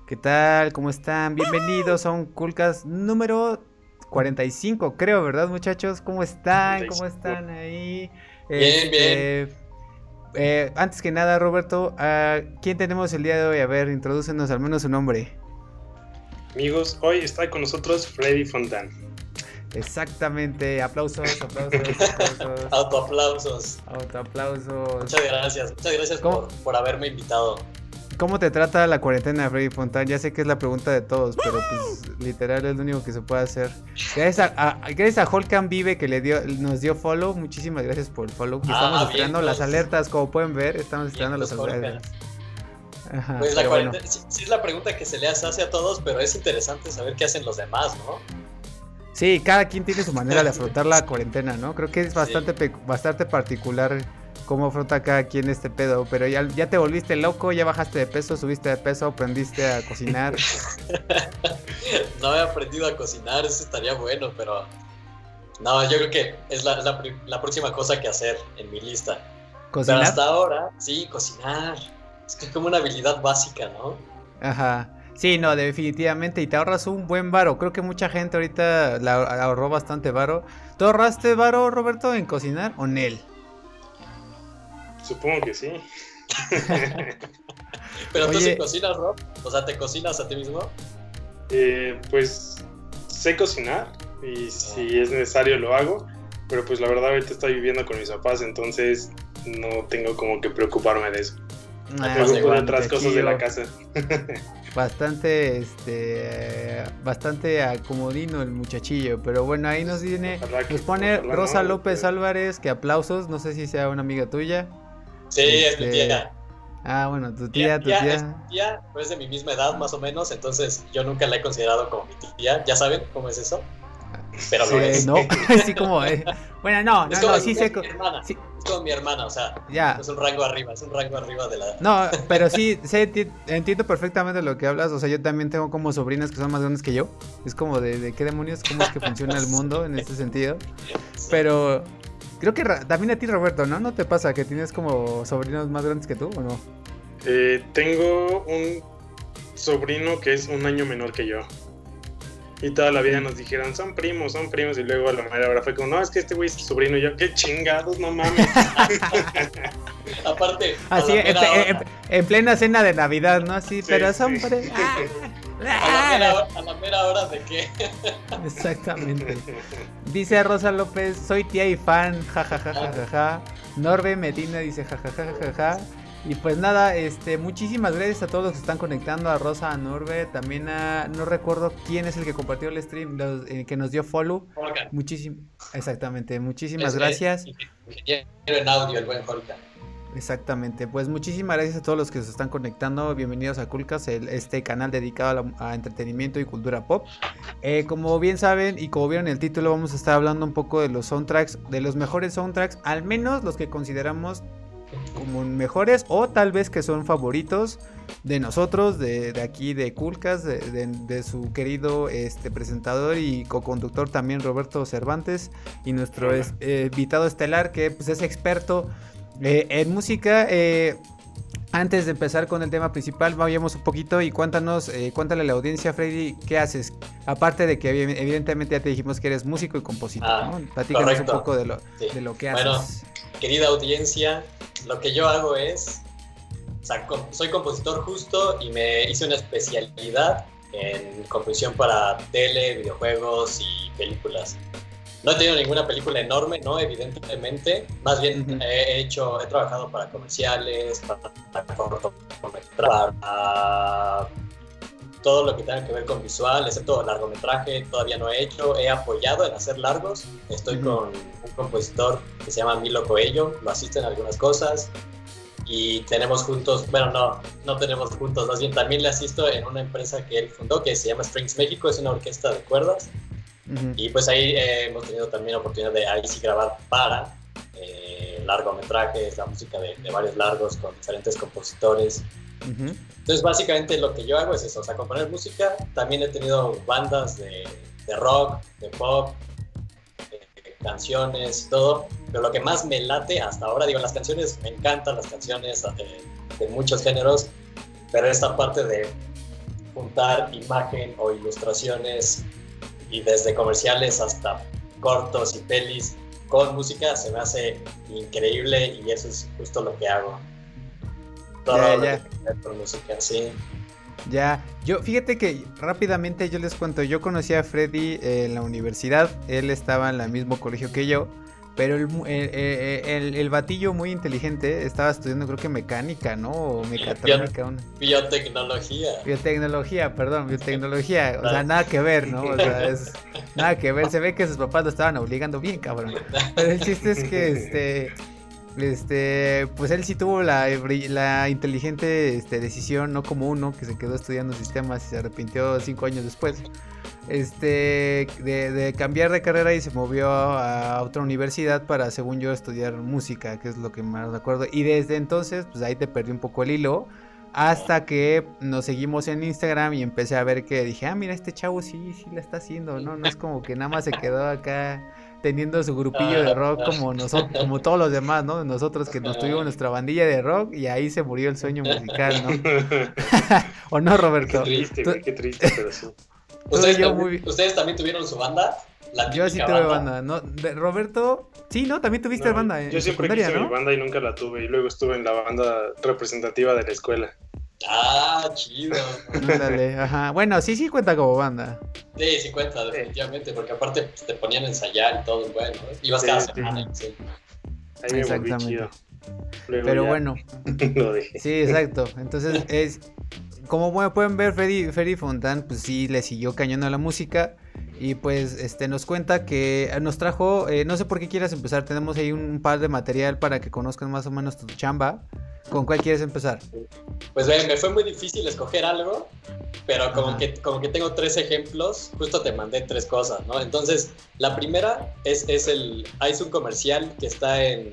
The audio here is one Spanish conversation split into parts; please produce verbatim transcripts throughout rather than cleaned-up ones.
¿Qué tal? ¿Cómo están? Bienvenidos a un Coolcast número cuarenta y cinco, creo, ¿verdad, muchachos? ¿Cómo están? ¿Cómo cuarenta y cinco. están ahí? Bien, bien. Este, eh, antes que nada, Roberto, ¿a quién tenemos el día de hoy? A ver, introdúcenos al menos su nombre. Amigos, hoy está con nosotros Freddy Fontán. Exactamente, aplausos, aplausos, aplausos. Autoaplausos. Autoaplausos. Muchas gracias, muchas gracias por, por haberme invitado. ¿Cómo te trata la cuarentena, Freddy Fontán? Ya sé que es la pregunta de todos, pero pues literal es lo único que se puede hacer. Gracias a, a, gracias a Holcam Vive que le dio, nos dio follow. Muchísimas gracias por el follow. Y estamos Ah, esperando bien, las pues. alertas, como pueden ver, estamos esperando Bien, las pues, alertas. Ajá, Pues la pero bueno. cuarentena, sí, sí es la pregunta que se le hace a todos, pero es interesante saber qué hacen los demás, ¿no? Sí, cada quien tiene su manera de afrontar la cuarentena, ¿no? Creo que es bastante, Sí. pe- bastante particular cómo afronta cada quien este pedo. Pero ya, ya te volviste loco, ya bajaste de peso, subiste de peso, aprendiste a cocinar. No he aprendido a cocinar, eso estaría bueno, pero no, yo creo que es la, la, pri- la próxima cosa que hacer en mi lista. Pero ¿Cocinar? hasta ahora, sí, cocinar. Es que es como una habilidad básica, ¿no? Ajá. Sí, no, definitivamente. Y te ahorras un buen varo. Creo que mucha gente ahorita la ahorró bastante varo. ¿Tú ahorraste varo, Roberto, en cocinar o Nel? Supongo que sí. Pero tú Oye. sí cocinas, Rob. O sea, ¿te cocinas a ti mismo? Eh, pues sé cocinar y si es necesario lo hago, pero pues la verdad ahorita estoy viviendo con mis papás, entonces no tengo como que preocuparme de eso. Ah, Me ocupo de bastante otras cosas de la chido. casa. Bastante, este, bastante acomodino el muchachillo. Pero bueno, ahí nos viene, Ojalá que- nos pone ojalá Rosa no, López pero- Álvarez, que aplausos. No sé si sea una amiga tuya. Sí, es mi Este, tía. Ah, bueno, tu Tía, tía, tu tía, tía. es mi tía, pero es de mi misma edad más o menos, entonces yo nunca la he considerado como mi tía. ¿Ya saben cómo es eso? Pero lo Sí, es. no, sí como, eh, bueno, no, Es no, como, no, sí es sé, mi co- hermana, sí, es como mi hermana, o sea, ya. es un rango arriba, es un rango arriba de la... No, pero sí, sé, enti- entiendo perfectamente lo que hablas. O sea, yo también tengo como sobrinas que son más grandes que yo. Es como de, de qué demonios, cómo es que funciona el mundo en este sentido. Sí. Pero creo que ra- también a ti, Roberto, ¿no? ¿No te pasa que tienes como sobrinos más grandes que tú o no? Eh, tengo un sobrino que es un año menor que yo. Y toda la vida nos dijeron, son primos, son primos. Y luego a la mera hora fue como, no, es que este güey es tu sobrino. Y yo, qué chingados, no mames. Aparte, a Así, la en, mera ple- en- hora, en plena cena de Navidad, ¿no? Así, Sí, pero sí. son... pre- ¡Ah! a la mera ¡Ah! hora, a la mera hora de que... Exactamente. Dice Rosa López, soy tía y fan, jajajajaja. Norbe Medina dice jajajajaja. Y pues nada, este, muchísimas gracias a todos los que están conectando, a Rosa, a Norbe, también a, no recuerdo quién es el que compartió el stream, los, eh, que nos dio follow. Holga. Muchísimo, exactamente, muchísimas Es- gracias. es Ingeniero en audio, el buen Holga. Exactamente, pues muchísimas gracias a todos los que se están conectando. Bienvenidos a Coolcast, el- este canal dedicado a, la- a entretenimiento y cultura pop. Eh, como bien saben y como vieron en el título, vamos a estar hablando un poco de los soundtracks, de los mejores soundtracks, al menos los que consideramos como mejores o tal vez que son favoritos de nosotros, de, de aquí de Coolcast, de, de- de su querido este, presentador y co-conductor también Roberto Cervantes, y nuestro Hola. es- eh, invitado estelar que pues, es experto eh, en música. eh, Antes de empezar con el tema principal, vayamos un poquito y cuéntanos, eh, cuéntale a la audiencia, Freddy, ¿qué haces? Aparte de que evi- evidentemente ya te dijimos que eres músico y compositor, Ah, ¿no? Platícanos correcto. un poco de lo, Sí. de lo que Bueno, haces. Querida audiencia, lo que yo hago es, o sea, com- soy compositor justo y me hice una especialidad en composición para tele, videojuegos y películas. No he tenido ninguna película enorme, ¿no? Evidentemente. Más bien Ujú. he hecho, he trabajado para comerciales, para cortometrajes, para todo lo que tenga que ver con visual, excepto largometraje, todavía no he hecho. He apoyado en hacer largos. Estoy Ujú. con un compositor que se llama Milo Coello, lo asiste en algunas cosas. Y tenemos juntos, bueno, no, no tenemos juntos, más bien también le asisto en una empresa que él fundó que se llama Strings México, es una orquesta de cuerdas. Ujú. Y pues ahí eh, hemos tenido también la oportunidad de ahí sí grabar para eh, largometrajes, la música de, de varios largos con diferentes compositores. Ujú. Entonces básicamente lo que yo hago es eso, o sea, componer música. También he tenido bandas de, de rock, de pop, eh, canciones y todo. Pero lo que más me late hasta ahora, digo, las canciones, me encantan las canciones de, de muchos géneros, pero esta parte de juntar imagen o ilustraciones y desde comerciales hasta cortos y pelis con música se me hace increíble y eso es justo lo que hago. Todo Ya, lo ya. que tiene que ver con música, sí. Ya, yo fíjate que rápidamente yo les cuento, yo conocí a Freddy en la universidad, él estaba en el mismo colegio que yo, pero el, mu- el, el, el- el batillo muy inteligente estaba estudiando creo que mecánica, ¿no? O mecatrónica, una... Biotecnología. Biotecnología, perdón, biotecnología, o sea, nada que ver, ¿no? O sea, es nada que ver, se ve que sus papás lo estaban obligando bien, cabrón. Pero el chiste es que, este, este, pues él sí tuvo la, bri- la inteligente, este, decisión, no como uno que se quedó estudiando sistemas y se arrepintió cinco años después, este, de, de cambiar de carrera y se movió a otra universidad para, según yo, estudiar música, que es lo que más me acuerdo. Y desde entonces, pues ahí te perdí un poco el hilo. Hasta que nos seguimos en Instagram y empecé a ver que dije, ah, mira, este chavo sí, sí la está haciendo, ¿no? No es como que nada más se quedó acá teniendo su grupillo de rock como nosotros, como todos los demás, ¿no? Nosotros que nos tuvimos nuestra bandilla de rock y ahí se murió el sueño musical, ¿no? ¿O no, Qué Roberto? triste, Tú- güey, qué triste, pero sí. ¿Ustedes, yo también, muy- ¿Ustedes también tuvieron su banda? La Yo sí típica tuve banda, ¿no? De- Roberto, sí, ¿no? También tuviste No, banda en yo siempre secundaria, quise ¿no? mi banda y nunca la tuve. Y luego estuve en la banda representativa de la escuela. Ah, chido. Ándale, ajá. Bueno, sí, sí cuenta como banda. Sí, sí cuenta, definitivamente, porque aparte pues, te ponían a ensayar y todo, bueno, ¿no? Ibas Sí, cada sí. semana. Sí. Ahí me volví Exactamente. chido. Luego Pero ya bueno, lo dejé. sí, exacto. Entonces es como bueno, pueden ver, Freddy, Freddy Fontán, pues sí le siguió cañón a la música. Y pues este nos cuenta que nos trajo, eh, no sé por qué quieras empezar, tenemos ahí un par de material para que conozcan más o menos tu chamba. ¿Con cuál quieres empezar? Pues ve, me fue muy difícil escoger algo, pero como Ajá. que, como que tengo tres ejemplos, justo te mandé tres cosas, ¿no? Entonces, la primera es, es el, hay un comercial que está en,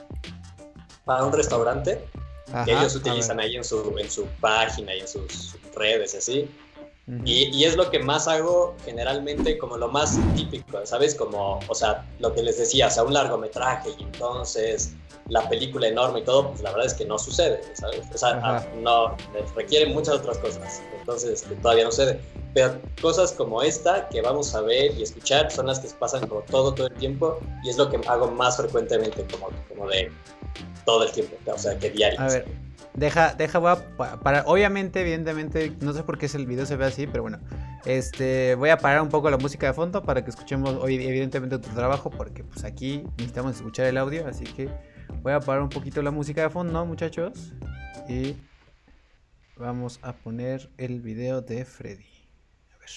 para un restaurante, Ajá, que ellos a utilizan ver. ahí en su, en su página y en sus redes y así. Ujú. Y, y es lo que más hago generalmente como lo más típico, ¿sabes? Como, o sea, lo que les decía, o sea, un largometraje y entonces la película enorme y todo, pues la verdad es que no sucede, ¿sabes? O sea, Ajá. a- no, requiere muchas otras cosas, entonces este, todavía no sucede. Pero cosas como esta que vamos a ver y escuchar son las que pasan como todo, todo el tiempo y es lo que hago más frecuentemente, como, como de todo el tiempo, o sea, que diario. A ver, deja, deja, voy a pa- parar. Obviamente, evidentemente, no sé por qué el video se ve así, pero bueno. Este, voy a parar un poco la música de fondo para que escuchemos hoy, evidentemente, tu trabajo, porque pues aquí necesitamos escuchar el audio, así que voy a parar un poquito la música de fondo, muchachos. Y vamos a poner el video de Freddy. A ver.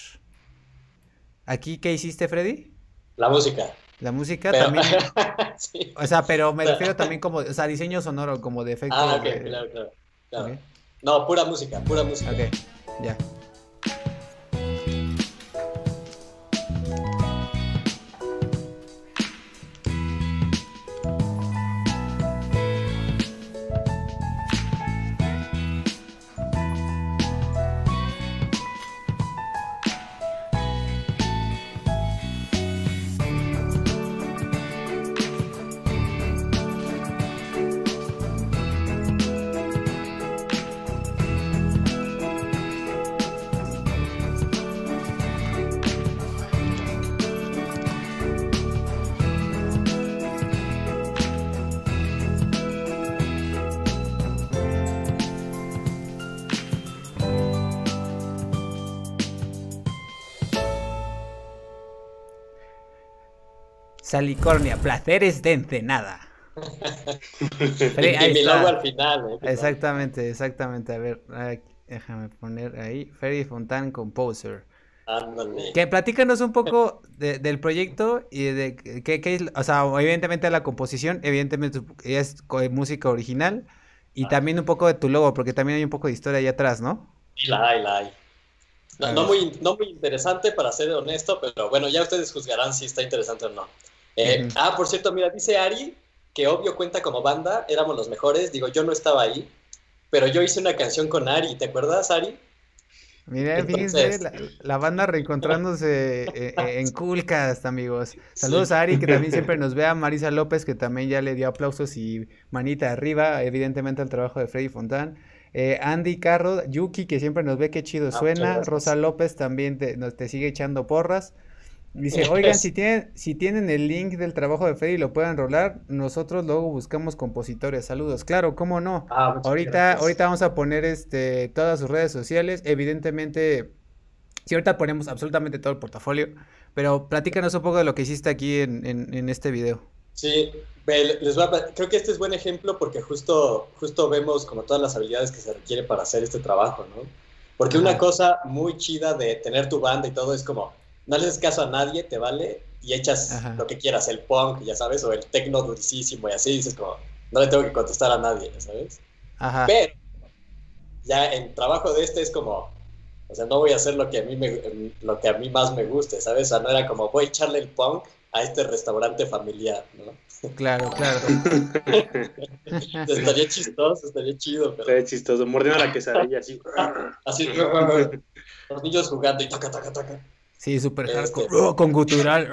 ¿Aquí qué hiciste, Freddy? La música. La música Pero- también. sí. O sea, pero me refiero también como, o sea, diseño sonoro, como de efectos. Ah, ok, de- claro, claro. claro. Ok. No, pura música, pura música. Ok, ya. Salicornia, placeres de Ensenada. Freddy, Y ahí mi está. logo al final. ¿eh? Exactamente, exactamente. A ver, aquí, déjame poner ahí. Freddy Fontán Composer. Ándale. Que platícanos un poco de- del proyecto y de qué, qué es, o sea, evidentemente la composición, evidentemente es co- música original y Ah. también un poco de tu logo, porque también hay un poco de historia ahí atrás, ¿no? Y la hay, la hay. No, A no ver. muy, no muy interesante, para ser honesto, pero bueno, ya ustedes juzgarán si está interesante o no. Eh, Ujú. Ah, por cierto, mira, dice Ari que obvio cuenta como banda, éramos los mejores. Digo, yo no estaba ahí, pero yo hice una canción con Ari, ¿te acuerdas, Ari? Miren, fíjense, Entonces- la, la banda reencontrándose eh, eh, en Coolcast, amigos. Saludos a Ari, que también siempre nos ve, a Marisa López, que también ya le dio aplausos y manita arriba, evidentemente, al trabajo de Freddy Fontán. Eh, Andy Carro, Yuki, que siempre nos ve, qué chido Ah, suena. muchas Rosa gracias. López también te, nos, te sigue echando porras. Dice, oigan, si tienen, si tienen el link del trabajo de Freddy y lo pueden rolar, nosotros luego buscamos compositores. Saludos. Claro, cómo no. Ah, muchas Ahorita, gracias. ahorita vamos a poner este todas sus redes sociales. Evidentemente, sí, ahorita ponemos absolutamente todo el portafolio, pero platícanos un poco de lo que hiciste aquí en, en, en este video. Sí, ve, les voy a, pla- creo que este es buen ejemplo porque justo, justo vemos como todas las habilidades que se requiere para hacer este trabajo, ¿no? Porque una Ajá, cosa muy chida de tener tu banda y todo es como, no le haces caso a nadie, te vale, y echas ajá, lo que quieras, el punk, ya sabes, o el techno durísimo y así, dices como, no le tengo que contestar a nadie, ya sabes. ajá. Pero ya en trabajo de este es como, o sea, no voy a hacer lo que a mí, me, lo que a mí más me guste, ¿sabes? O sea, no era como, voy a echarle el punk a este restaurante familiar, ¿no? Claro, claro. Estaría chistoso, estaría chido, pero Está chistoso, mordiendo la quesadilla así. así, los niños jugando y taca, taca, taca. Sí, súper Este, hardcore. Oh, con gutural.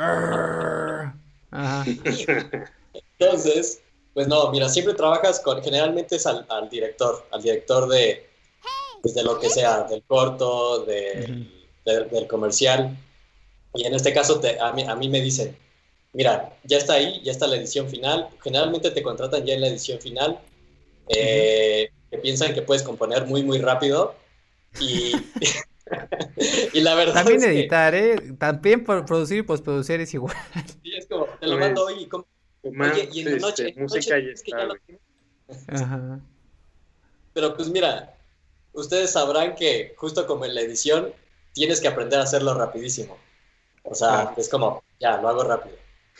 Ajá, y entonces, pues no, mira, siempre trabajas con, generalmente es al, al director, al director de, pues de lo que sea, del corto, ujú, del, del, del comercial. Y en este caso te, a, mí, a mí me dicen, mira, ya está ahí, ya está la edición final. Generalmente te contratan ya en la edición final, ujú. eh, que piensan que puedes componer muy, muy rápido. Y, y la verdad También es que editar, ¿eh? También por producir y postproducir es igual. sí, es como, te lo mando hoy y como, Más oye, y en la noche, este, en la música noche ya es que ya está, lo güey. tengo. Ajá, Pero pues mira, ustedes sabrán que justo como en la edición, tienes que aprender a hacerlo rapidísimo. O sea, Claro. es como, ya, lo hago rápido.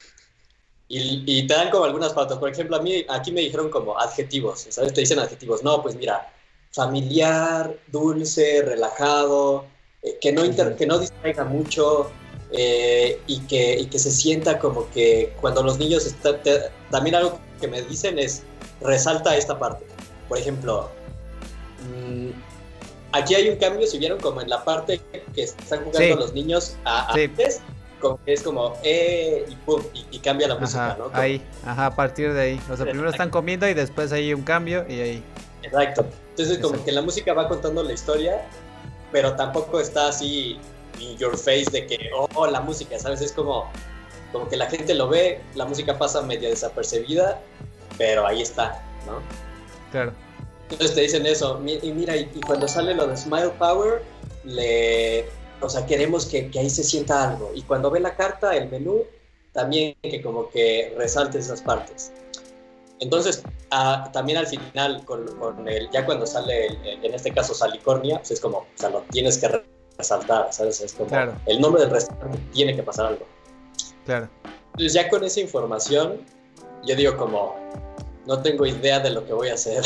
Y, y te dan como algunas pautas. Por ejemplo, a mí aquí me dijeron como adjetivos, ¿sabes? Te dicen adjetivos. No, pues mira, familiar, dulce, relajado, eh, que, no inter- ujú. que no distraiga mucho eh, y, que, y que se sienta como que cuando los niños están... te- también algo que me dicen es, resalta esta parte. Por ejemplo, mm, aquí hay un cambio, si vieron como en la parte que están jugando Sí, los niños a, sí, antes, como que es como eh y pum, y, y cambia la música, ajá, ¿no? Como, ahí, ajá, a partir de ahí. O sea, primero están comiendo y después hay un cambio y ahí. exacto. Entonces como Exacto. que la música va contando la historia, pero tampoco está así in your face de que, oh, la música, ¿sabes? Es como, como que la gente lo ve, la música pasa medio desapercibida, pero ahí está, ¿no? Claro. Entonces te dicen eso, mi- y mira, y, y cuando sale lo de Smile Power, le, o sea, queremos que, que ahí se sienta algo. Y cuando ve la carta, el menú, también que como que resalte esas partes. Entonces, ah, también al final, con, con el, ya cuando sale, el- el- en este caso, Salicornia, pues es como, o sea, lo tienes que re- resaltar, ¿sabes? Es como, Claro. el nombre del restaurante tiene que pasar algo. Claro. Entonces, ya con esa información, yo digo como, no tengo idea de lo que voy a hacer.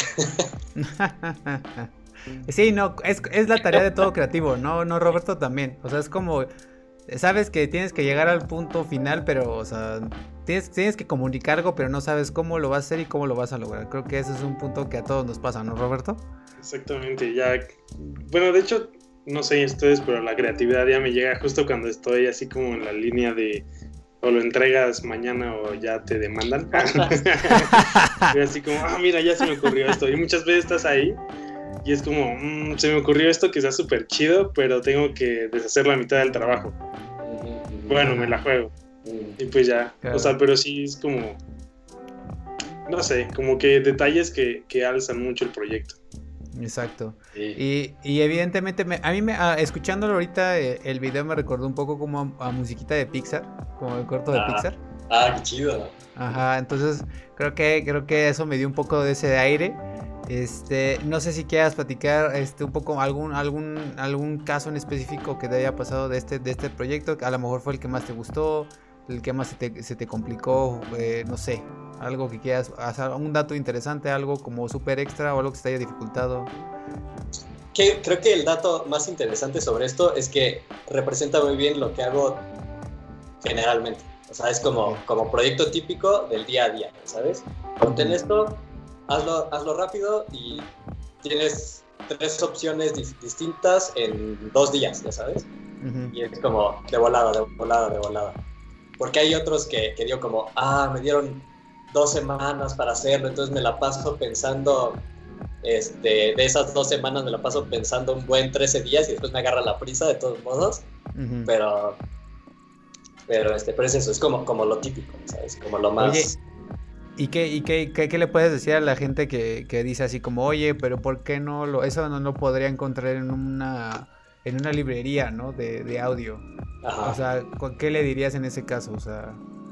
Sí, no, es, es la tarea de todo creativo, ¿no? No, Roberto también. O sea, es como, sabes que tienes que llegar al punto final, pero, o sea, tienes, tienes que comunicar algo, pero no sabes cómo lo vas a hacer y cómo lo vas a lograr. Creo que ese es un punto que a todos nos pasa, ¿no, Roberto? Exactamente, ya. Bueno, de hecho, no sé ustedes, pero la creatividad ya me llega justo cuando estoy así como en la línea de o lo entregas mañana o ya te demandan. Y así como, ah, mira, ya se me ocurrió esto. Y muchas veces estás ahí y es como, mmm, se me ocurrió esto que está súper chido, pero tengo que deshacer la mitad del trabajo. Bueno, me la juego. Y pues ya, Claro. o sea, pero sí es como, no sé, como que detalles que, que alzan mucho el proyecto. Exacto. Sí. Y, y evidentemente, me, a mí, me, a, escuchándolo ahorita, eh, el video me recordó un poco como a, a musiquita de Pixar, como el corto de Ah. Pixar. Ah, qué chido. Ajá, entonces creo que, creo que eso me dio un poco de ese aire. Este, no sé si quieras platicar este, un poco algún, algún, algún caso en específico que te haya pasado de este, de este proyecto, que a lo mejor fue el que más te gustó, el que más se te, se te complicó, eh, no sé, algo que quieras, hacer, un dato interesante, algo como súper extra o algo que se te haya dificultado. Que, creo que el dato más interesante sobre esto es que representa muy bien lo que hago generalmente. O sea, es como, Ok. como proyecto típico del día a día, ¿sabes? Contén esto, hazlo, hazlo rápido y tienes tres opciones dis- distintas en dos días, ¿ya sabes? Ujú. Y es como de volada, de volada, de volada. Porque hay otros que, que digo como, ah, me dieron dos semanas para hacerlo, entonces me la paso pensando este, de esas dos semanas me la paso pensando un buen trece días y después me agarra la prisa de todos modos, uh-huh. pero, pero, este, pero es eso, es como, como lo típico, ¿sabes? Como lo más... Oye, ¿y qué, y qué, qué, qué le puedes decir a la gente que, que dice así como, oye, pero ¿por qué no lo, eso no lo podría encontrar en una, en una librería, ¿no? De, de audio. Ajá. O sea, ¿qué le dirías en ese caso? O sea...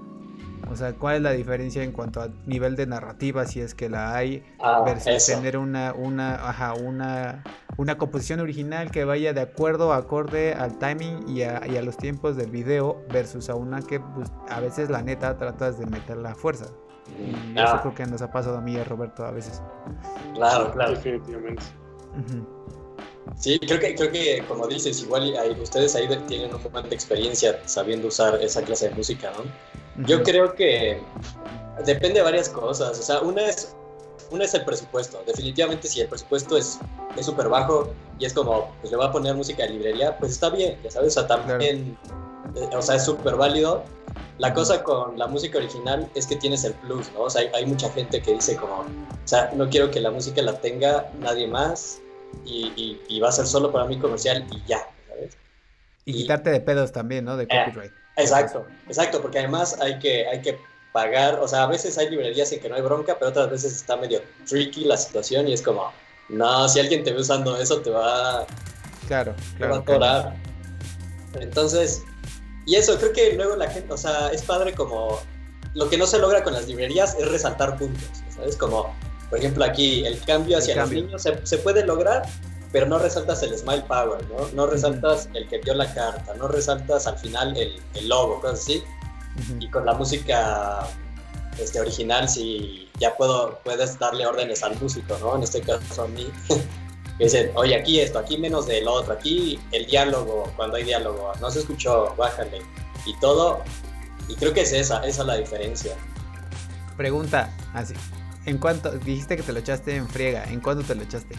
O sea, ¿cuál es la diferencia en cuanto a nivel de narrativa, si es que la hay, ah, versus eso. tener una, una, ajá, una, una composición original que vaya de acuerdo, acorde al timing y a, y a los tiempos del video, versus a una que pues, a veces la neta tratas de meter la fuerza? Y ah. eso creo que nos ha pasado a mí y a Roberto a veces. Claro, claro. Definitivamente. Uh-huh. Sí, creo que, creo que como dices, igual hay, ustedes ahí tienen un momento de experiencia sabiendo usar esa clase de música, ¿no? Uh-huh. Yo creo que depende de varias cosas, o sea, una es, una es el presupuesto. Definitivamente si el presupuesto es súper bajo y es como, pues le voy a poner música de librería, pues está bien, ya sabes, o sea, también, claro. eh, o sea, es súper válido. La cosa con la música original es que tienes el plus, ¿no? O sea, hay, hay mucha gente que dice como, o sea, no quiero que la música la tenga nadie más y, y, y va a ser solo para mí comercial y ya, ¿sabes? Y, y quitarte de pedos también, ¿no? De copyright. Eh, exacto, exacto, porque además hay que, hay que pagar, o sea, a veces hay librerías en que no hay bronca, pero otras veces está medio tricky la situación y es como, no, si alguien te ve usando eso te va, claro, te claro, va a atorar. Claro. Entonces... Y eso, creo que luego la gente, o sea, es padre como... Lo que no se logra con las librerías es resaltar puntos, ¿sabes? Como, por ejemplo, aquí, el cambio hacia el cambio. los niños se, se puede lograr, pero no resaltas el Smile Power, ¿no? No resaltas uh-huh. el que dio la carta, no resaltas al final el, el logo, cosas así. Uh-huh. Y con la música este, original, sí, ya puedo, puedes darle órdenes al músico, ¿no? En este caso a mí... que dicen, oye, aquí esto, aquí menos de lo otro, aquí el diálogo, cuando hay diálogo, no se escuchó, bájale, y todo, y creo que es esa, esa es la diferencia. Pregunta, así, ¿en cuánto, dijiste que te lo echaste en friega, ¿en cuánto te lo echaste?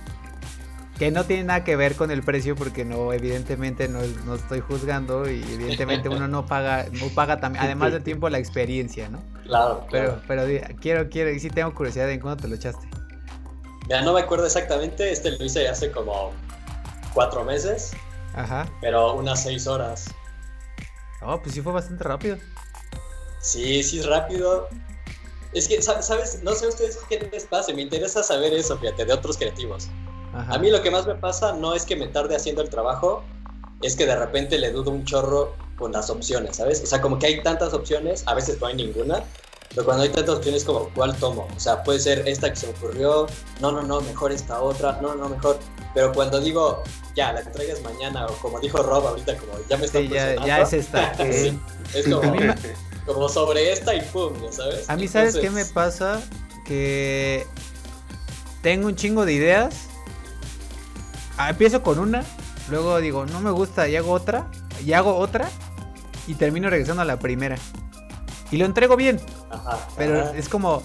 Que no tiene nada que ver con el precio, porque no, evidentemente no, no estoy juzgando, y evidentemente uno no paga, no paga también, además del tiempo, la experiencia, ¿no? Claro, pero, claro. Pero quiero, quiero, y sí tengo curiosidad de en cuánto te lo echaste. Ya no me acuerdo exactamente, este lo hice hace como cuatro meses, ajá, pero unas seis horas. Oh, pues sí fue bastante rápido. Sí, sí es rápido. Es que, ¿sabes? No sé a ustedes qué les pasa, me interesa saber eso, fíjate, de otros creativos. Ajá. A mí lo que más me pasa no es que me tarde haciendo el trabajo, es que de repente le dudo un chorro con las opciones, ¿sabes? O sea, como que hay tantas opciones, a veces no hay ninguna. Pero cuando hay tantas opciones como, ¿cuál tomo? O sea, puede ser esta que se me ocurrió, no, no, no, mejor esta otra, no, no, mejor. Pero cuando digo, ya, la entregas mañana, o como dijo Rob ahorita, como ya me está sí, ya, ya es esta. Sí, es como, como sobre esta y pum, ¿ya sabes? A mí, ¿sabes Entonces... qué me pasa? Que tengo un chingo de ideas, empiezo con una, luego digo, no me gusta, y hago otra, y hago otra, y termino regresando a la primera. Y lo entrego bien, ajá, pero ajá. es como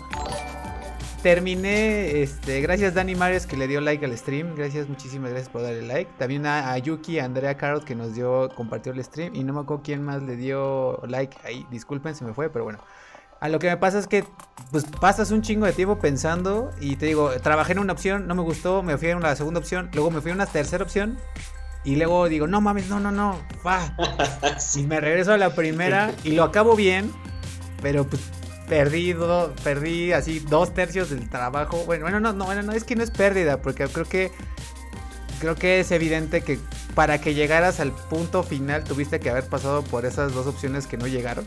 terminé, este, gracias Dani Marios que le dio like al stream, gracias, muchísimas gracias por darle like, también a, a Yuki, a Andrea Carrot que nos dio, compartió el stream, y no me acuerdo quién más le dio like ahí, disculpen, se me fue, pero bueno, a lo que me pasa es que pues pasas un chingo de tiempo pensando, y te digo, trabajé en una opción, no me gustó, me fui a una segunda opción, luego me fui a una tercera opción, y luego digo, no mames, no, no, no, va, sí. Y me regreso a la primera, y lo acabo bien, pero pues perdí, do, perdí así dos tercios del trabajo. Bueno, bueno, no, no, bueno, no, es que no es pérdida, porque creo que creo que es evidente que para que llegaras al punto final tuviste que haber pasado por esas dos opciones que no llegaron.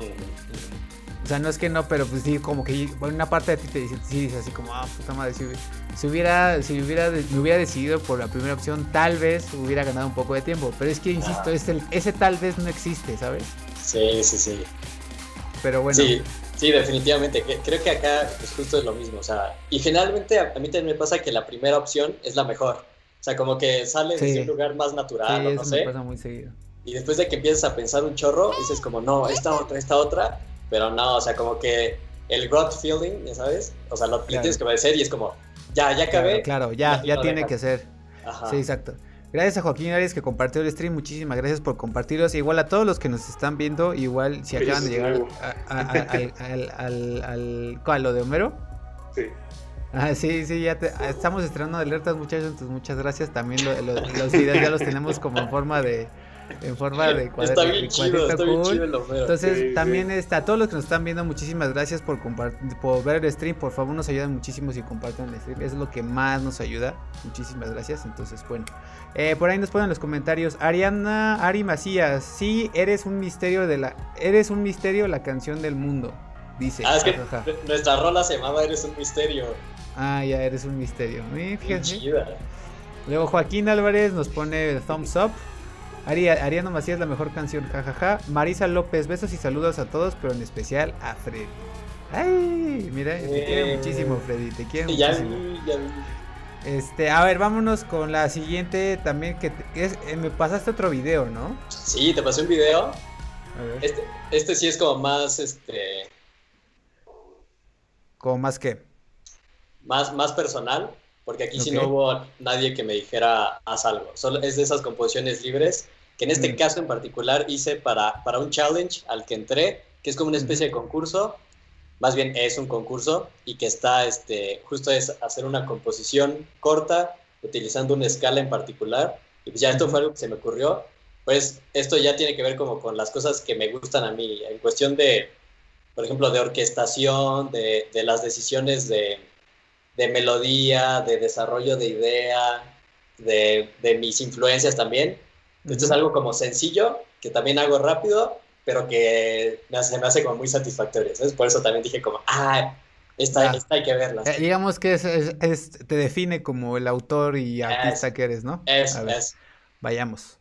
O sea, no es que no, pero pues sí, como que bueno, una parte de ti te dice, sí, dice así como, ah, puta madre, si, si hubiera, si hubiera, me hubiera decidido por la primera opción, tal vez hubiera ganado un poco de tiempo. Pero es que, insisto, es el, ese tal vez no existe, ¿sabes? Sí, sí, sí. Pero bueno. Sí, sí, definitivamente. Creo que acá pues, justo es lo mismo. O sea, y generalmente a, a mí también me pasa que la primera opción es la mejor. O sea, como que sale sí. desde un lugar más natural, sí, o no eso sé. Me pasa muy seguido. Y después de que empiezas a pensar un chorro, dices como, no, esta otra, esta otra. Pero no, o sea, como que el gut feeling, ya sabes. O sea, lo claro. tienes que parecer y es como, ya, ya acabé. Claro, claro ya, ya tiene que ser. Ajá. Sí, exacto. Gracias a Joaquín Arias que compartió el stream, muchísimas gracias por compartirlos. Igual a todos los que nos están viendo, igual si acaban de llegar a, a, a, al, al, al, al, ¿cuál, lo de Homero? Sí. Ah, sí, sí, ya te- estamos estrenando alertas, muchachos, entonces muchas gracias. También lo- lo- los videos ya los tenemos como en forma de, en forma de, cuader- Está de- bien de chido, cuadrito está bien chido cool. el Homero. Entonces, Sí, sí. también está, a todos los que nos están viendo, muchísimas gracias por compartir, por ver el stream. Por favor, nos ayudan muchísimo si comparten el stream. Es lo que más nos ayuda. Muchísimas gracias. Entonces, bueno. Eh, por ahí nos ponen en los comentarios. Ariana Ari Macías, sí, eres un misterio de la. Eres un misterio la canción del mundo. Dice. Ah, es que jajaja. nuestra rola se llamaba Eres un misterio. Ah, ya eres un misterio. Eh, Bien fíjense. chida. Luego Joaquín Álvarez nos pone el thumbs up. Ari, Ariano Macías, la mejor canción, jajaja. Marisa López, besos y saludos a todos, pero en especial a Freddy. Ay, mira, te Eh, quiero muchísimo, Freddy, te quiero Ya muchísimo. vi, ya vi. Este, a ver, vámonos con la siguiente también, que te- es, eh, me pasaste otro video, ¿no? Sí, te pasé un video. A ver, Este, este sí es como más, este, ¿cómo más que? más, más personal, porque aquí sí Ok. no hubo nadie que me dijera haz algo. Solo es de esas composiciones libres que en este Mm. caso en particular hice para, para un challenge al que entré, que es como una especie de concurso, más bien es un concurso y que está, este, justo es hacer una composición corta utilizando una escala en particular. Y pues ya esto Ujú. fue algo que se me ocurrió. Pues esto ya tiene que ver como con las cosas que me gustan a mí, en cuestión de, por ejemplo, de orquestación, de, de las decisiones de, de melodía, de desarrollo de idea, de, de mis influencias también. Esto es Ujú. algo como sencillo, que también hago rápido, pero que me hace, me hace como muy satisfactorio, ¿sabes? Por eso también dije como, ah, esta, Va. esta hay que verla. Eh, digamos que es, es- es- te define como el autor y artista Es, que eres, ¿no? es, A ver, es. vayamos.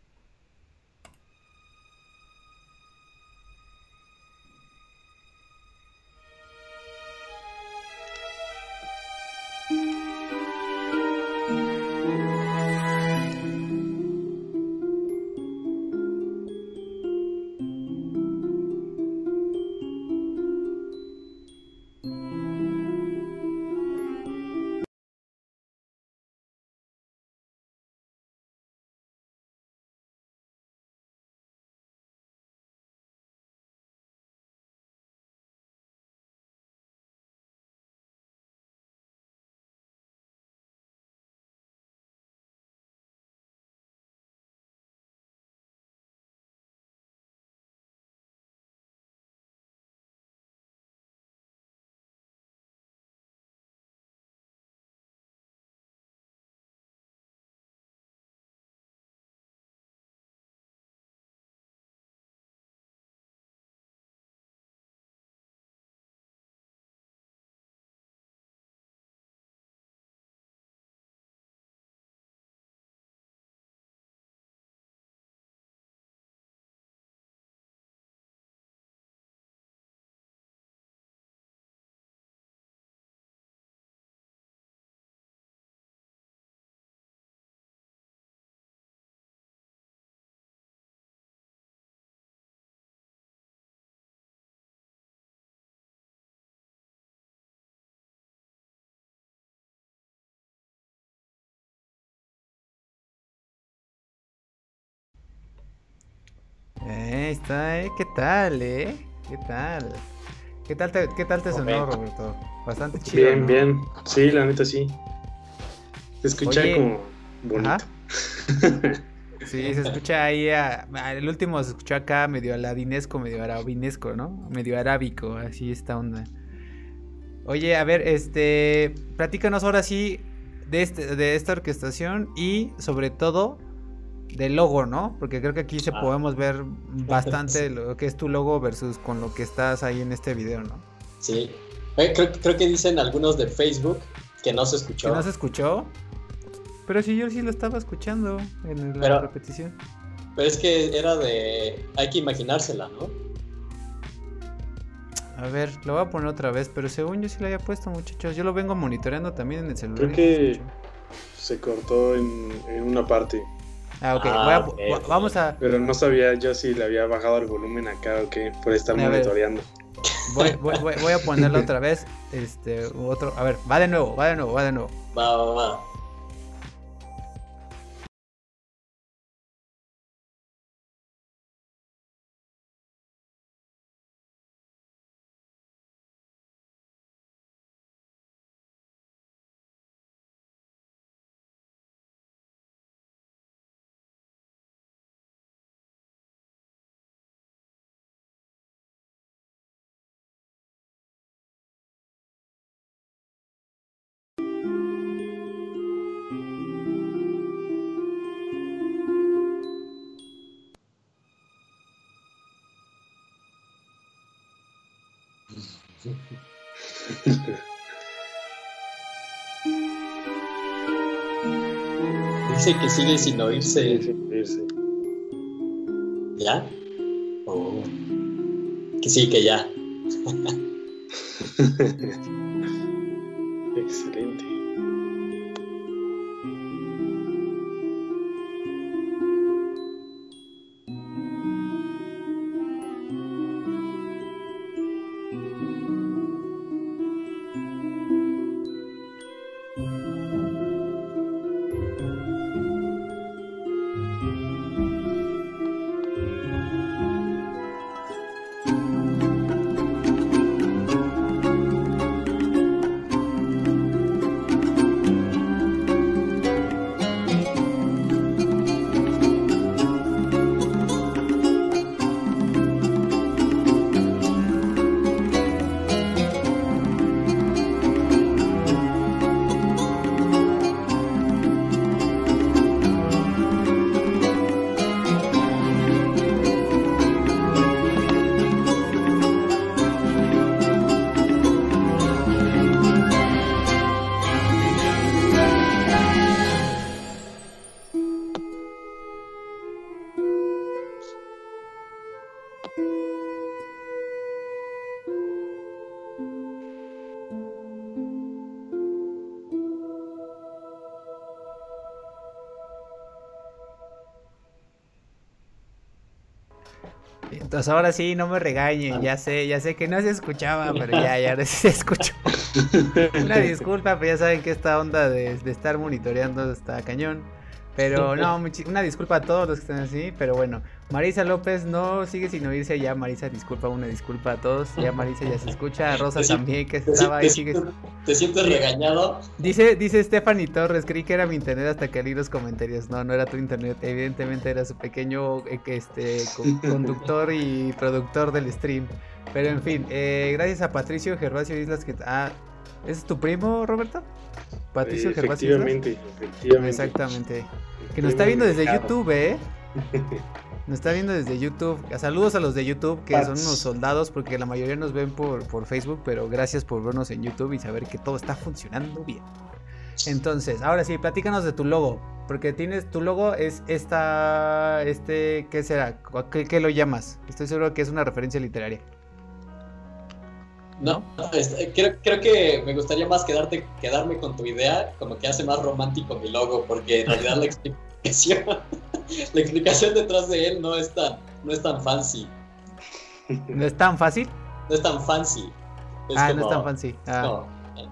Eh, ahí está, ¿eh? ¿Qué tal, eh? ¿Qué tal? ¿Qué tal te, qué tal te sonó, Momento. Roberto? Bastante chido, Bien, ¿no? bien. Sí, la neta sí. Se escucha Oye, como bonito. ajá. Sí, se escucha ahí, a- a- el último se escuchó acá medio aladinesco, medio arabinesco, ¿no? Medio arábico, así esta onda. Oye, a ver, este, platícanos ahora sí de, este, de esta orquestación y sobre todo del logo, ¿no? Porque creo que aquí se Ah. podemos ver bastante lo que es tu logo versus con lo que estás ahí en este video, ¿no? Sí. Oye, creo, creo que dicen algunos de Facebook que no se ¿Que escuchó. no se escuchó? Pero sí, yo sí lo estaba escuchando en la Pero- repetición. Pero es que era de... Hay que imaginársela, ¿no? A ver, lo voy a poner otra vez, pero según yo sí lo había puesto, muchachos. Yo lo vengo monitoreando también en el celular. Creo y sí se que escuchó. se cortó en, en una parte. Ah, ok. Ah, voy a- ok, va- ok. vamos a... Pero no sabía yo si le había bajado el volumen acá o qué, por estar A ver. monitoreando. Voy, voy, voy, voy a ponerlo otra vez. Este, otro... A ver, va de nuevo, va de nuevo, va de nuevo. Va, va, va. Dice que sigue sin oírse. Sí, sí, sí. ¿Ya? Oh. Que sí, que ya. Excelente. Entonces ahora sí, no me regañen, ya sé, ya sé que no se escuchaba, pero ya, ya ahora sí se escuchó. Una disculpa, pero ya saben que esta onda de, de estar monitoreando está cañón. Pero no, una disculpa a todos los que están así, pero bueno. Marisa López no sigue sin oírse ya, Marisa, disculpa, una disculpa a todos. Ya Marisa ya se escucha, a Rosa también que estaba ahí, sigue. ¿Te sientes regañado? Dice, dice Stephanie Torres, creí que era mi internet hasta que leí los comentarios. No, no era tu internet, evidentemente era su pequeño este conductor y productor del stream. Pero en fin, eh, gracias a Patricio Gervasio Islas que... Ah, ¿ese es tu primo, Roberto? Patricio eh, Gervasio Islas. Efectivamente, efectivamente. Exactamente. Que nos está viendo desde YouTube, ¿eh? Nos está viendo desde YouTube. Saludos a los de YouTube, que son unos soldados, porque la mayoría nos ven por, por Facebook, pero gracias por vernos en YouTube y saber que todo está funcionando bien. Entonces, ahora sí, platícanos de tu logo, porque tienes, tu logo es esta, este, ¿qué será? ¿Qué, qué lo llamas? Estoy seguro que es una referencia literaria. No, este, creo, creo que me gustaría más quedarte, quedarme con tu idea, como que hace más romántico mi logo, porque en realidad la explicación, la explicación detrás de él no es tan, no es tan fancy. ¿No es tan fácil? No es tan fancy. Es ah, como, no es tan fancy. Ah. Como,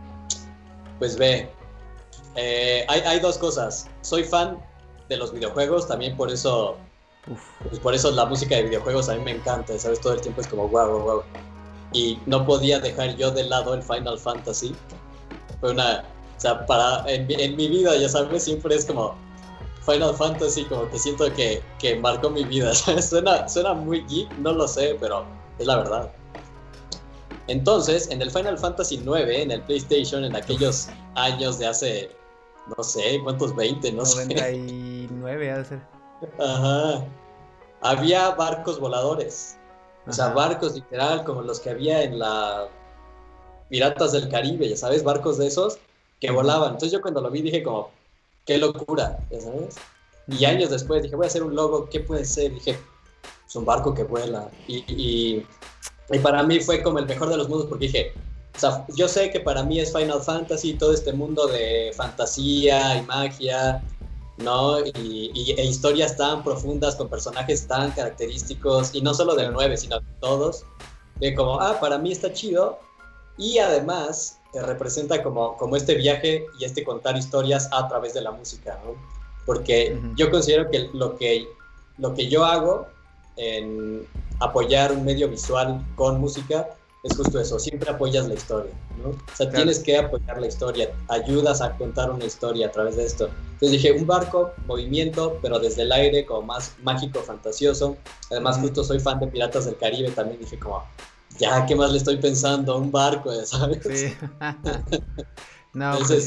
pues ve, eh, hay, hay dos cosas. Soy fan de los videojuegos, también por eso, pues por eso la música de videojuegos a mí me encanta, ¿sabes? Todo el tiempo es como wow, wow, wow. Y no podía dejar yo de lado el Final Fantasy. Fue una, o sea, para, en, en mi vida, ya sabes, siempre es como Final Fantasy, como que siento que, que marcó mi vida, ¿sabes? Suena, suena muy geek, no lo sé, pero es la verdad. Entonces, en el Final Fantasy nueve, en el PlayStation, en aquellos años de hace, no sé, ¿cuántos? veinte, no sé. noventa y nueve, ha de ser. Ajá. Había barcos voladores. O sea, barcos literal, como los que había en la Piratas del Caribe, ya sabes, barcos de esos que volaban. Entonces yo cuando lo vi dije como, qué locura, ya sabes. Y años después dije, voy a hacer un logo, ¿qué puede ser? Dije, es un barco que vuela. Y, y, y para mí fue como el mejor de los mundos, porque dije, o sea, yo sé que para mí es Final Fantasy, todo este mundo de fantasía y magia, ¿no? Y, y e historias tan profundas con personajes tan característicos, y no solo del nueve, sino de todos, que como, ah, para mí está chido, y además eh, representa como, como este viaje y este contar historias a través de la música, ¿no? Porque uh-huh. yo considero que lo, que lo que yo hago en apoyar un medio visual con música es justo eso, siempre apoyas la historia, ¿no? O sea, claro. Tienes que apoyar la historia, ayudas a contar una historia a través de esto. Entonces dije, un barco, movimiento, pero desde el aire, como más mágico, fantasioso. Además, mm. justo soy fan de Piratas del Caribe, también dije como, ya, ¿qué más le estoy pensando? Un barco, ¿sabes? Sí. No, entonces, pues sí.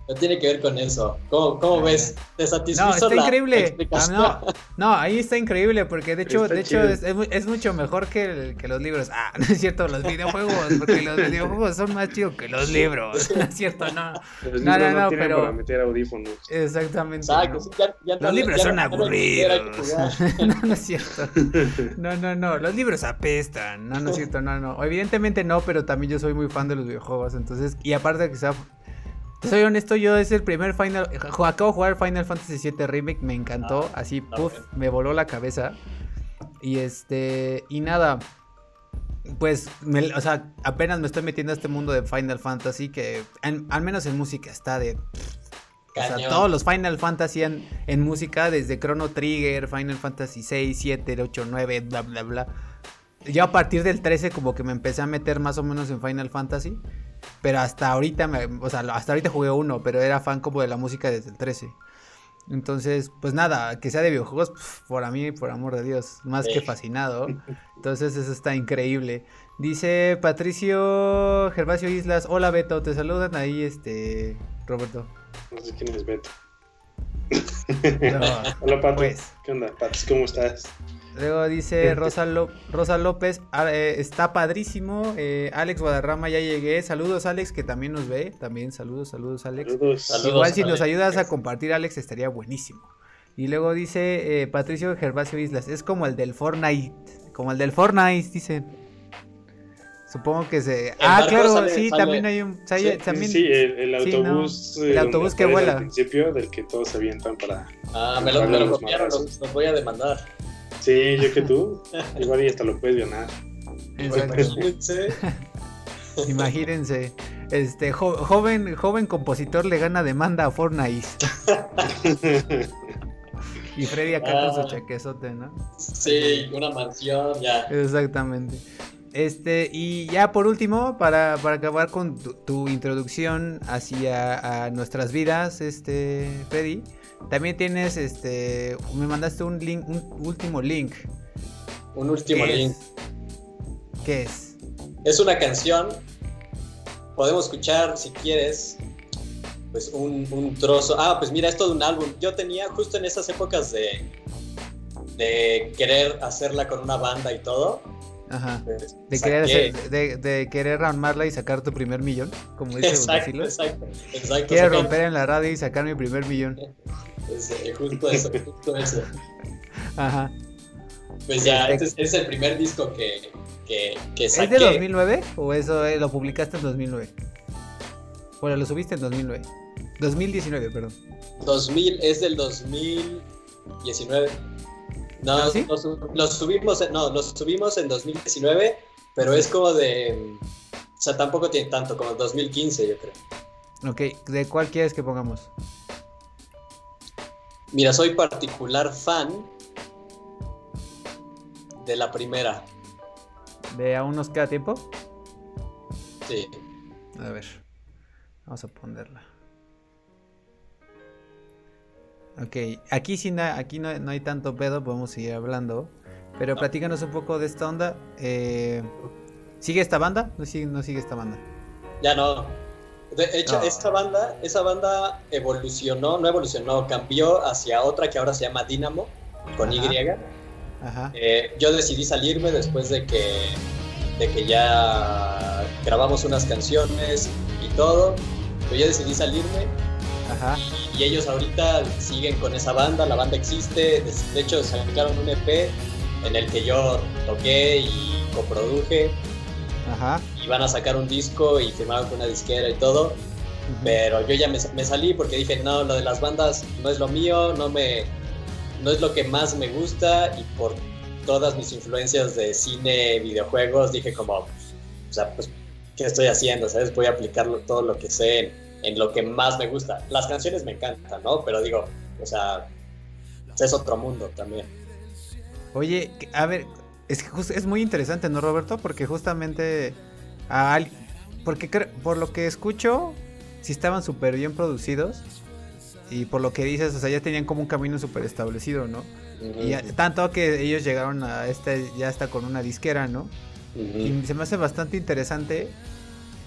no tiene que ver con eso. ¿Cómo, cómo ves? ¿Te satisfizo No, está la increíble. explicación? Ah, no, no, ahí está increíble porque de hecho, Está de hecho chido. es, es mu- es mucho mejor que, el- que los libros. Ah, no es cierto, los videojuegos, porque los videojuegos son más chidos que los libros. No es cierto, no. Los No, libros no, no, no, tienen pero- para meter audífonos. Exactamente. Exacto, ¿no? sí, ya- ya no- Los libros ya son no- ya no hay que jugar, hay que aburridos. jugar. No, no es cierto. No, no, no. Los libros apestan. No, no es cierto. No, no. Evidentemente no, pero también yo soy muy fan de los videojuegos. Entonces, y aparte de que sea. Te soy honesto, yo es el primer Final. ju- Acabo de jugar Final Fantasy siete Remake. Me encantó. Ah, así, está puff, bueno. me voló la cabeza. Y este. Y nada. Pues, me- o sea, apenas me estoy metiendo a este mundo de Final Fantasy. Que en- al menos en música está de. O sea, Cañón. todos los Final Fantasy en, en música, desde Chrono Trigger, Final Fantasy seis, siete, ocho, nueve, bla, bla, bla. Yo a partir del trece como que me empecé a meter más o menos en Final Fantasy. Pero hasta ahorita, me, o sea, hasta ahorita jugué uno, pero era fan como de la música desde el trece. Entonces, pues nada, que sea de videojuegos, pf, por a mí, por amor de Dios, más Sí. que fascinado. Entonces eso está increíble. Dice Patricio Gervasio Islas, hola Beto, te saludan ahí, este, Roberto. No sé quién es Beto. No, Hola, Pato. pues. ¿Qué onda, Patos? ¿Cómo estás? Luego dice Rosa, Lo- Rosa López, "Ah, eh, está padrísimo. eh, Alex Guadarrama, ya llegué. Saludos, Alex, que también nos ve. También saludos, saludos, Alex. Saludos. Saludos. Igual si nos Alex. ayudas a compartir, Alex, estaría buenísimo. Y luego dice eh, Patricio Gervasio Islas, es como el del Fortnite. Como el del Fortnite, dicen. Supongo que se... Ah, barco claro, sale- sí, sale- también hay un... Sí, hay- también... sí, el, el sí, no. autobús. El eh, autobús donde que aparece vuela. Al principio, del que todos se avientan para. Ah, me lo, me lo Los copiaron, madrazos. los, los voy a demandar. Sí, yo que tú. Igual y hasta lo puedes ganar. Exacto. Imagínense. Imagínense. Este, jo- joven, joven compositor le gana demanda a Fortnite. Y Freddy acá con Ah. su chaquezote, ¿no? Sí, una mansión, ya. Exactamente. Este, y ya por último, para, para acabar con tu, tu introducción hacia a nuestras vidas, este, Freddy, también tienes, este, me mandaste un link, un último link. Un último ¿Qué link. es? ¿Qué es? Es una canción. Podemos escuchar, si quieres, pues un, un trozo. Ah, pues mira, es todo un álbum. Yo tenía justo en esas épocas de, de querer hacerla con una banda y todo. Ajá. Pues, De querer, saqué- hacer- de, de querer armarla y sacar tu primer millón, como dice Exacto, Basilos. exacto, exacto. Quiero saqué- romper en la radio y sacar mi primer millón. es, eh, justo eso, justo eso. Ajá. Pues ya, Este- este es, es el primer disco que, que, que ¿Es saqué. de dos mil nueve o eso eh, lo publicaste en dos mil nueve? Bueno, lo subiste en dos mil nueve. dos mil diecinueve, perdón. dos mil, es del dos mil diecinueve. No, ¿Ah, sí? lo, su- lo subimos, en- no, lo subimos en dos mil diecinueve, pero es como de, o sea, tampoco tiene tanto, como dos mil quince, yo creo. Ok, ¿de cuál quieres que pongamos? Mira, soy particular fan de la primera. ¿De aún nos queda tiempo? Sí. A ver, vamos a ponerla. Ok, aquí sí no, aquí no, no hay tanto pedo, podemos seguir hablando. Pero platícanos un poco de esta onda. Eh, ¿Sigue esta banda? ¿No sigue, no sigue esta banda? Ya no. De hecho, No. esta banda, esa banda evolucionó, no evolucionó, cambió hacia otra que ahora se llama Dynamo, con Ajá. Y. Ajá. Eh, yo decidí salirme después de que, de que ya grabamos unas canciones y todo. Pero yo decidí salirme Ajá. y, y ellos ahorita siguen con esa banda, la banda existe. De, de hecho, sacaron un E P en el que yo toqué y coproduje. Ajá. Y van a sacar un disco y firmaron con una disquera y todo. Ujú. Pero yo ya me, me salí porque dije, no, lo de las bandas no es lo mío, no me no es lo que más me gusta, y por todas mis influencias de cine, videojuegos, dije como, o sea, pues, ¿qué estoy haciendo? ¿Sabes? Voy a aplicarlo todo lo que sé en, en lo que más me gusta. Las canciones me encantan, ¿no? Pero digo, o sea, es otro mundo también. Oye, que- a ver, es que jus- es muy interesante, ¿no, Roberto? Porque justamente, a al- porque cre- por lo que escucho, sí estaban súper bien producidos. Y por lo que dices, o sea, ya tenían como un camino súper establecido, ¿no? Ujú, Y a- tanto que ellos llegaron a este, ya está con una disquera, ¿no? ujú. Y se me hace bastante interesante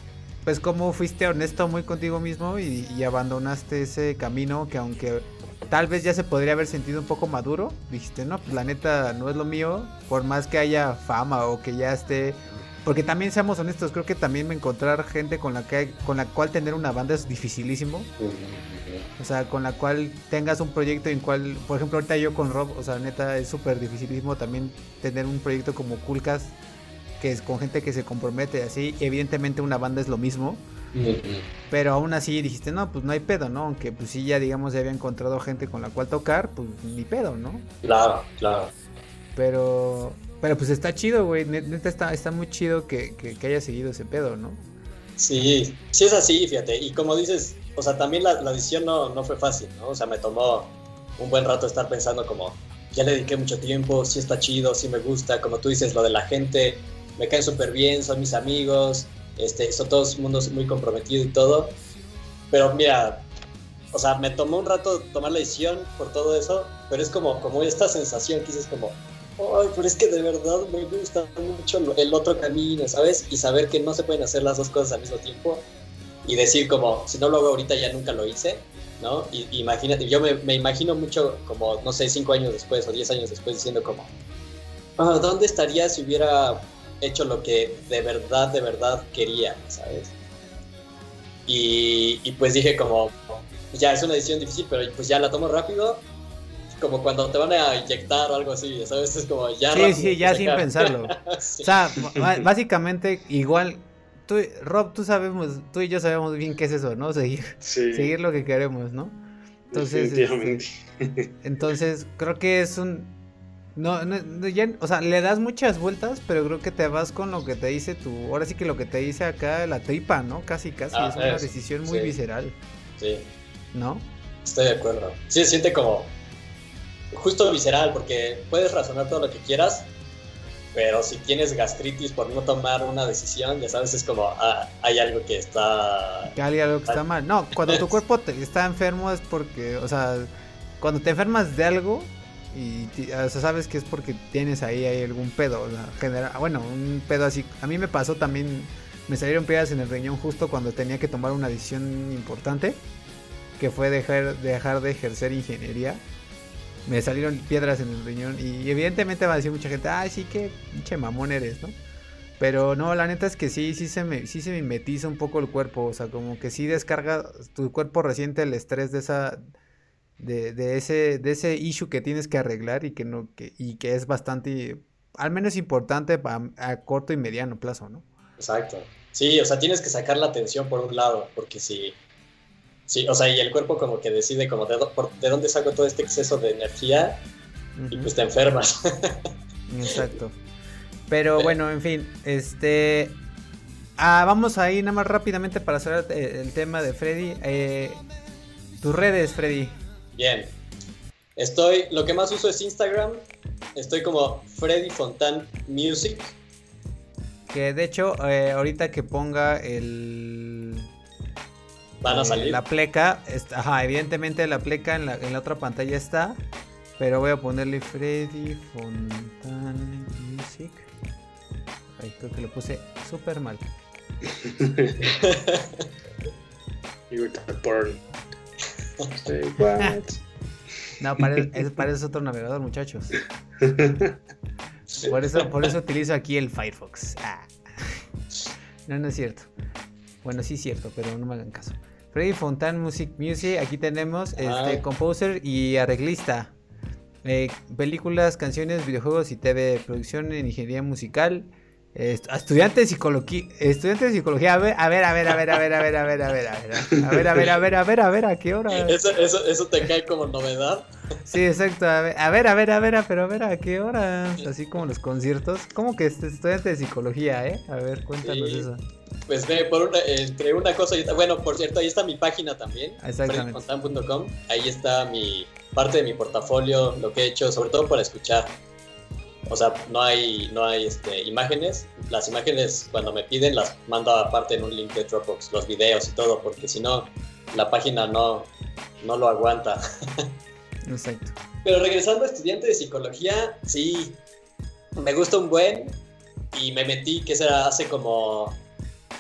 pues cómo fuiste honesto muy contigo mismo y, y abandonaste ese camino que aunque tal vez ya se podría haber sentido un poco maduro, dijiste, no, pues la neta no es lo mío, por más que haya fama o que ya esté... Porque también seamos honestos, creo que también encontrar gente con la que con la cual tener una banda es dificilísimo. O sea, con la cual tengas un proyecto en cual, por ejemplo, ahorita yo con Rob, o sea, neta es súper dificilísimo también tener un proyecto como Coolcast, que es con gente que se compromete así. Evidentemente una banda es lo mismo, pero aún así dijiste, no, pues no hay pedo, ¿no? Aunque pues sí ya digamos ya había encontrado gente con la cual tocar, pues ni pedo, ¿no? Claro, claro. Pero... Pero pues está chido, güey, neta está, está muy chido que, que, que haya seguido ese pedo, ¿no? Sí, sí es así, fíjate, y como dices, o sea, también la, la decisión no, no fue fácil, ¿no? O sea, me tomó un buen rato estar pensando como, ya le dediqué mucho tiempo, sí está chido, sí me gusta, como tú dices, lo de la gente, me caen súper bien, son mis amigos, este, son todos mundos muy comprometidos y todo, pero mira, o sea, me tomó un rato tomar la decisión por todo eso, pero es como, como esta sensación que dices como... Ay, pero es que de verdad me gusta mucho el otro camino, ¿sabes? Y saber que no se pueden hacer las dos cosas al mismo tiempo y decir como, si no lo hago ahorita ya nunca lo hice, ¿no? Y imagínate, yo me, me imagino mucho como, no sé, cinco años después o diez años después diciendo como, oh, ¿dónde estaría si hubiera hecho lo que de verdad, de verdad quería, ¿sabes? Y, y pues dije como, ya es una decisión difícil, pero pues ya la tomo rápido. Como cuando te van a inyectar o algo así, ¿sabes? Es como ya... Sí, rápido, sí, ya sin pensarlo. Sí. O sea, básicamente igual, tú, Rob, tú sabemos, tú y yo sabemos bien qué es eso, ¿no? Seguir, sí. seguir lo que queremos, ¿no? Entonces, este, entonces creo que es un... No, no ya, o sea, le das muchas vueltas, pero creo que te vas con lo que te dice tu... Ahora sí que lo que te dice acá la tripa, ¿no? Casi, casi, ah, es una es, decisión muy sí. visceral. Sí. ¿No? Estoy de acuerdo. Sí, se siente como... justo visceral, porque puedes razonar todo lo que quieras, pero si tienes gastritis por no tomar una decisión, ya sabes, es como, ah, hay algo que está... Que hay algo que está mal. No, cuando tu cuerpo te, está enfermo es porque, o sea, cuando te enfermas de algo, y o sea, sabes que es porque tienes ahí, ahí algún pedo, o sea, genera, bueno, un pedo así. A mí me pasó también, me salieron piedras en el riñón justo cuando tenía que tomar una decisión importante, que fue dejar, dejar de ejercer ingeniería. Me salieron piedras en el riñón y evidentemente va a decir mucha gente, ay, sí, que pinche mamón eres, ¿no? Pero no, la neta es que sí, sí se me, sí se mimetiza un poco el cuerpo, o sea, como que sí descarga, tu cuerpo resiente el estrés de esa, de, de ese, de ese issue que tienes que arreglar y que no, que, y que es bastante, al menos importante a, a corto y mediano plazo, ¿no? Exacto. Sí, o sea, tienes que sacar la atención por un lado, porque si... Sí, o sea, y el cuerpo como que decide como de, por, de dónde saco todo este exceso de energía uh-huh. y pues te enfermas. Exacto. Pero sí. Bueno, en fin, este... Ah, vamos a ir nada más rápidamente para cerrar el, el tema de Freddy. Eh, tus redes, Freddy. Bien. Estoy, lo que más uso es Instagram. Estoy como Freddy Fontan Music. Que de hecho, eh, ahorita que ponga el... Van a salir. Eh, la pleca, está, ajá, evidentemente la pleca en la, en la otra pantalla está, pero voy a ponerle Freddy Fontan Music. Ay, creo que lo puse súper mal. No, parece, parece otro navegador, muchachos. Por eso, por eso utilizo aquí el Firefox. Ah. No, no es cierto. Bueno, sí es cierto, pero no me hagan caso. Freddy Fontan Music Music, aquí tenemos este composer y arreglista. Eh, películas, canciones, videojuegos y T V, producción en ingeniería musical. Eh, estudiante de psicología, estudiante de psicología, a ver, a ver, a ver, a ver, a ver, a ver, a ver, a ver, a ver, a ver, a ver, a ver, a ver, a ver, ¿a qué hora? Eso, eso, eso te cae como novedad. Sí, exacto, a ver, a ver, a ver, a ver, pero a ver, ¿a qué hora? Así como los conciertos. ¿Cómo que este estudiante de psicología, eh? A ver, cuéntanos sí. eso. Pues ve, por una, entre una cosa y otra, bueno, por cierto, ahí está mi página también, exactamente, freddy fontan punto com. Ahí está mi parte de mi portafolio, lo que he hecho, sobre todo para escuchar. O sea, no hay, no hay este, imágenes. Las imágenes, cuando me piden, las mando aparte en un link de Dropbox, los videos y todo, porque si no, la página no, no lo aguanta. Exacto. Pero regresando a estudiante de psicología, sí, me gusta un buen, y me metí, que será hace como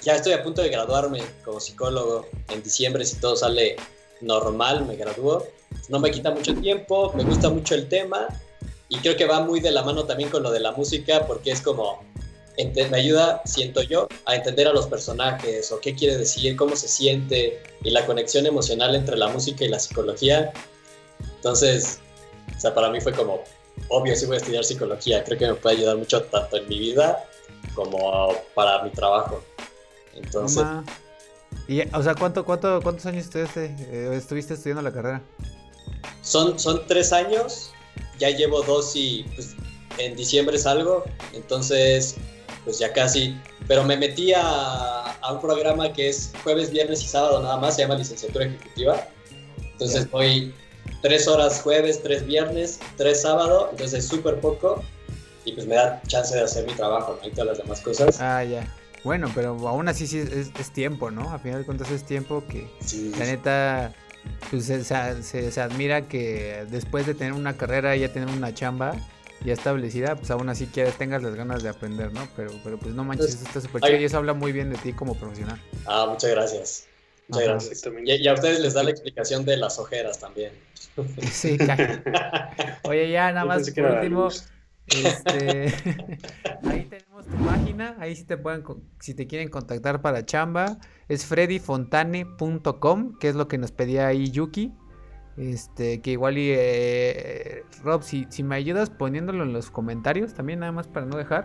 ya estoy a punto de graduarme como psicólogo. En diciembre, si todo sale normal, me gradúo. No me quita mucho tiempo, me gusta mucho el tema y creo que va muy de la mano también con lo de la música porque es como, me ayuda, siento yo, a entender a los personajes o qué quiere decir, cómo se siente y la conexión emocional entre la música y la psicología. Entonces, o sea, para mí fue como, obvio, sí voy a estudiar psicología, creo que me puede ayudar mucho tanto en mi vida como para mi trabajo. Entonces... Mamá. Y, o sea, ¿cuánto, cuánto, ¿cuántos años estuviste, eh, estuviste estudiando la carrera? Son, son tres años, ya llevo dos y pues, en diciembre salgo, entonces pues ya casi, pero me metí a, a un programa que es jueves, viernes y sábado nada más, se llama licenciatura ejecutiva, entonces voy tres horas jueves, tres viernes, tres sábado, entonces súper poco y pues me da chance de hacer mi trabajo, ¿no? Y todas las demás cosas. Ah, ya. Bueno, pero aún así sí es, es tiempo, ¿no? A final de cuentas es tiempo que Sí. la neta pues se, se, se admira que después de tener una carrera y ya tener una chamba ya establecida, pues aún así quieres, tengas las ganas de aprender, ¿no? Pero, pero pues no manches, eso está súper chido y eso habla muy bien de ti como profesional. Ah, muchas gracias. Muchas Ajá. gracias. Y, y a ustedes les da la explicación de las ojeras también. Sí, cae. Oye, ya nada más por último, este, ahí tenemos tu página, ahí sí te pueden, si te quieren contactar para chamba, es freddy fontane punto com, que es lo que nos pedía ahí Yuki. Este, que igual y eh, Rob, si, si me ayudas poniéndolo en los comentarios también, nada más para no dejar.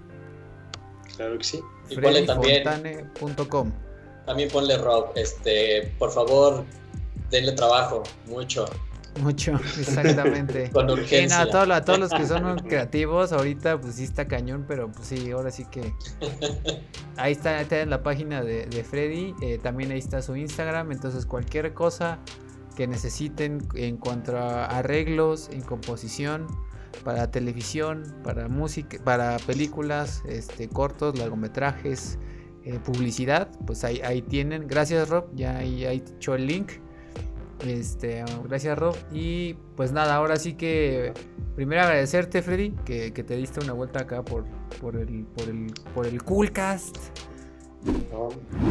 Claro que sí. Y ponle también, freddy fontane punto com. También ponle Rob, este, por favor, denle trabajo, mucho. Mucho, exactamente. Con urgencia. Sí, no, a, todos, a todos los que son creativos ahorita pues sí está cañón, pero pues sí, ahora sí que ahí está, ahí está en la página de, de Freddy, eh, también ahí está su Instagram, entonces cualquier cosa que necesiten en cuanto a arreglos, en composición, para televisión, para música, para películas, este, cortos, largometrajes, eh, publicidad, pues ahí, ahí tienen. Gracias Rob, ya ahí, ahí te echó el link. Este, gracias Rob. Y pues nada, ahora sí que primero agradecerte Freddy, que, que te diste una vuelta acá por, por el, por el, por el Coolcast. No.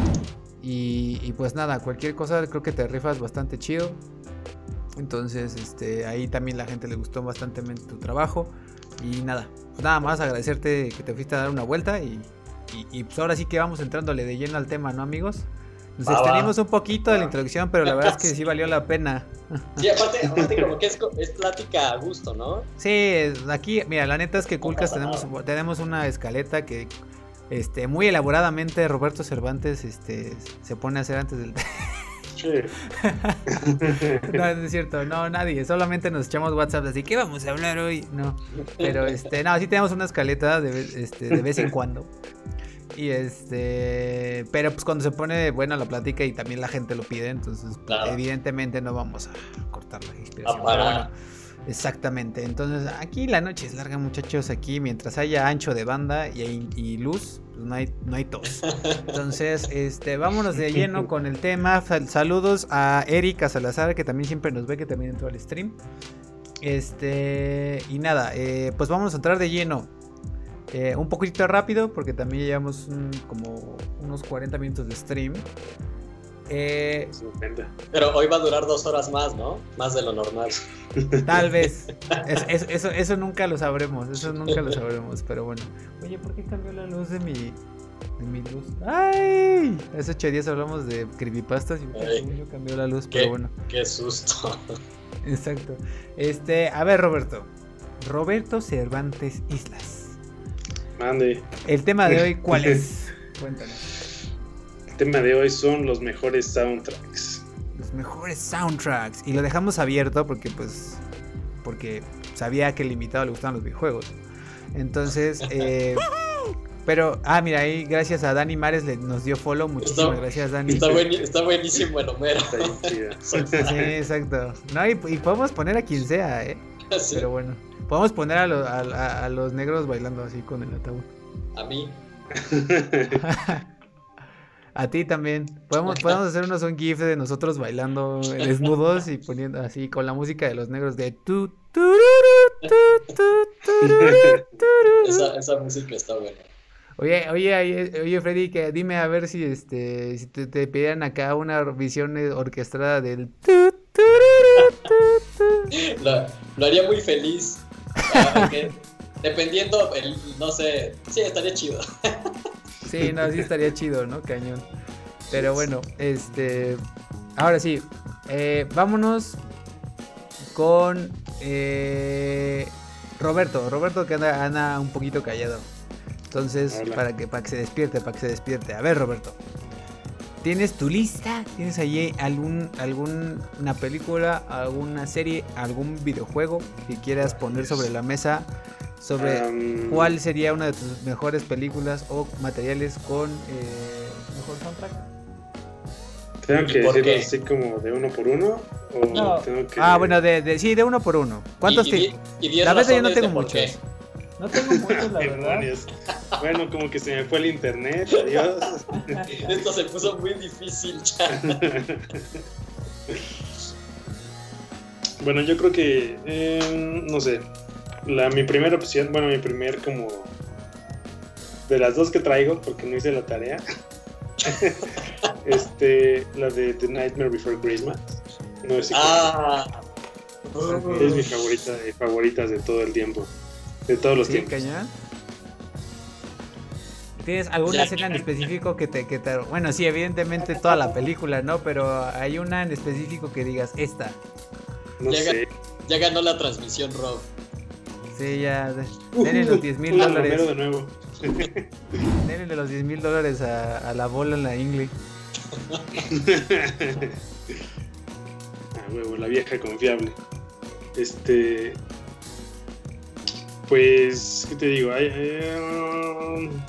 Y, y pues nada, cualquier cosa creo que te rifas bastante chido. Entonces, este, ahí también la gente le gustó bastante tu trabajo. Y nada, pues nada más agradecerte que te fuiste a dar una vuelta. Y, y, y pues ahora sí que vamos entrándole de lleno al tema, ¿no, amigos? Nos va, extendimos va. un poquito de la introducción, pero la verdad es que sí valió la pena. Sí, aparte, aparte como que es, es plática a gusto, ¿no? Sí, aquí, mira, la neta es que Coolcast No pasa tenemos, tenemos una escaleta que este, muy elaboradamente Roberto Cervantes este, se pone a hacer antes del... Sí. No, no es cierto, no, nadie, solamente nos echamos WhatsApp así, ¿qué vamos a hablar hoy? No, pero este, no, sí tenemos una escaleta de, vez- este, de vez en cuando. Y este, pero pues cuando se pone buena la plática y también la gente lo pide, entonces pues, Claro. evidentemente no vamos a cortar la inspiración. A parar. Pero bueno, exactamente, entonces aquí la noche es larga, muchachos, aquí mientras haya ancho de banda y, hay- y luz, pues no hay, no hay tos. Entonces, este, vámonos de lleno con el tema. Sal- Saludos a Erika Salazar, que también siempre nos ve, que también entró al stream. Este, y nada, eh, pues vamos a entrar de lleno. Eh, un poquito rápido, porque también llevamos un- como unos cuarenta minutos de stream. Eh, Se ofenda. Pero hoy va a durar dos horas más, ¿no? Más de lo normal. Tal vez. Es- es- eso, eso nunca lo sabremos. Eso nunca lo sabremos. Pero bueno. Oye, ¿por qué cambió la luz de mi, de mi luz? ¡Ay! Hace ocho días hablamos de creepypastas y Ay. según yo cambió la luz. ¿Qué? Pero bueno. Qué susto. Exacto. Este, a ver, Roberto. Roberto Cervantes Islas. Mande. El tema de hoy, ¿cuál es? Cuéntanos. El tema de hoy son los mejores soundtracks. Los mejores soundtracks. Y lo dejamos abierto porque, pues, porque sabía que el invitado le gustaban los videojuegos. Entonces, eh, pero, ah, mira, ahí gracias a Dani Mares le, nos dio follow. Muchísimas Está- gracias, Dani. Está, buen- está buenísimo el Homero. Está bien chida. Sí, exacto. No, y, y podemos poner a quien sea, ¿eh? Sí, Pero bueno, podemos poner a, lo- a- a- a los negros bailando así con el ataúd. a mí. A ti también. Podemos, podemos hacernos un gif de nosotros bailando desnudos y poniendo así con la música de los negros de tu, tururu, tu, tu, tururu, tururu. Esa, esa música está buena. Oye, oye, oye, oye, Freddy, que dime a ver si este, si te, te pidieran acá una visión eh, orquestada del tu, tururu, tu, tu. Lo, lo haría muy feliz. Ah, ok. Dependiendo, el, no sé, sí, estaría chido. Sí, no, sí estaría chido, ¿no? Cañón. Pero bueno, este, ahora sí, eh, vámonos con eh, Roberto. Roberto que anda, anda un poquito callado. Entonces, para que, para que se despierte, para que se despierte. A ver, Roberto. ¿Tienes tu lista? ¿Tienes allí algún, alguna película, alguna serie, algún videojuego que quieras poner sobre la mesa? Sobre um, cuál sería una de tus mejores películas o materiales con eh, mejor soundtrack. ¿Tengo que decirlo así como de uno por uno? ¿O no. tengo que... Ah, bueno, de, de, sí, de uno por uno. ¿Cuántos te...? La verdad yo no tengo muchos. No tengo muchos, la verdad. Bueno, como que se me fue el internet, adiós. Esto se puso muy difícil ya. Bueno, yo creo que, eh, no sé, la, mi primera opción, bueno, mi primer como, de las dos que traigo, porque no hice la tarea, este, la de The Nightmare Before Christmas. No sé si ah. es mi favorita de favoritas de todo el tiempo. De todos los ¿Sí, tiempos. Cañón? ¿Tienes alguna ya, escena en específico que te, que te... Bueno, sí, evidentemente toda la película, ¿no? Pero hay una en específico que digas, esta. No ya, sé. Ya ganó la transmisión, Rob. Sí, ya. Denle los diez mil dólares. de nuevo. Denle los diez mil dólares a, a la bola en la ingle. Ah, huevo, la vieja confiable. Este... Pues, ¿qué te digo? Ay, ay, um...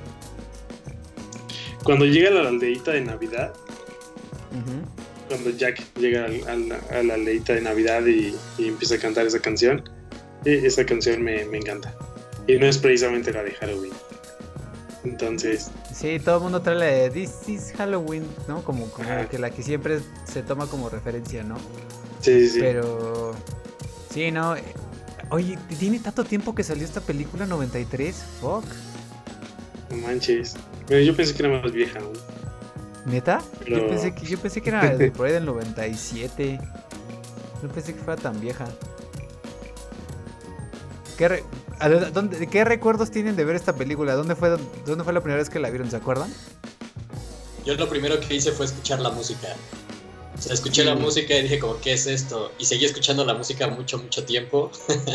Cuando llega a la aldeita de Navidad, uh-huh. cuando Jack llega a la, a la aldeita de Navidad y, y empieza a cantar esa canción, esa canción me, me encanta. Y no es precisamente la de Halloween. Entonces... Sí, todo el mundo trae la de This is Halloween, ¿no? Como, como que la que siempre se toma como referencia, ¿no? Sí, sí, sí. Pero... Sí, ¿no? Oye, ¿tiene tanto tiempo que salió esta película? ¿noventa y tres? Fuck. No manches. Pero yo pensé que era más vieja aún. ¿Neta? Pero... Yo, pensé que, yo pensé que era de por ahí del noventa y siete. No pensé que fuera tan vieja. ¿Qué, re... ¿Dónde... ¿Qué recuerdos tienen de ver esta película? ¿Dónde fue, ¿Dónde fue la primera vez que la vieron? ¿Se acuerdan? Yo lo primero que hice fue escuchar la música. O sea, escuché la música y dije como, ¿qué es esto? Y seguí escuchando la música mucho, mucho tiempo.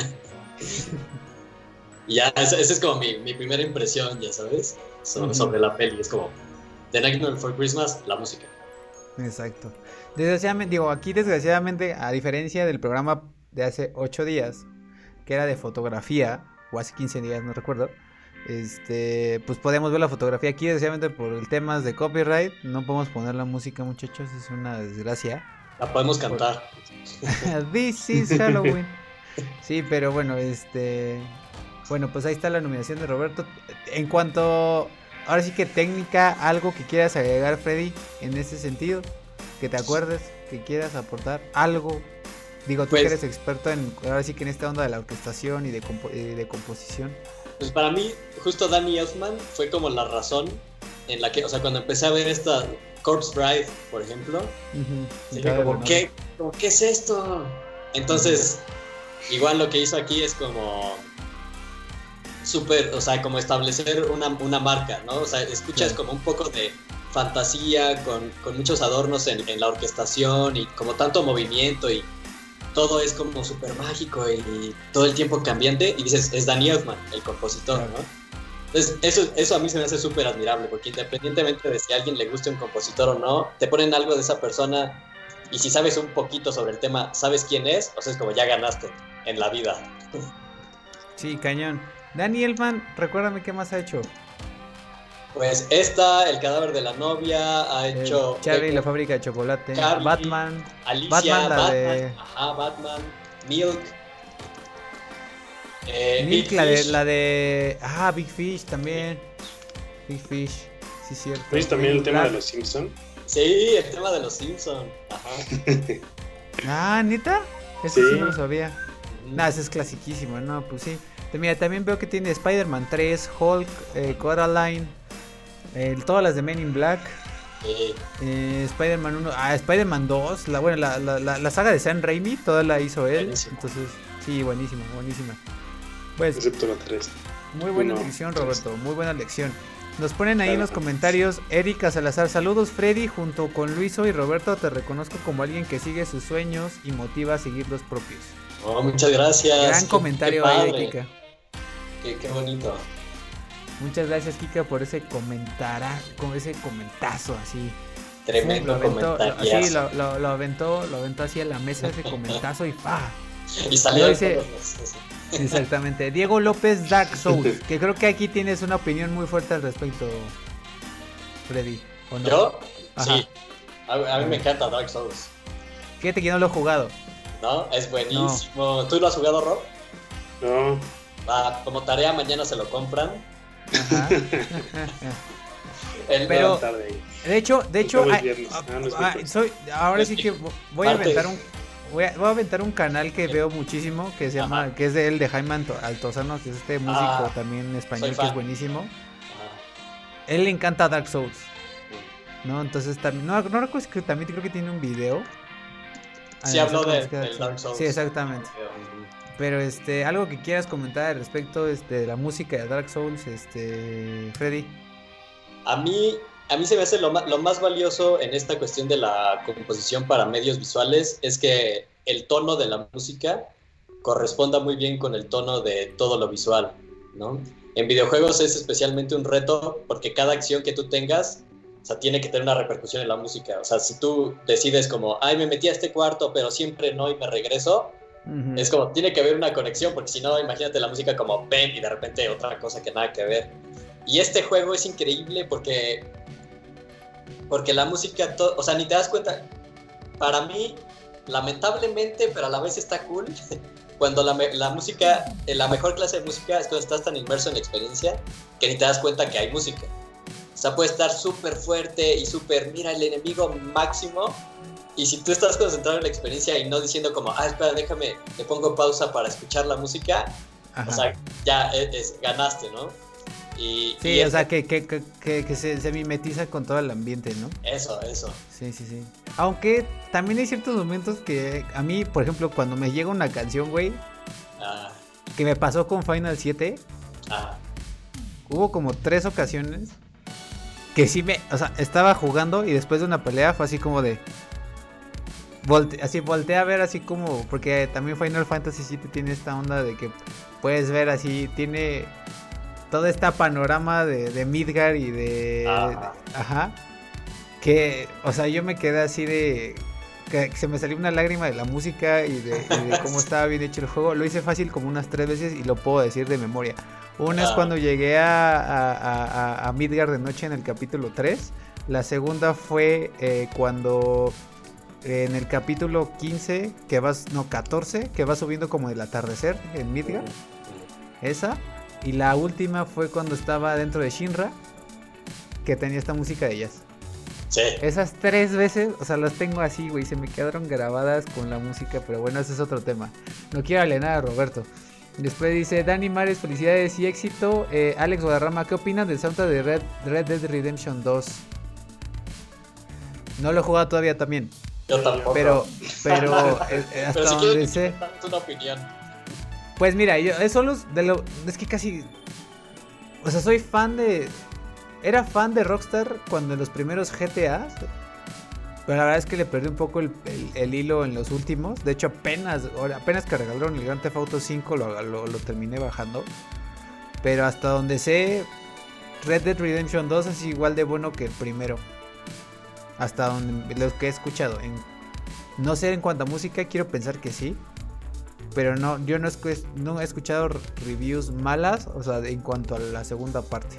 Y ya, esa, esa es como mi, mi primera impresión, ya sabes, sobre, uh-huh. sobre la peli. Es como, The Nightmare Before Christmas, la música. Exacto. Desgraciadamente, digo, aquí desgraciadamente, a diferencia del programa de hace ocho días, que era de fotografía, o hace quince días, no recuerdo, este, pues podemos ver la fotografía aquí, desgraciadamente por el tema de copyright, no podemos poner la música, muchachos, es una desgracia. La podemos cantar. This is Halloween. Sí, pero bueno, este, bueno, pues ahí está la nominación de Roberto. En cuanto, ahora sí que técnica, algo que quieras agregar, Freddy, en ese sentido, que te acuerdes, que quieras aportar, algo. Digo, tú pues, que eres experto en, ahora sí que en esta onda de la orquestación y de, compo- de composición. Pues para mí, justo Danny Elfman fue como la razón en la que, o sea, cuando empecé a ver esta Corpse Bride, por ejemplo, uh-huh. claro, como, ¿no? ¿qué, como, ¿qué es esto? Entonces, igual lo que hizo aquí es como súper, o sea, como establecer una, una marca, ¿no? O sea, escuchas sí. como un poco de fantasía, con, con muchos adornos en, en la orquestación y como tanto movimiento y todo es como súper mágico y todo el tiempo cambiante y dices, es Danny Elfman, el compositor, ¿no? Entonces, eso, eso a mí se me hace súper admirable, porque independientemente de si a alguien le guste un compositor o no, te ponen algo de esa persona y si sabes un poquito sobre el tema, sabes quién es, o sea, es como ya ganaste en la vida. Sí, cañón. Danny Elfman, recuérdame qué más ha hecho. Pues esta, El cadáver de la novia, ha hecho... Charlie y la fábrica de chocolate, Charlie, Batman, Alicia, Batman, la Batman, de... ajá, Batman, Milk, eh, Milk, Big la Fish. de, la de... Ah, Big Fish también, Big Fish, sí cierto. ¿Veis también el tema Black. de los Simpsons? Sí, el tema de los Simpsons, ajá. Ah, ¿neta? Eso sí, sí no lo sabía. Uh-huh. No, ese es clasiquísimo, no, pues sí. Mira, también veo que tiene Spider-Man tres, Hulk, eh, Coraline, eh, todas las de Men in Black. Sí. Eh, Spider-Man uno, ah, Spider-Man dos, la, bueno, la, la, la, la saga de Sam Raimi, toda la hizo él. Buenísimo. Entonces, sí, buenísima, buenísima. Pues, Excepto la tres. muy buena Uno, lección, tres. Roberto, muy buena lección. Nos ponen ahí Claro. en los comentarios, Erika Salazar, saludos Freddy, junto con Luiso y Roberto te reconozco como alguien que sigue sus sueños y motiva a seguir los propios. Oh, muchas gracias. Gran Qué- comentario qué ahí de padre. Kika. Qué, qué bonito. Muchas gracias Kika por ese comentara, con ese comentazo así. Tremendo Lo aventó, comentario. sí, lo, lo, lo aventó, lo aventó así a la mesa ese comentazo y ¡pa! Y salió dice- todos los- Sí, exactamente. Diego López Dark Souls, que creo que aquí tienes una opinión muy fuerte al respecto, Freddy, ¿o no? ¿Yo? Ajá. Sí. A, a mí me encanta Dark Souls. Fíjate que yo no lo he jugado. ¿No? Es buenísimo. ¿Tú lo has jugado, Rob? No, Va, como tarea mañana se lo compran. Ajá. El- Pero- tarde ahí. De hecho, de hecho, Estamos ay, viernes. ah, Ah, no es ah, miércoles. soy, ahora Es sí que- que voy a martes. aventar un voy a, voy a aventar un canal que veo muchísimo que se llama, Ajá. que es de él de Jaime Anto- Altozano, que es este músico Ah, también español soy que es fan. buenísimo. Ajá. Él le encanta Dark Souls, ¿no? Entonces también, no, no recuerdo, que también creo que tiene un video. Sí, Ah, habló no sé de- cómo se queda del Dark Souls. Sí, exactamente. Pero este, algo que quieras comentar al respecto este, de la música de Dark Souls, este, Freddy. A mí, a mí se me hace lo más, lo más valioso en esta cuestión de la composición para medios visuales es que el tono de la música corresponda muy bien con el tono de todo lo visual, ¿no? En videojuegos es especialmente un reto porque cada acción que tú tengas, o sea, tiene que tener una repercusión en la música. O sea, si tú decides como, ay, me metí a este cuarto, pero siempre no y me regreso, Ujú. es como, tiene que haber una conexión, porque si no, imagínate la música como ven y de repente otra cosa que nada que ver. Y este juego es increíble porque, porque la música, to- o sea, ni te das cuenta. Para mí, lamentablemente, pero a la vez está cool, cuando la, me- la música, eh, la mejor clase de música es cuando estás tan inmerso en la experiencia que ni te das cuenta que hay música. O sea, puede estar súper fuerte y súper, mira, el enemigo máximo. Y si tú estás concentrado en la experiencia y no diciendo como, ah, espera, déjame, le pongo pausa para escuchar la música, Ajá. o sea, ya es, es- ganaste, ¿no? Y, Sí, y o es- sea, que, que, que, que, que se, se mimetiza con todo el ambiente, ¿no? Eso, eso. Sí, sí, sí. Aunque también hay ciertos momentos que a mí, por ejemplo, cuando me llega una canción, güey, Ah, que me pasó con Final siete, ah, hubo como tres ocasiones que sí me, o sea, estaba jugando y después de una pelea fue así como de... Volte, así volteé a ver así como, porque también Final Fantasy siete tiene esta onda de que puedes ver así, tiene todo este panorama de, de Midgar y de, Ajá. de- ajá, que, o sea, yo me quedé así de, que se me salió una lágrima de la música y de, y de cómo estaba bien hecho el juego. Lo hice fácil como unas tres veces y lo puedo decir de memoria. Una es Ah. cuando llegué a, a, a, a Midgar de noche en el capítulo tres. La segunda fue eh, cuando eh, en el capítulo quince, que vas, no, catorce, que vas subiendo como el atardecer en Midgar. Esa. Y la última fue cuando estaba dentro de Shinra, que tenía esta música de jazz. sí. Esas tres veces, o sea, las tengo así, güey, se me quedaron grabadas con la música, pero bueno, ese es otro tema. No quiero alienar a Roberto. Después dice, Dani Mares, felicidades y éxito. Eh, Alex Guadarrama, ¿qué opinan del soundtrack de Red, Red Dead Redemption dos? No lo he jugado todavía también, Yo tampoco. pero, pero eh, eh, hasta Pero si donde quieres, sé... dame una opinión. Pues mira, yo es solo de lo... Es que casi... O sea, soy fan de... Era fan de Rockstar cuando en los primeros G T A. Pero la verdad es que le perdí un poco el, el- el hilo en los últimos. De hecho, apenas ahora- apenas que regalaron el Grand Theft Auto cinco lo, lo, lo terminé bajando. Pero hasta donde sé, Red Dead Redemption dos es igual de bueno que el primero. Hasta donde los que he escuchado. En, no sé en cuanto a música, quiero pensar que sí. Pero no, yo no, escu- no he escuchado reviews malas, o sea, en cuanto a la segunda parte.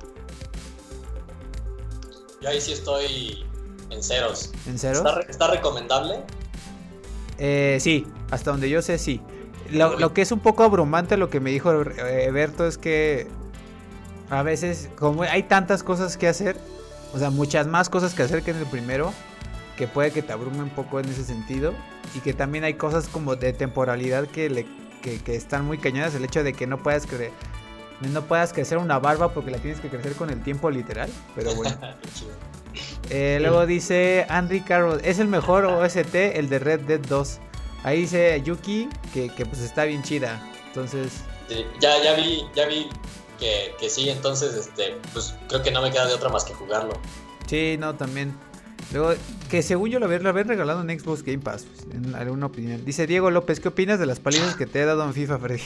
Yo ahí sí estoy en ceros. ¿En serio? ¿Está, re- está recomendable? Eh, sí, hasta donde yo sé, sí. Lo, lo que es un poco abrumante lo que me dijo eh, Berto es que a veces, como hay tantas cosas que hacer, o sea, muchas más cosas que hacer que en el primero, que puede que te abrume un poco en ese sentido, y que también hay cosas como de temporalidad que le que, que están muy cañonas. El hecho de que no puedas creer, no puedas crecer una barba porque la tienes que crecer con el tiempo literal, pero bueno. eh, luego dice Andy Carroll, es el mejor O S T, el de Red Dead dos. Ahí dice Yuki que, que pues está bien chida. Entonces sí, ya, ya vi, ya vi que, que sí, entonces este, pues creo que no me queda de otra más que jugarlo. Sí, no, también. Luego, que según yo lo había, lo había regalado en Xbox Game Pass, pues, en alguna opinión. Dice Diego López, ¿qué opinas de las palizas que te he dado en FIFA, Freddy?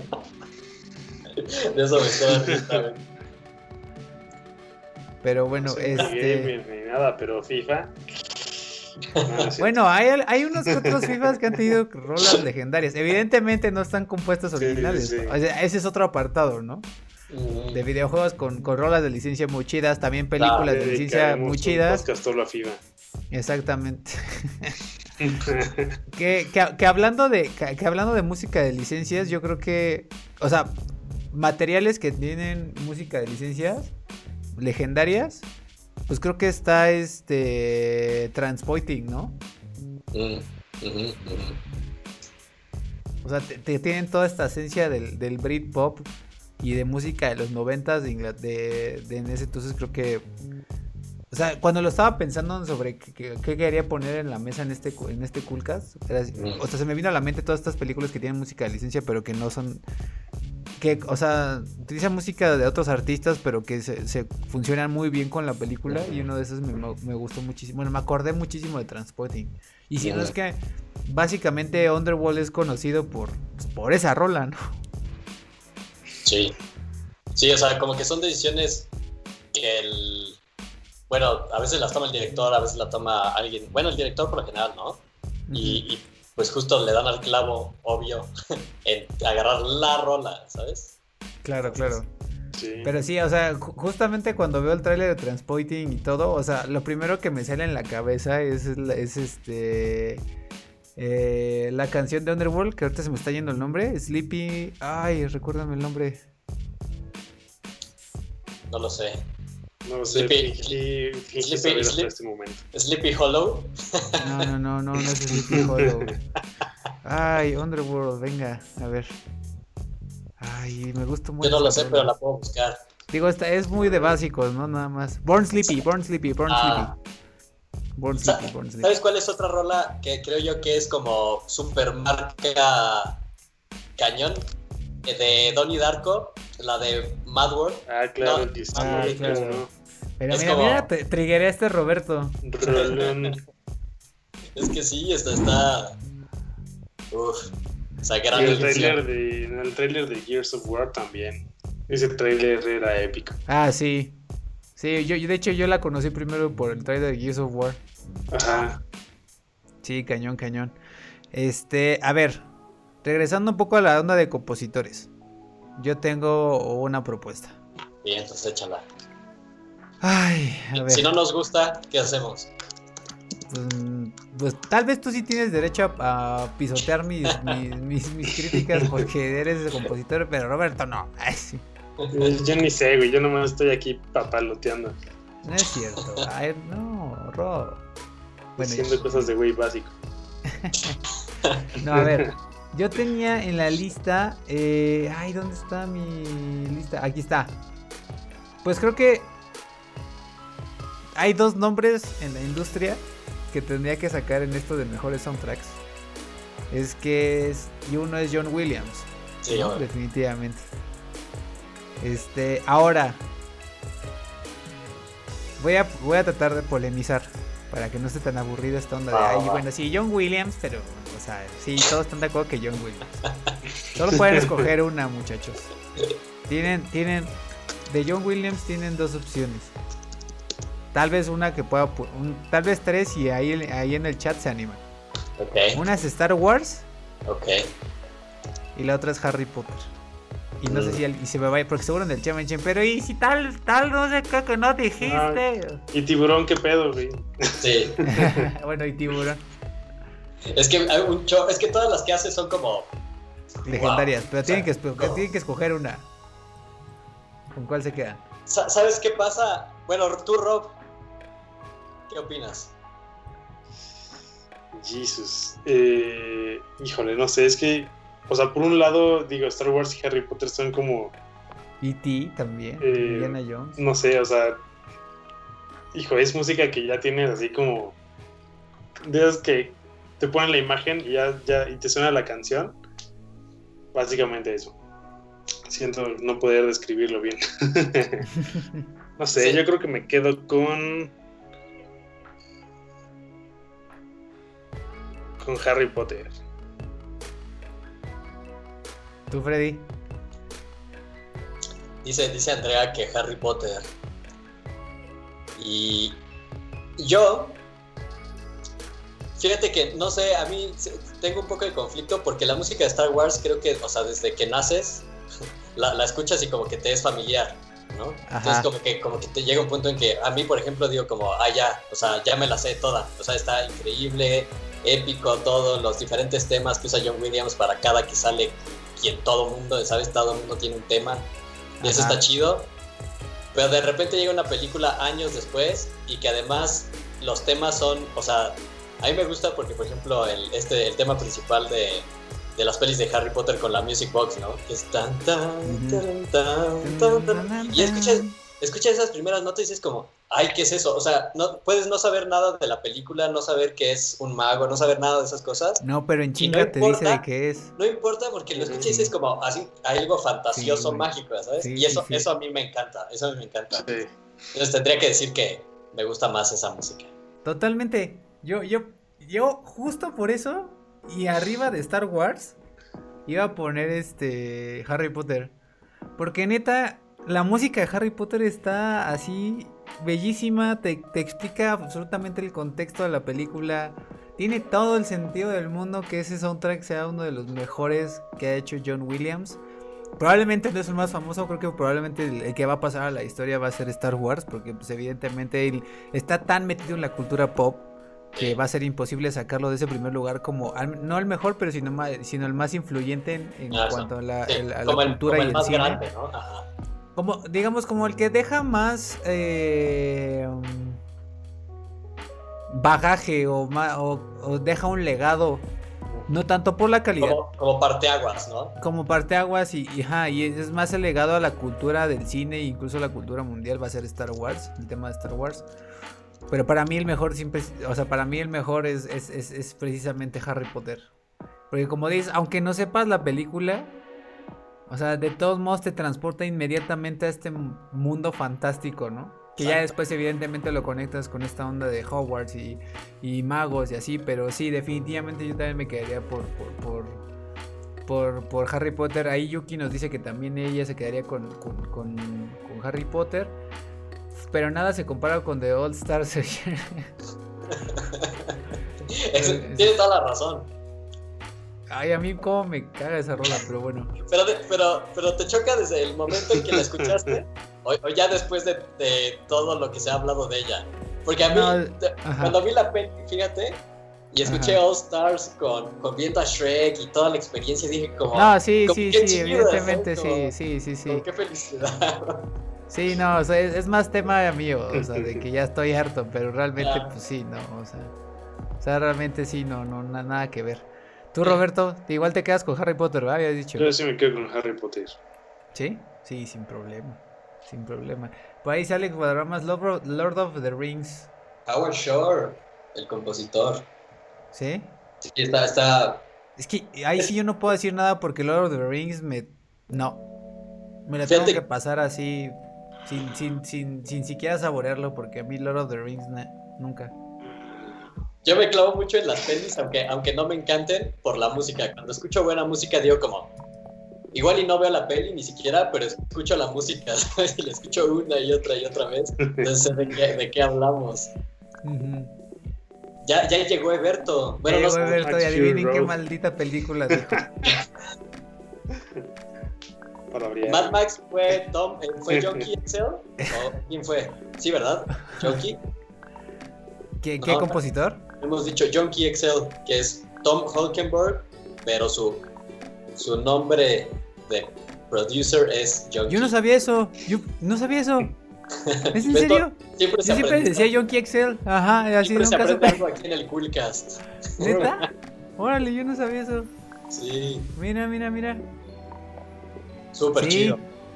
De eso me queda. Pero bueno, no este... Gaming, ni nada, pero FIFA... No, sí. Bueno, hay, hay unos otros FIFAs que han tenido rolas legendarias. Evidentemente no están compuestas originales. Sí, sí, sí. O sea, ese es otro apartado, ¿no? Mm. De videojuegos con, con rolas de licencia muy chidas. También películas Claro, de licencia muy chidas. A FIFA. Exactamente. que, que, que hablando de que, que hablando de música de licencias, yo creo que, o sea, materiales que tienen música de licencias legendarias, pues creo que está este Transpoiting, ¿no? Mm, uh-huh, uh-huh. O sea, te, te tienen toda esta esencia del, del Britpop y de música de los noventas de, Ingl- de, de en ese entonces. Creo que, o sea, cuando lo estaba pensando sobre qué, qué, qué quería poner en la mesa en este en este Coolcast, era así, Mm. o sea, se me vino a la mente todas estas películas que tienen música de licencia, pero que no son, que, o sea, utilizan música de otros artistas, pero que se, se funcionan muy bien con la película. Y uno de esos me, me gustó muchísimo. Bueno, me acordé muchísimo de Transporting. Y si no es que básicamente Underworld es conocido por, pues, por esa rola, ¿no? Sí. Sí, o sea, como que son decisiones que el... Bueno, a veces las toma el director, a veces la toma alguien... Bueno, el director por lo general, ¿no? Uh-huh. Y, y pues justo le dan al clavo, obvio, en agarrar la rola, ¿sabes? Claro, Entonces, claro. Sí. Pero sí, o sea, ju- justamente cuando veo el tráiler de Transpoiting y todo, o sea, lo primero que me sale en la cabeza es, es este... Eh, la canción de Underworld, que ahorita se me está yendo el nombre, Sleepy... Ay, recuérdame el nombre. No lo sé. No lo sé, Sleepy- fingí, fingí Sleepy- saber hasta Sleep- este momento. Sleepy Hollow. No, no, no, no, no es Sleepy Hollow. Ay, Underworld, venga, a ver. Ay, me gusta mucho. Yo no lo esa sé, rola. pero la puedo buscar. Digo, esta es muy de básicos, ¿no? Nada más. Born Sleepy, Born Sleepy, Born Ah. Sleepy. Born Sa- Sleepy, Born Sleepy. ¿Sabes cuál es otra rola que creo yo que es como super marca cañón? Eh, De Donnie Darko, la de Mad World. Ah, claro, No. el disco, Ah, ¿cómo claro. no? Pero es mira, como- mira, te triggeré a este Roberto. Rolón. Es que sí, esta está. Uf. O sea, gran Y el elección. trailer de, en el trailer de Gears of War también. Ese trailer era épico. Ah, sí. Sí, yo, yo de hecho yo la conocí primero por el trailer de Gears of War. Ajá. Sí, cañón, cañón. Este, a ver, regresando un poco a la onda de compositores. Yo tengo una propuesta. Bien, entonces échala. Ay, a ver. Si no nos gusta, ¿qué hacemos? Mm, Pues tal vez tú sí tienes derecho a, a pisotear mis, mis, mis, mis críticas porque eres el compositor, pero Roberto no. Ay, sí. Yo ni sé, güey. Yo nomás estoy aquí papaloteando. No es cierto. Ay, no, Rob. Bueno, Haciendo cosas de güey básico. no, a ver. Yo tenía en la lista. Eh, ay, ¿dónde está mi lista? Aquí está. Pues creo que hay dos nombres en la industria que tendría que sacar en esto de mejores soundtracks. Es que es, y uno es John Williams. Sí, ¿no? hombre. Definitivamente. Este, ahora voy a, voy a tratar de polemizar para que no esté tan aburrida esta onda de, Va, ay, va. bueno, sí, John Williams, pero, o sea, sí, todos están de acuerdo que John Williams. Solo pueden escoger una, muchachos. Tienen, tienen, de John Williams tienen dos opciones. Tal vez una que pueda, pu- un- tal vez tres y ahí, ahí en el chat se animan. Ok, Una es Star Wars ok. y la otra es Harry Potter. Y no Mm. sé si al- y se me va a ir, porque seguro en el chat me dicen, pero y si tal, tal, no sé qué que no dijiste. Y tiburón, qué pedo, güey. Sí. Bueno, y tiburón. Es que hay un cho- es que todas las que hace son como. Legendarias, Wow. pero O sea, tienen, que, esco- no. tienen que escoger una. ¿Con cuál se quedan? Sa- ¿Sabes qué pasa? Bueno, tú, Rob, ¿qué opinas? Jesus. Eh, híjole, no sé, es que o sea, por un lado, digo, Star Wars y Harry Potter son como... E T también, eh, Indiana Jones. No sé, o sea, hijo, es música que ya tienes así como... De esas que te ponen la imagen y ya, ya y te suena la canción. Básicamente eso. Siento no poder describirlo bien. No sé, Sí. yo creo que me quedo con... Con Harry Potter. ¿Tú, Freddy? Dice, dice Andrea que Harry Potter. Y yo, fíjate que, no sé, a mí tengo un poco de conflicto porque la música de Star Wars creo que, o sea, desde que naces, la, la escuchas y como que te es familiar, ¿no? Ajá. Entonces como que, como que te llega un punto en que a mí, por ejemplo, digo como, ah, ya, o sea, ya me la sé toda. O sea, está increíble, épico todo, los diferentes temas que usa John Williams para cada que sale, y en todo mundo, ¿sabes? Todo el mundo tiene un tema. Y eso Ajá. está chido. Pero de repente llega una película años después y que además los temas son, o sea, a mí me gusta porque, por ejemplo, el, este, el tema principal de, de las pelis de Harry Potter con la Music Box, ¿no? Que es tan, tan, tan, tan, tan, tan. Y escuchas, escuchas esas primeras notas y dices como, ay, ¿qué es eso? O sea, no, puedes no saber nada de la película, no saber que es un mago, no saber nada de esas cosas. No, pero en Y chinga no te importa, dice de qué es. No importa porque lo escuchas y Sí. dices como así, algo fantasioso, Sí, güey. mágico, ¿sabes? Sí, y eso, sí, sí. eso a mí me encanta, eso a mí me encanta. Sí. Entonces tendría que decir que me gusta más esa música. Totalmente. Yo, yo, yo, justo por eso, y arriba de Star Wars, iba a poner este Harry Potter. Porque neta, la música de Harry Potter está así bellísima, te, te explica absolutamente el contexto de la película. Tiene todo el sentido del mundo que ese soundtrack sea uno de los mejores que ha hecho John Williams. Probablemente no es el más famoso, creo que probablemente el, el que va a pasar a la historia va a ser Star Wars, porque pues evidentemente él está tan metido en la cultura pop que va a ser imposible sacarlo de ese primer lugar como, al, no el mejor, pero sino, más, sino el más influyente en, en Ah, cuanto a la, sí, el, a la como el, cultura como y el el más cine. grande, ¿no? Ajá. Como, digamos, como el que deja más eh, bagaje o, ma, o, o deja un legado, no tanto por la calidad. Como, como parteaguas, ¿no? Como parteaguas y, y, ajá, y es más el legado a la cultura del cine e incluso la cultura mundial va a ser Star Wars, el tema de Star Wars. Pero para mí el mejor siempre, o sea, para mí el mejor es, es, es, es precisamente Harry Potter. Porque como dices, aunque no sepas la película, o sea, de todos modos te transporta inmediatamente a este mundo fantástico, ¿no? Que ya después evidentemente lo conectas con esta onda de Hogwarts y, y magos y así, pero sí, definitivamente yo también me quedaría por, por, por, por, por Harry Potter. Ahí Yuki nos dice que también ella se quedaría con, con, con, con Harry Potter, pero nada se compara con The All Stars. Tiene toda la razón. Ay, a mí cómo me caga esa rola, pero bueno. Pero, de, pero, pero te choca desde el momento en que la escuchaste o, o ya después de, de todo lo que se ha hablado de ella. Porque a mí, No, de, cuando vi la peli, fíjate, y escuché Ajá. All Stars con, con viendo a Shrek y toda la experiencia, dije como... No, sí, como, sí, qué sí, chido, evidentemente ¿sabes? Como- sí, sí, sí, sí. como qué felicidad. Sí, no, o sea, es, es más tema mío, o sea, de que ya estoy harto, pero realmente Claro. pues sí, no, o sea, o sea, realmente sí, no, no, na- nada que ver. Tú, Roberto, igual te quedas con Harry Potter, ¿verdad? Habías dicho. Yo sí me quedo con Harry Potter. ¿Sí? Sí, sin problema, sin problema. Por ahí sale Cuadramas Lord Lord of the Rings, Howard Shore, el compositor. ¿sí? Sí, está, está... Es que ahí sí yo no puedo decir nada porque Lord of the Rings me... No, me la tengo Fíjate- que pasar así, sin, sin, sin, sin siquiera saborearlo, porque a mí Lord of the Rings na- nunca. Yo me clavo mucho en las pelis, aunque, aunque no me encanten, por la música. Cuando escucho buena música digo como... Igual y no veo la peli ni siquiera, pero escucho la música, ¿sabes? Y la escucho una y otra y otra vez. Entonces sé de qué, de qué hablamos. Ujú. Ya, ya llegó Eberto. Bueno, Ya no llegó sé. Alberto, y Max adivinen Fury qué Road. maldita película dijo. Para variar. Mad Max fue Tom, eh, fue Junkie X L. ¿O quién fue? Sí, ¿verdad? Junkie. ¿Qué, qué No, compositor? Hemos dicho Junkie X L, que es Tom Holkenborg, pero su, su nombre de producer es Junkie. Yo no sabía eso. Yo no sabía eso. ¿Es en ¿Ves? serio? Siempre se Yo siempre aprende, decía Yonki Excel. Ajá, así siempre se nunca aprende supe. algo aquí en el Coolcast. ¿Neta? Órale, yo no sabía eso. Sí. Mira, mira, mira. Súper sí. chido.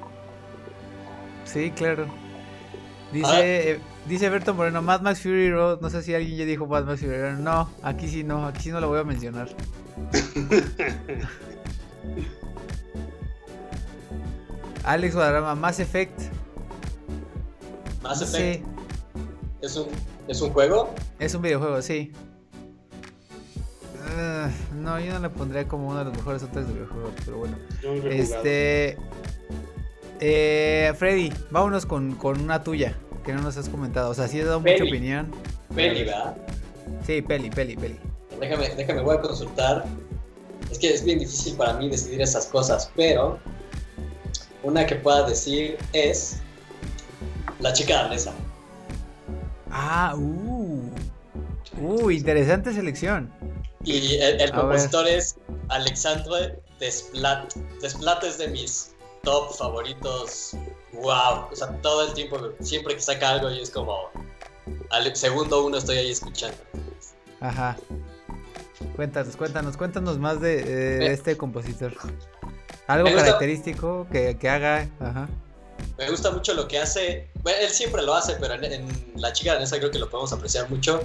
Sí, claro. Dice, Ah. eh, dice Berto Moreno, Mad Max Fury Road. No sé si alguien ya dijo Mad Max Fury Road. No, aquí sí no, aquí sí no lo voy a mencionar. Alex Guadarrama, Mass Effect. Mass No Effect. sé, ¿Es un, ¿Es un juego? es un videojuego, sí. Ah, no, yo no le pondría como uno de los mejores otros de videojuegos, pero bueno. Yo no lo he jugado. Este. Eh, Freddy, vámonos con, con una tuya que no nos has comentado. O sea, sí he dado mucha Peli. opinión. Peli, ¿verdad? Sí, peli, peli, peli. Déjame, déjame, voy a consultar. Es que es bien difícil para mí decidir esas cosas, pero una que pueda decir es La chica danesa. Ah, uh. Uh, interesante selección. Y el, el A compositor es Alexandre Desplat. Desplat es de mis top favoritos. Wow, o sea, todo el tiempo, siempre que saca algo, yo es como al segundo uno estoy ahí escuchando. Ajá. Cuéntanos, cuéntanos, cuéntanos más de, de Me- este compositor. Algo me gusta- característico que, que haga. Ajá. Me gusta mucho lo que hace. Bueno, él siempre lo hace, pero en, en La chica danesa creo que lo podemos apreciar mucho.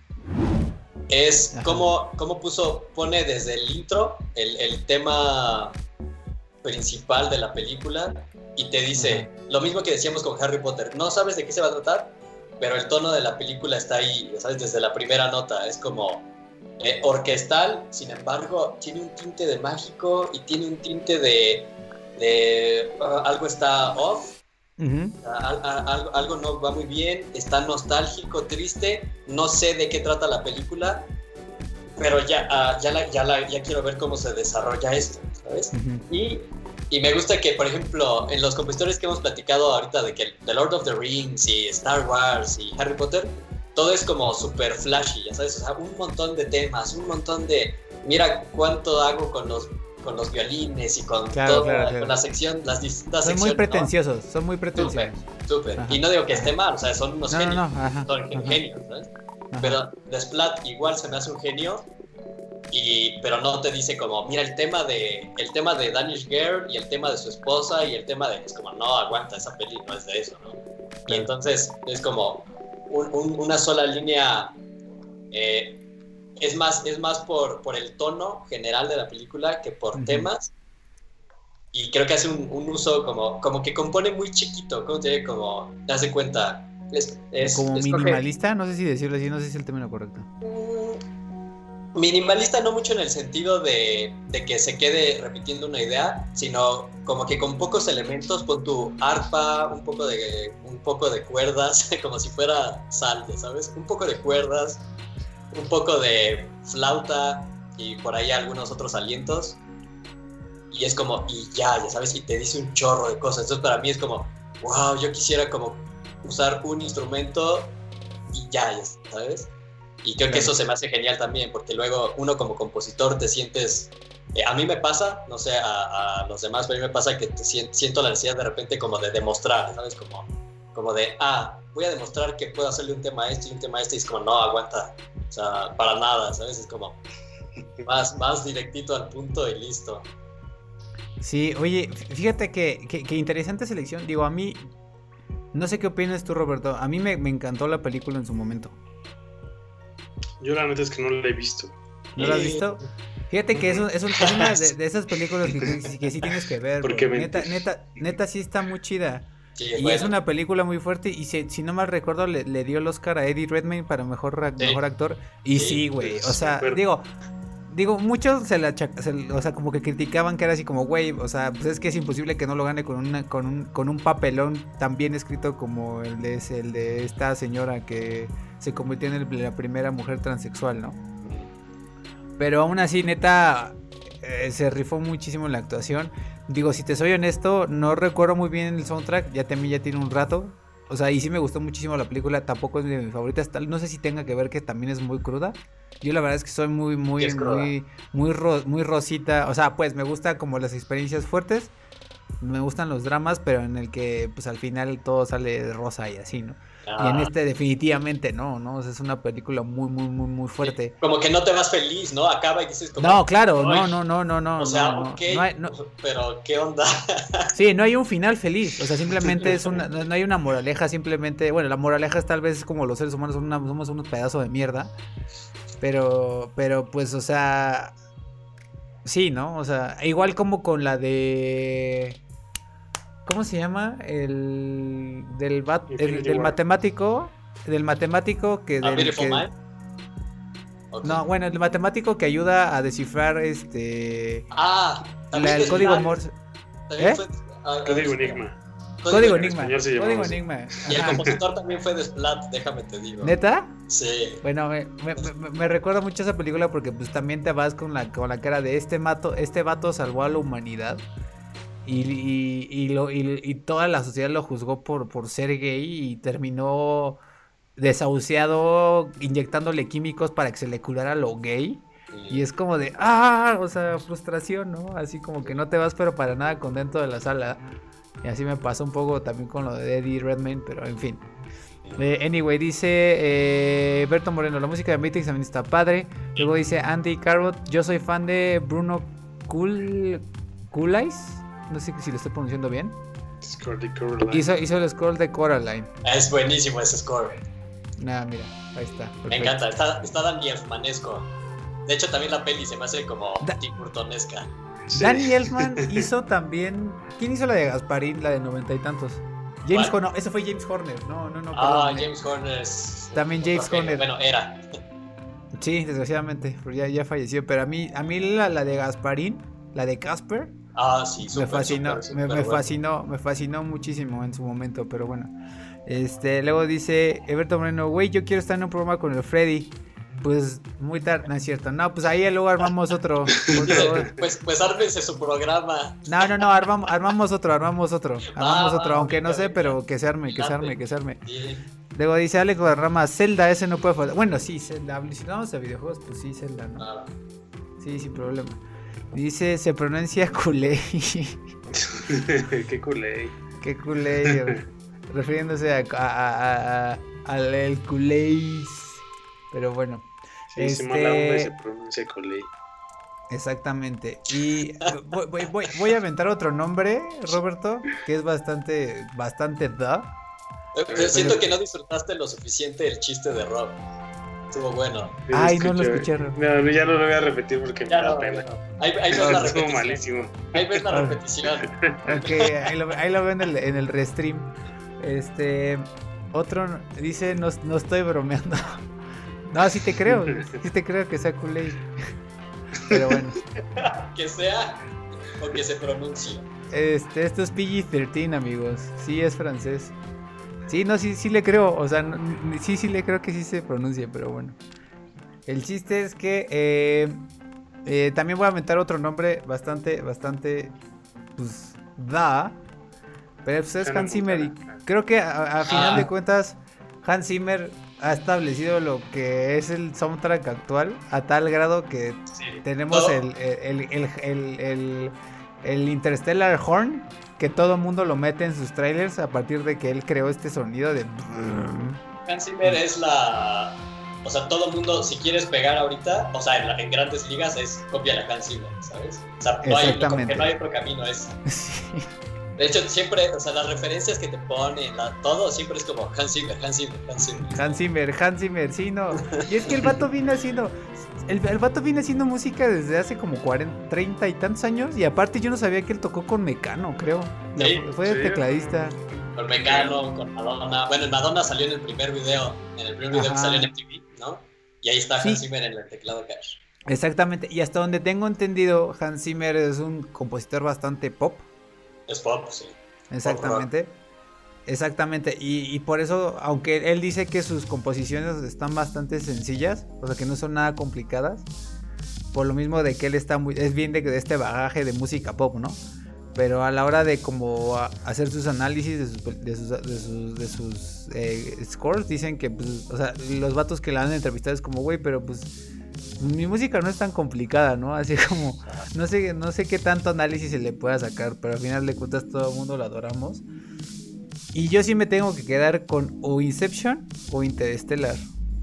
Es Ajá. cómo, cómo puso, pone desde el intro el, el tema principal de la película y te dice lo mismo que decíamos con Harry Potter. No sabes de qué se va a tratar, pero el tono de la película está ahí, ¿sabes? Desde la primera nota. Es como eh, orquestal, sin embargo, tiene un tinte de mágico y tiene un tinte de, de uh, algo está off. Ujú. Al- al- algo, algo no va muy bien, está nostálgico, triste, no sé de qué trata la película, pero ya, ah, ya, la, ya, la, ya quiero ver cómo se desarrolla esto, ¿sabes? Ujú. Y, y me gusta que, por ejemplo, en los compositores que hemos platicado ahorita de que The Lord of the Rings y Star Wars y Harry Potter, todo es como súper flashy, ya sabes, o sea, un montón de temas, un montón de, mira cuánto hago con los con los violines y con Claro, todo, claro, claro. con la sección, las distintas Son muy secciones, ¿no? pretenciosos, son muy Súper, pretenciosos. súper. Ajá. Y no digo que esté mal, o sea, son unos No, no, genios. no, ajá. Son ajá, genios, ¿sabes? ajá. Pero Desplat igual se me hace un genio, y, pero no te dice como, mira, el tema de el tema de Danish Girl y el tema de su esposa y el tema de... Es como, no, aguanta, esa peli no es de eso, ¿no? Y Claro. entonces es como un- un- una sola línea... eh, es más, es más por, por el tono general de la película que por Ujú. temas. Y creo que hace un, un uso como, como que compone muy chiquito, como te digo, como te das cuenta. Es, es, Como escoge- minimalista, no sé si decirlo así, no sé si es el término correcto. Mm, minimalista no mucho en el sentido de, de que se quede repitiendo una idea, sino como que con pocos elementos, pon tu arpa, un poco de, un poco de cuerdas, como si fuera sal, ya ¿sabes? Un poco de cuerdas, un poco de flauta y por ahí algunos otros alientos. Y es como, y ya, ya sabes, y te dice un chorro de cosas. Entonces para mí es como, wow, yo quisiera como usar un instrumento y ya, ya ¿sabes? Y creo que eso se me hace genial también, porque luego uno como compositor te sientes... eh, a mí me pasa, no sé, a, a los demás, pero a mí me pasa que te sien- siento la necesidad de repente como de demostrar, ¿sabes? Como, como de, ah, voy a demostrar que puedo hacerle un tema a este y un tema a este, y es como, no, aguanta, o sea, para nada, ¿sabes? Es como más, más directito al punto y listo. Sí, oye, fíjate que, que, que interesante selección. Digo, a mí, no sé qué opinas tú, Roberto. A mí me, me encantó la película en su momento. Yo la neta es que no la he visto. ¿No la has Eh, visto? Fíjate que es, un- es, un- es una de, de esas películas que, que- que sí tienes que ver. ¿Por bro. qué Neta, mentir? neta, neta sí está muy chida. Sí, Y bueno. es una película muy fuerte. Y si, si no mal recuerdo, le, le dio el Oscar a Eddie Redmayne para mejor, ra- Sí. mejor actor. Y Sí, sí, güey. pues, O sea, súper. digo, digo, muchos se la achac- se- o sea, como que criticaban que era así como, güey, o sea, pues es que es imposible que no lo gane con una, con un, con un papelón tan bien escrito como el de, el de esta señora que se convirtió en el- la primera mujer transexual, ¿no? Pero aún así, neta, eh, se rifó muchísimo en la actuación. Digo, si te soy honesto, no recuerdo muy bien el soundtrack, ya también ya tiene un rato. O sea, y sí me gustó muchísimo la película, tampoco es de mis favoritas. Tal, no sé si tenga que ver que también es muy cruda. Yo la verdad es que soy muy, muy, Sí, es cruda. muy, muy, ro- muy rosita. O sea, pues me gusta como las experiencias fuertes. me gustan los dramas, pero en el que pues al final todo sale de rosa y así, ¿no? Ah. Y en este definitivamente no, ¿no? O sea, es una película muy, muy, muy, muy fuerte. Como que no te vas feliz, ¿no? Acaba y dices como... No, claro, no, no, no, no, no. O sea, no, ok, no hay, no. pero ¿qué onda? Sí, no hay un final feliz, o sea, simplemente es una, no hay una moraleja, simplemente, bueno, la moraleja es tal vez como los seres humanos son una, somos unos pedazos de mierda, pero, pero pues, o sea, sí, ¿no? O sea, igual como con la de... ¿Cómo se llama? El del, bat, el, del matemático, del matemático que... Del, Beautiful que Mind. Okay. No, bueno, el matemático que ayuda a descifrar este... Ah, la, el código Morse. ¿Eh? Fue, ah, código Enigma. Código Enigma. Código Enigma. Y el compositor también fue de Splat, déjame te digo. ¿Neta? Sí. Bueno, me, me, me, me recuerda mucho esa película porque pues también te vas con la, con la cara de este mato, este vato salvó a la humanidad. Y, y, y, lo, y, y toda la sociedad lo juzgó por, por ser gay y terminó desahuciado inyectándole químicos para que se le curara lo gay. Y es como de, ah, o sea, frustración, ¿no? Así como que no te vas pero para nada contento de la sala. Y así me pasó un poco también con lo de Eddie Redmayne, pero en fin. Eh, anyway, dice eh, Berto Moreno, la música de Matrix también está padre. Luego dice Andy Carrot, yo soy fan de Bruno Cool, Cooleyes. No sé si lo estoy pronunciando bien. Hizo, hizo el score de Coraline. Es buenísimo ese score. Nah, mira, ahí está. Perfecto. Me encanta, está, está Danny Elfmanesco. De hecho, también la peli se me hace como da Tim Burtonesca. Sí. Danny Elfman hizo también... ¿Quién hizo la de Gasparín, la de noventa y tantos? James Horner, no, ese fue James Horner. No, no, no. Ah, perdón, James Horner es... También James Horner. Bueno, era. Sí, desgraciadamente, pero ya, ya falleció. Pero a mí, a mí la, la de Gasparín, la de Casper... Ah, sí, super, me fascinó, super, super me, me bueno. fascinó, me fascinó muchísimo en su momento, pero bueno. Este, luego dice Everton Moreno, güey, yo quiero estar en un programa con el Freddy. Pues muy tarde, no es cierto. No, pues ahí luego armamos otro. otro. pues, pues ármense su programa. No, no, no, armamos, armamos otro, armamos otro, armamos ah, otro, ah, aunque venga, no sé, venga. pero que se arme, que se arme, que se arme. Sí. Luego dice Alex Guadarrama, Zelda, ese no puede faltar. Bueno, sí, Zelda, si no vamos a videojuegos, pues sí, Zelda, ¿no? Ah. Sí, sin problema. Dice, se pronuncia culé. Qué culé. Qué culé. Refiriéndose a, a, a, a, al el culéis. Pero bueno. Sí, este... se mala onda y se pronuncia culé. Exactamente. Y voy, voy, voy, voy a aventar otro nombre, Roberto, que es bastante, bastante da. Eh, siento que no disfrutaste lo suficiente el chiste de Rob. Estuvo bueno. Ay, no lo escuché. No, ya no lo voy a repetir porque ya me da no, pena. No. Ahí, ahí ves no, la estuvo repetición. malísimo. Ahí ves la repetición. Ok, ahí lo, ahí lo veo en el, en el restream. Este, otro dice, no, no estoy bromeando. No, sí te creo, sí te creo que sea culé. Pero bueno. Que sea o que se pronuncie. Este, esto es P G trece, amigos. Sí, es francés. Sí, no, sí, sí le creo. O sea, no, sí, sí le creo que sí se pronuncie, pero bueno. El chiste es que eh, eh, también voy a inventar otro nombre bastante, bastante, pues, da. Pero pues es Hans Zimmer y creo que a, a final ah. de cuentas Hans Zimmer ha establecido lo que es el soundtrack actual a tal grado que sí, tenemos el el, el, el, el, el, el Interstellar Horn, que todo mundo lo mete en sus trailers a partir de que él creó este sonido de... Hans Zimmer es la... O sea, todo mundo, si quieres pegar ahorita, o sea, en, la, en grandes ligas es copia de Hans Zimmer, ¿sabes? O sea, no hay, como que no hay otro camino, es... Sí. De hecho, siempre, o sea, las referencias que te ponen, la, todo siempre es como Hans Zimmer, Hans Zimmer, Hans Zimmer. Hans Zimmer, Hans Zimmer, sí, no. Y es que el vato viene haciendo, el, el vato viene haciendo música desde hace como cuarenta, treinta y tantos años. Y aparte yo no sabía que él tocó con Mecano, creo. Sí, fue sí. tecladista. Con Mecano, con Madonna. Bueno, Madonna salió en el primer video, en el primer video Ajá. que salió en M T V, ¿no? Y ahí está sí. Hans Zimmer en el teclado Cash. Exactamente, y hasta donde tengo entendido, Hans Zimmer es un compositor bastante pop. Es pop, sí. Exactamente. Exactamente. Y, y por eso, aunque él dice que sus composiciones están bastante sencillas, o sea que no son nada complicadas, por lo mismo de que él está muy, es bien de, de este bagaje de música pop, ¿no? Pero a la hora de como a, hacer sus análisis de sus, de sus, de sus, de sus eh, scores, dicen que, pues, o sea, los vatos que la han entrevistado es como, güey, pero pues Mi música no es tan complicada, ¿no? Así como, no sé, no sé qué tanto análisis se le pueda sacar, pero al final de cuentas todo el mundo lo adoramos. Y yo sí me tengo que quedar con o Inception o Interstellar.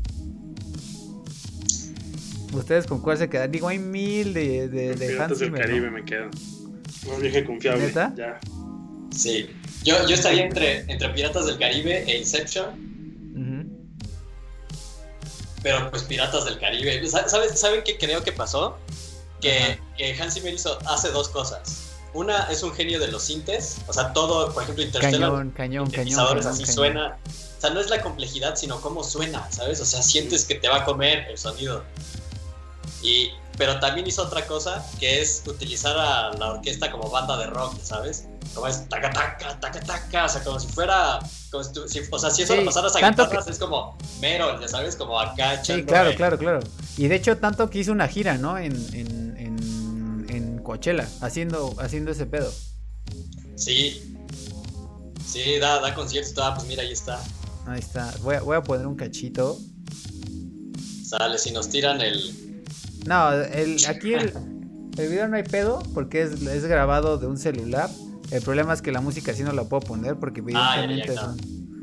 ¿Ustedes con cuál se quedan? Digo, hay mil de, de, de Piratas Hans del Zimmer, Caribe ¿no? me quedo. Un viaje confiable. ¿Neta? Ya. Sí. Yo, yo estaría entre, entre Piratas del Caribe e Inception. Uh-huh. Pero pues Piratas del Caribe. ¿Saben, ¿saben qué creo que pasó? Que, que Hans Zimmer hizo, hace dos cosas. Una es un genio de los sintes. O sea, todo, por ejemplo, Interstellar. Cañón, cañón, cañón, sintetizadores cañón, así cañón. suena. O sea, no es la complejidad, sino cómo suena, ¿sabes? O sea, sientes que te va a comer el sonido. Y, pero también hizo otra cosa, que es utilizar a la orquesta como banda de rock, ¿sabes? Como es taca, taca, taca, taca, o sea, como si fuera, como si, tu, si o sea, si eso Sí, lo pasaras a tanto guitarras, que... es como Merol, ya sabes, como acá echando. Sí, claro, eh. claro, claro. Y de hecho, tanto que hizo una gira, ¿no? En, en, en, en Coachella, haciendo, haciendo ese pedo. Sí, sí, da, da conciertos, ah, pues mira, ahí está. Ahí está. Voy a, voy a poner un cachito. Sale, si nos tiran el... No, el, aquí el, el video no hay pedo porque es, es grabado de un celular. El problema es que la música sí no la puedo poner porque Ah, ya, ya, evidentemente claro. son...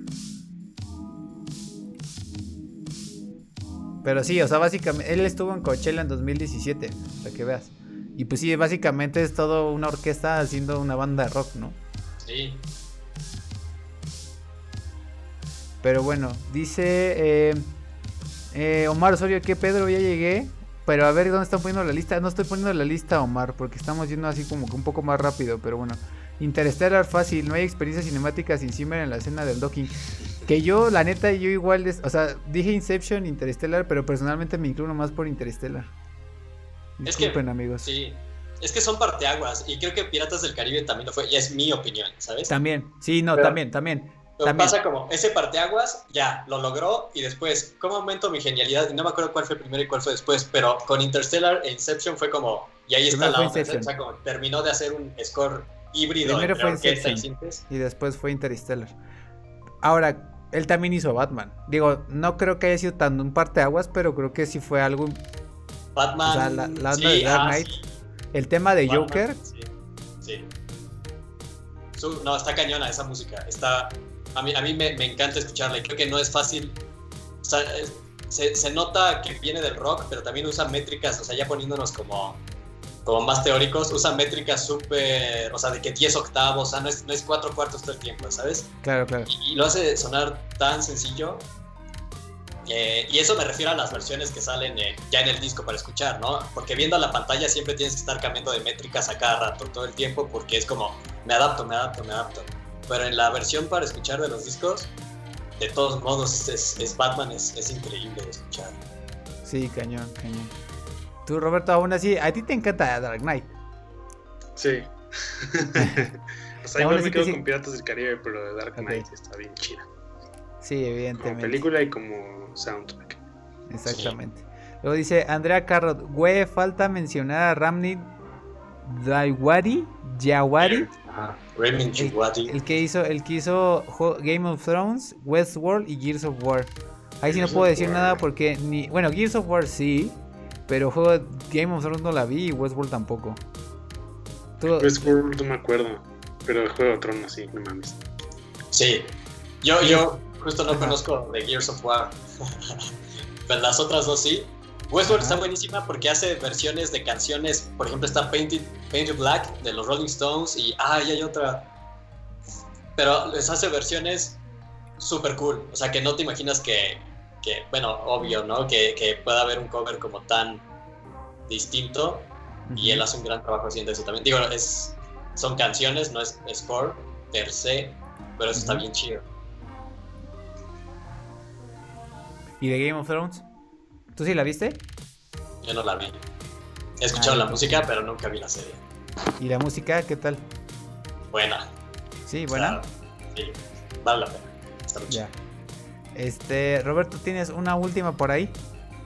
Pero sí, o sea, básicamente él estuvo en Coachella en dos mil diecisiete, para que veas. Y pues sí, básicamente es todo una orquesta haciendo una banda de rock, ¿no? Sí. Pero bueno, dice eh, eh, Omar Osorio que Pedro ya llegué. Pero a ver dónde están poniendo la lista. No estoy poniendo la lista, Omar, porque estamos yendo así como que un poco más rápido. Pero bueno, Interstellar fácil. No hay experiencia cinemática sin Zimmer en la escena del docking. Que yo, la neta, yo igual, des- o sea, dije Inception, Interstellar, pero personalmente me inclino más por Interstellar. Es que- Disculpen, amigos. Sí. Es que son parteaguas y creo que Piratas del Caribe también lo fue y es mi opinión, ¿sabes? También, sí, no, Pero- también, también. Lo también. pasa como, ese parteaguas, ya, lo logró y después, ¿cómo aumento mi genialidad? Y no me acuerdo cuál fue primero y cuál fue después, pero con Interstellar e Inception fue como, y ahí Primero está la fue onda, Inception. o sea, como terminó de hacer un score híbrido Primero entre fue orquesta y Inception. sintes. Y después fue Interstellar. Ahora, él también hizo Batman. Digo, no creo que haya sido tan un parteaguas, pero creo que sí fue algo. Batman, O sea, la, la onda sí, de Dark ah, Knight. sí. El tema de Batman, Joker. Sí, sí. Su- no, está cañona esa música. Está, a mí, a mí me, me encanta escucharla y creo que no es fácil. O sea, es- se, se nota que viene del rock, pero también usa métricas, o sea, ya poniéndonos como, como más teóricos, usa métricas súper, o sea, de que diez octavos, o sea, no es, no es cuatro cuartos todo el tiempo, ¿sabes? Claro, claro. Y, y lo hace sonar tan sencillo. Eh, y eso me refiero a las versiones que salen eh, ya en el disco para escuchar, ¿no? Porque viendo la pantalla siempre tienes que estar cambiando de métricas a cada rato, todo el tiempo, porque es como, me adapto, me adapto, me adapto. Pero en la versión para escuchar de los discos, de todos modos, es, es Batman, es, es increíble de escuchar. Sí, cañón, cañón. Tú, Roberto, aún así, a ti te encanta Dark Knight. Sí. O sea, Aún igual así me que quedo sí. con Piratas del Caribe, pero Dark Ok. Knight está bien chida. Sí, Como evidentemente. película y como soundtrack. Exactamente. Luego dice Andrea Carrot, güey, falta mencionar a Ramni Daiwari, Jawari, Ajá. Raymond el, Djawadi. el que hizo, el que hizo Jo- Game of Thrones, Westworld y Gears of War. Ahí sí no Gears puedo of decir War. nada porque ni, bueno, Gears of War sí, pero juego de Game of Thrones no la vi y Westworld tampoco. Tú- Westworld no me acuerdo, pero el Juego de Tronos sí, no mames. Sí. Yo, yo justo no Ajá. conozco de Gears of War. Pero las otras dos sí. Westworld Ajá. está buenísima porque hace versiones de canciones. Por ejemplo, está Painted, Painted Black de los Rolling Stones. Y ah, y hay otra. Pero les hace versiones súper cool. O sea, que no te imaginas que, que bueno, obvio, ¿no? Que, que pueda haber un cover como tan distinto. Y él hace un gran trabajo haciendo eso también. Digo, es, son canciones, no es score per se. Pero eso está Ujú. bien chido. ¿Y de Game of Thrones? ¿Tú sí la viste? Yo no la vi. He escuchado Ah, la ok. música, pero nunca vi la serie. ¿Y la música qué tal? Buena. Sí, O buena. sea, sí, vale la pena. Está muy Ya. Este, Roberto, ¿tienes una última por ahí?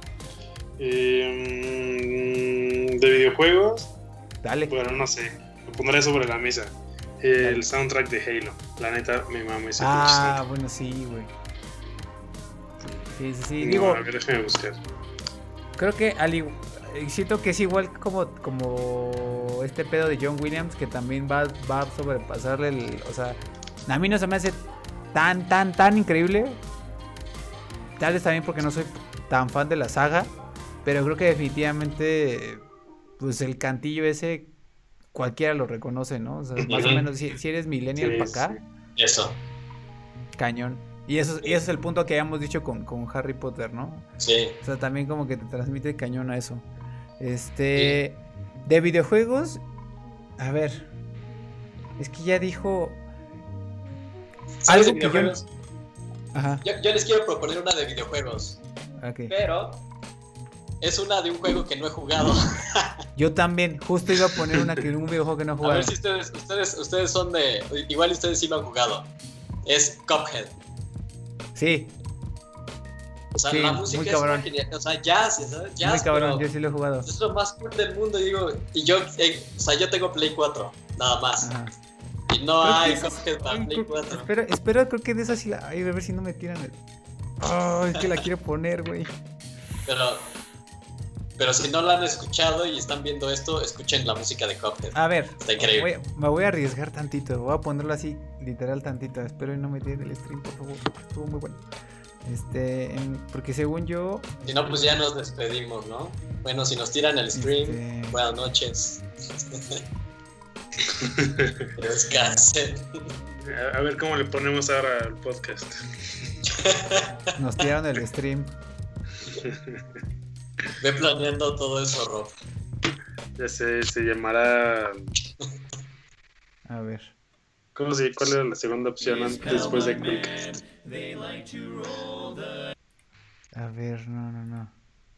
Eh, mm, de videojuegos, Dale. bueno, no sé. Lo pondré sobre la mesa. El soundtrack de Halo. La neta, me mama ese pinche Ah, soundtrack. bueno, sí, güey. Sí, sí, sí. No, Digo, a ver, déjame buscar. creo que al igual, siento que es igual como, como este pedo de John Williams, que también va, va a sobrepasarle el, o sea, a mí no se me hace tan, tan, tan increíble. Tal vez también porque no soy tan fan de la saga, pero creo que definitivamente, pues el cantillo ese, cualquiera lo reconoce, ¿no? O sea, más o menos, si, si eres millennial Sí, para acá, sí. Eso. cañón. Y eso, y eso es el punto que habíamos dicho con, con Harry Potter, ¿no? Sí. O sea, también como que te transmite cañón a eso. Este, sí. De videojuegos, a ver, es que ya dijo ¿Sabes algo de videojuegos? que yo... Ajá. Yo, yo les quiero proponer una de videojuegos. Okay. Pero es una de un juego que no he jugado. Yo también, justo iba a poner una que un videojuego que no he jugado. A ver si ustedes, ustedes, ustedes son de. Igual ustedes sí lo han jugado. Es Cuphead. Sí. O sea, sí, la música muy es cabrón. una genial. O sea, jazz, ¿sabes? Jazz. Muy cabrón, yo sí lo he jugado. Es lo más cool del mundo, digo. Y yo, eh, o sea, yo tengo Play cuatro, nada más. Ajá. Y no Creo hay que esas- Cuphead para ay, Play creo- cuatro. Espero, espero, creo que de esa sí la... Ay, a ver si no me tiran el... Oh, es que la quiero poner, güey. Pero, pero si no la han escuchado y están viendo esto, escuchen la música de Cuphead. A ver, Está increíble. voy a- me voy a arriesgar tantito. Voy a ponerlo así, literal tantito. Espero y no me tiren el stream, por favor. Estuvo muy bueno. Este, en- porque según yo... Si no, pues ya nos despedimos, ¿no? Bueno, si nos tiran el stream, Este- buenas noches. Que descansen. A, a ver cómo le ponemos ahora al podcast. Nos tiraron el stream. Ve planeando todo eso, Rob. Ya sé, se llamará. A ver. ¿Cómo se, ¿Cuál era la segunda opción antes, después de Quick? A ver, no, no, no.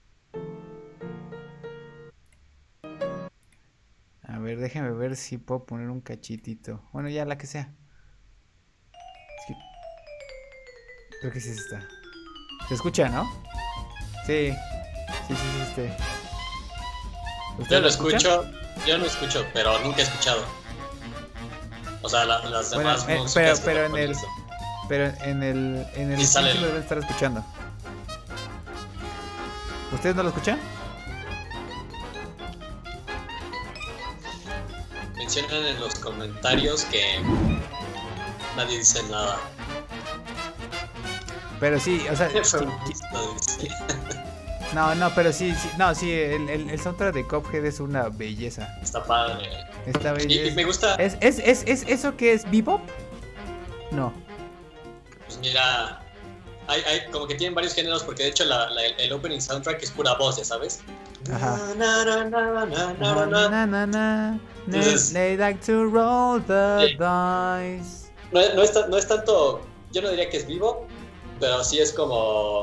A ver, déjame ver si puedo poner un cachitito. Bueno, ya la que sea. Es que... Creo que sí es esta. ¿Se escucha, no? Sí. Sí, sí, sí, este. Yo ¿Ustedes lo escuchan? escucho, yo lo escucho, pero nunca he escuchado. O sea, la- las Bueno, demás eh, músicas pero- que pero me en el- ponen eso. Pero en el en el Y stream sale sí el- lo deben estar escuchando. ¿Ustedes no lo escuchan? Mencionan en los comentarios que nadie dice nada. Pero sí, o sea, Feminista, qui- dice. no, no, pero sí, sí no, sí, el, el, el soundtrack de Cuphead es una belleza. Está padre. Esta Y, y belleza. me gusta, ¿Es, es, es, es eso que es bebop? No. pues mira, hay, hay como que tienen varios géneros, porque de hecho la, la- el, el opening soundtrack es pura voz, ya sabes. Ajá. Na, na, na, na, na, na, na. Na, na, na. Entonces- They like to roll the Sí. dice. No, no, es, ta- no es tanto, yo no diría que es vivo, pero sí es como,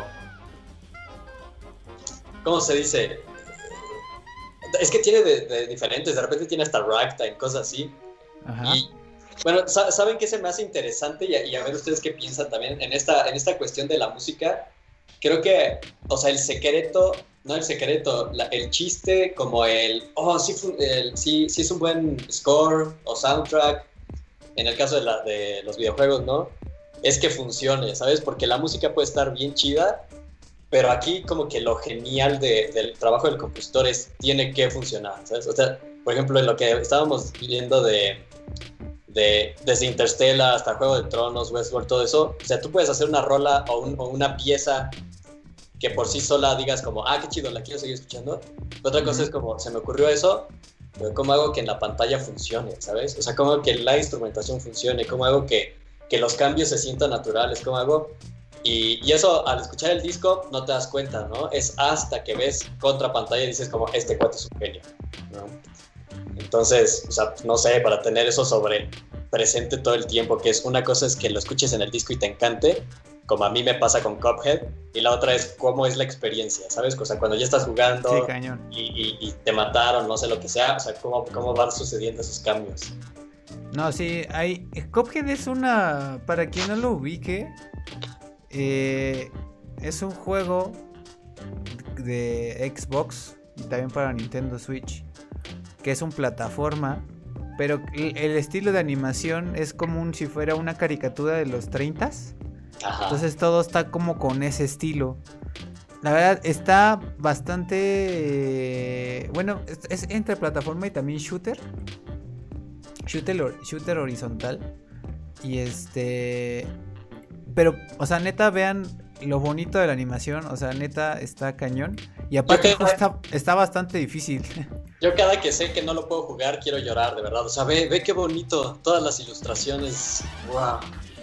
¿cómo se dice? Es que tiene de, de diferentes, de repente tiene hasta ragtime, cosas así. Ajá. Y bueno, sa- ¿saben qué se me hace interesante? Y a, y a ver ustedes qué piensan también en esta, en esta cuestión de la música. Creo que, o sea, el secreto, no el secreto, la- el chiste como el, oh, sí, fu- el- sí, sí es un buen score o soundtrack, en el caso de, la, de los videojuegos, ¿no? Es que funcione, ¿sabes? Porque la música puede estar bien chida, pero aquí como que lo genial de- del trabajo del compositor es, tiene que funcionar, ¿sabes? O sea, por ejemplo, en lo que estábamos viendo de, de desde Interstellar hasta Juego de Tronos, Westworld, todo eso, o sea, tú puedes hacer una rola o, un- o una pieza que por sí sola digas como, ah, qué chido, la quiero seguir escuchando. Otra cosa Ujú. es como, se me ocurrió eso, pero ¿cómo hago que en la pantalla funcione, ¿sabes? O sea, ¿cómo hago que la instrumentación funcione? ¿Cómo hago que, que los cambios se sientan naturales? ¿Cómo hago? Y, y eso, al escuchar el disco, no te das cuenta, ¿no? Es hasta que ves contra pantalla y dices como, este cuate es un genio, ¿no? Entonces, o sea, no sé, para tener eso sobre presente todo el tiempo, que es una cosa es que lo escuches en el disco y te encante, como a mí me pasa con Cuphead, y la otra es cómo es la experiencia, ¿sabes? O sea, cuando ya estás jugando Sí, cañón. y, y- y te mataron, no sé lo que sea, o sea, cómo, cómo van sucediendo esos cambios. No, sí, hay. Cuphead es una. Para quien no lo ubique, eh, es un juego de Xbox y también para Nintendo Switch, que es un plataforma, pero el el estilo de animación es como un, si fuera una caricatura de los treintas. Ajá. Entonces todo está como con ese estilo. La verdad está bastante... eh, bueno, es, es entre plataforma y también shooter. Shooter, shooter horizontal. Y este... Pero, o sea, neta, vean lo bonito de la animación. O sea, neta, está cañón. Y aparte cada... está, está bastante difícil. Yo cada que sé que no lo puedo jugar, quiero llorar, de verdad. O sea, ve, ve qué bonito. Todas las ilustraciones. Wow.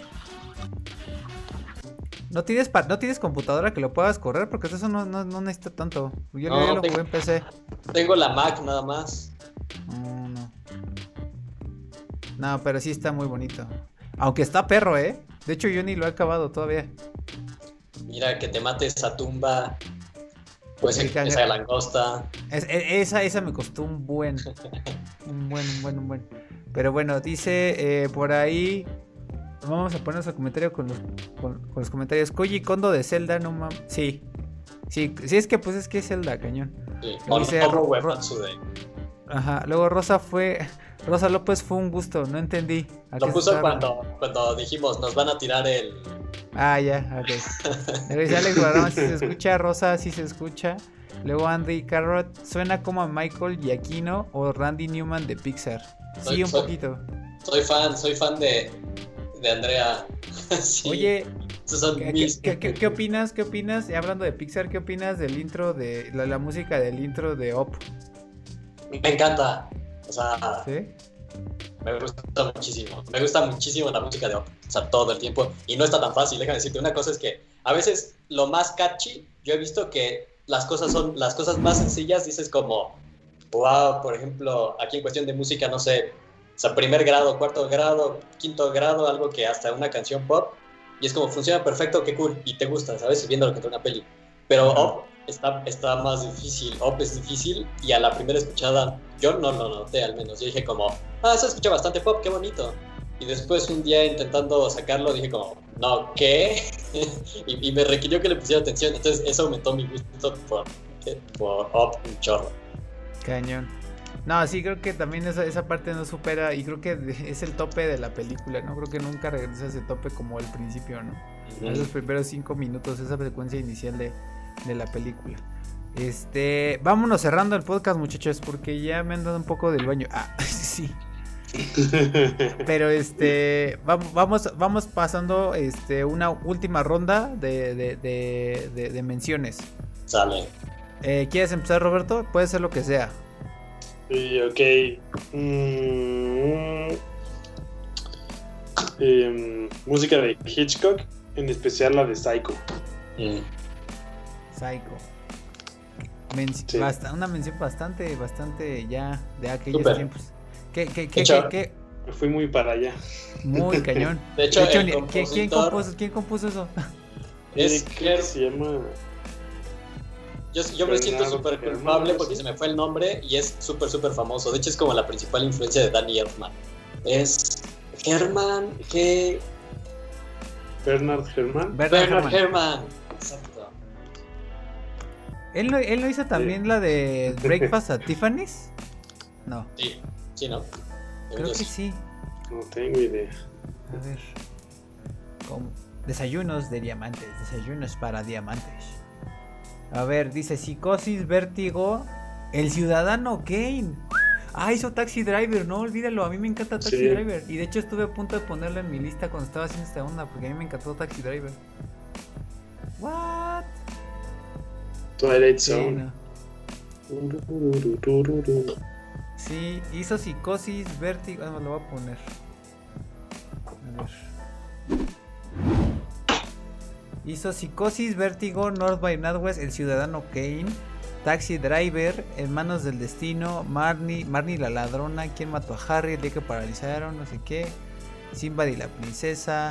¿No tienes, ¿No tienes computadora que lo puedas correr? Porque eso no, no, no necesita tanto. Yo, no, yo lo tengo, jugué en P C. Tengo la Mac nada más. No, no. No, pero sí está muy bonito. Aunque está perro, ¿eh? De hecho, yo ni lo he acabado todavía. Mira, que te mate esa tumba. Pues esa de langosta. Es, esa, esa me costó un buen. Un buen, un buen, un buen. Pero bueno, dice eh, por ahí... Vamos a ponernos el comentario con los, con, con los comentarios. Koji Kondo de Zelda, no mames. Sí. Sí, sí, es que pues es que es Zelda, cañón. Sí, on, dice, Ro Ro Ro Ajá, luego Rosa fue... Rosa López fue un gusto, no entendí. Lo puso cuando, cuando dijimos, nos van a tirar el... Ah, ya, ok. Luego dice Alex Guarama, si se escucha, Rosa, si se escucha. Luego Andy Carrot, suena como a Michael Giacchino o Randy Newman de Pixar. Soy, Sí, un soy, poquito. Soy fan, soy fan de, de Andrea. Sí. Oye, son ¿qué, mis... ¿qué, qué, ¿qué opinas? ¿Qué opinas? Y hablando de Pixar, ¿qué opinas del intro de la, la música del intro de Up? Me encanta. O sea, ¿sí? Me gusta muchísimo. Me gusta muchísimo la música de Up. O sea, todo el tiempo. Y no está tan fácil. Déjame decirte, una cosa es que a veces lo más catchy, yo he visto que las cosas son, las cosas más sencillas, dices como, wow, por ejemplo, aquí en cuestión de música, no sé, o sea, primer grado, cuarto grado, quinto grado, algo que hasta una canción pop, y es como, funciona perfecto, qué cool, y te gusta, ¿sabes? Viendo lo que entra una peli. Pero Up está, está más difícil, Up es difícil, y a la primera escuchada, yo no lo noté al menos, yo dije como, ah, se escucha bastante pop, qué bonito. Y después un día intentando sacarlo dije como, no, ¿qué? y, y me requirió que le pusiera atención, entonces eso aumentó mi gusto por, por Up un chorro. Cañón. No, sí, creo que también esa, esa parte no supera y creo que es el tope de la película, ¿no? Creo que nunca regresa a ese tope como el principio, ¿no? Uh-huh. Esos primeros cinco minutos, esa secuencia inicial de, de la película. Este, vámonos cerrando el podcast, muchachos, porque ya me han dado un poco del baño. Ah, sí. Pero este vamos, vamos, vamos pasando este una última ronda de, de, de, de, de menciones. Sale. Eh, ¿Quieres empezar, Roberto? Puede ser lo que sea. Sí, ok. Mm, eh, música de Hitchcock, en especial la de Psycho. Mm. Psycho. Men sí. Bast- una mención bastante, bastante ya de aquellos Super. tiempos. ¿Qué, qué, qué, hecho, qué, qué? Fui muy para allá. Muy cañón. De hecho, de hecho el ¿quién, ¿quién, compuso, ¿quién compuso eso? Es que se llama. Yo, yo me siento súper culpable porque se me fue el nombre y es súper, súper famoso. De hecho, es como la principal influencia de Danny Elfman. Es Herman, ¿qué? Bernard Herrmann. Bernard, Bernard Herrmann. Exacto. ¿Él no, ¿Él no hizo también sí. la de Breakfast at Tiffany's? No. Sí, sí, ¿no? Creo que sí. No tengo idea. A ver. ¿Cómo? Desayunos de diamantes. Desayunos para diamantes. A ver, dice Psicosis, Vértigo. El Ciudadano Kane. Ah, hizo Taxi Driver, no olvídalo. A mí me encanta Taxi sí. Driver. Y de hecho estuve a punto de ponerlo en mi lista cuando estaba haciendo esta onda, porque a mí me encantó Taxi Driver. What? Twilight Zone. Sí, hizo Psicosis, Vértigo. Ah, me lo voy a poner. A ver. Hizo Psicosis, Vértigo, North by Northwest, El Ciudadano Kane, Taxi Driver, Hermanos del Destino, Marnie, Marnie la Ladrona, ¿Quién mató a Harry? El día que paralizaron, no sé qué, Sinbad y la Princesa,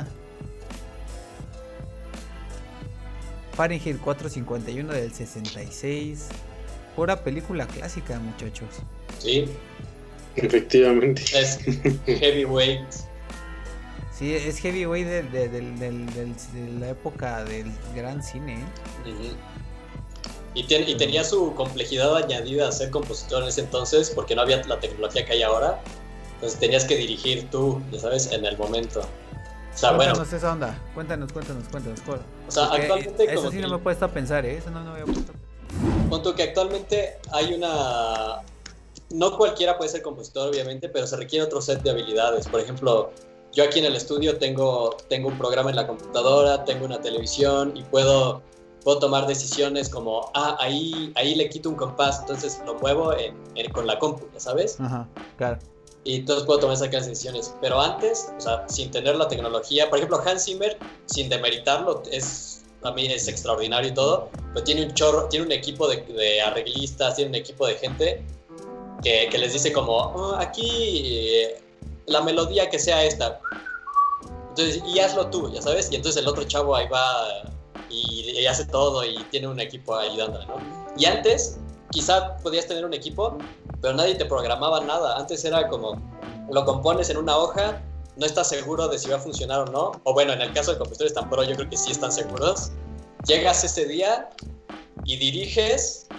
Fahrenheit cuatrocientos cincuenta y uno del sesenta y seis, pura película clásica, muchachos. Sí, efectivamente. Es Heavyweight. Sí, es Heavyweight de, de, de, de, de, de la época del gran cine. ¿eh? Uh-huh. Y, ten, y tenía su complejidad añadida a ser compositor en ese entonces, porque no había la tecnología que hay ahora. Entonces tenías que dirigir tú, ya sabes, en el momento. sea, cuéntanos bueno, esa onda, cuéntanos, cuéntanos, cuéntanos. Por, o sea, actualmente eso como sí que, no me he puesto a pensar, ¿eh? Eso no me había puesto a pensar. punto que actualmente hay una, no cualquiera puede ser compositor, obviamente, pero se requiere otro set de habilidades. Por ejemplo, yo aquí en el estudio tengo, tengo un programa en la computadora, tengo una televisión y puedo, puedo tomar decisiones como, ah, ahí, ahí le quito un compás, entonces lo muevo en, en, con la compu, ¿ya sabes? Ajá, claro. Y entonces puedo tomar esas decisiones. Pero antes, o sea, sin tener la tecnología, por ejemplo, Hans Zimmer, sin demeritarlo, es, a mí es extraordinario y todo, pero tiene un chorro, tiene un equipo de, de arreglistas, tiene un equipo de gente que, que les dice como, oh, aquí eh, la melodía que sea esta. Entonces, y hazlo tú, ya sabes. Y entonces el otro chavo ahí va y, y hace todo y tiene un equipo ayudándole, ¿no? Y antes, quizá podías tener un equipo, pero nadie te programaba nada. Antes era como, lo compones en una hoja, no estás seguro de si va a funcionar o no. O bueno, en el caso de compositores tan pro, yo creo que sí están seguros. Llegas ese día y diriges,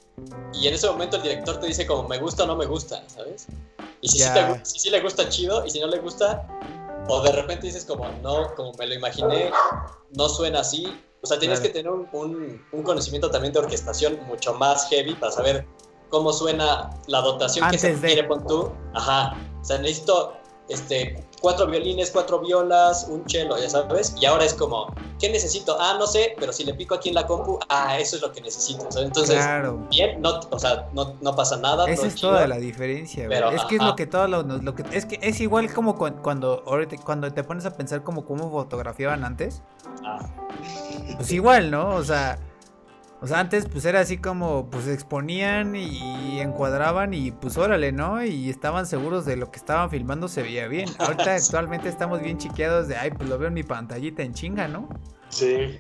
y en ese momento el director te dice como me gusta o no me gusta, ¿sabes? Y si, yeah. sí, te, si sí le gusta, chido, y si no le gusta, o de repente dices como no, como me lo imaginé, no suena así. O sea, tienes claro. que tener un, un, un conocimiento también de orquestación mucho más heavy para saber cómo suena la dotación antes que se quiere con tú. Ajá. O sea, necesito este, cuatro violines, cuatro violas, un cello, ya sabes. Y ahora es como, ¿qué necesito? Ah, no sé, pero si le pico aquí en la compu, ah, eso es lo que necesito. O sea, entonces, claro. bien, no, o sea, no, no pasa nada. Esa es chido, toda la diferencia, pero, es ajá. que es lo que todo lo, lo que es que es igual como cuando ahorita cuando te pones a pensar como cómo fotografiaban antes. Ah. Pues igual, ¿no? O sea, o sea, antes pues era así como pues exponían y encuadraban y pues órale, ¿no? Y estaban seguros de lo que estaban filmando se veía bien. Ahorita actualmente estamos bien chiqueados de, ay, pues lo veo en mi pantallita en chinga, ¿no? Sí.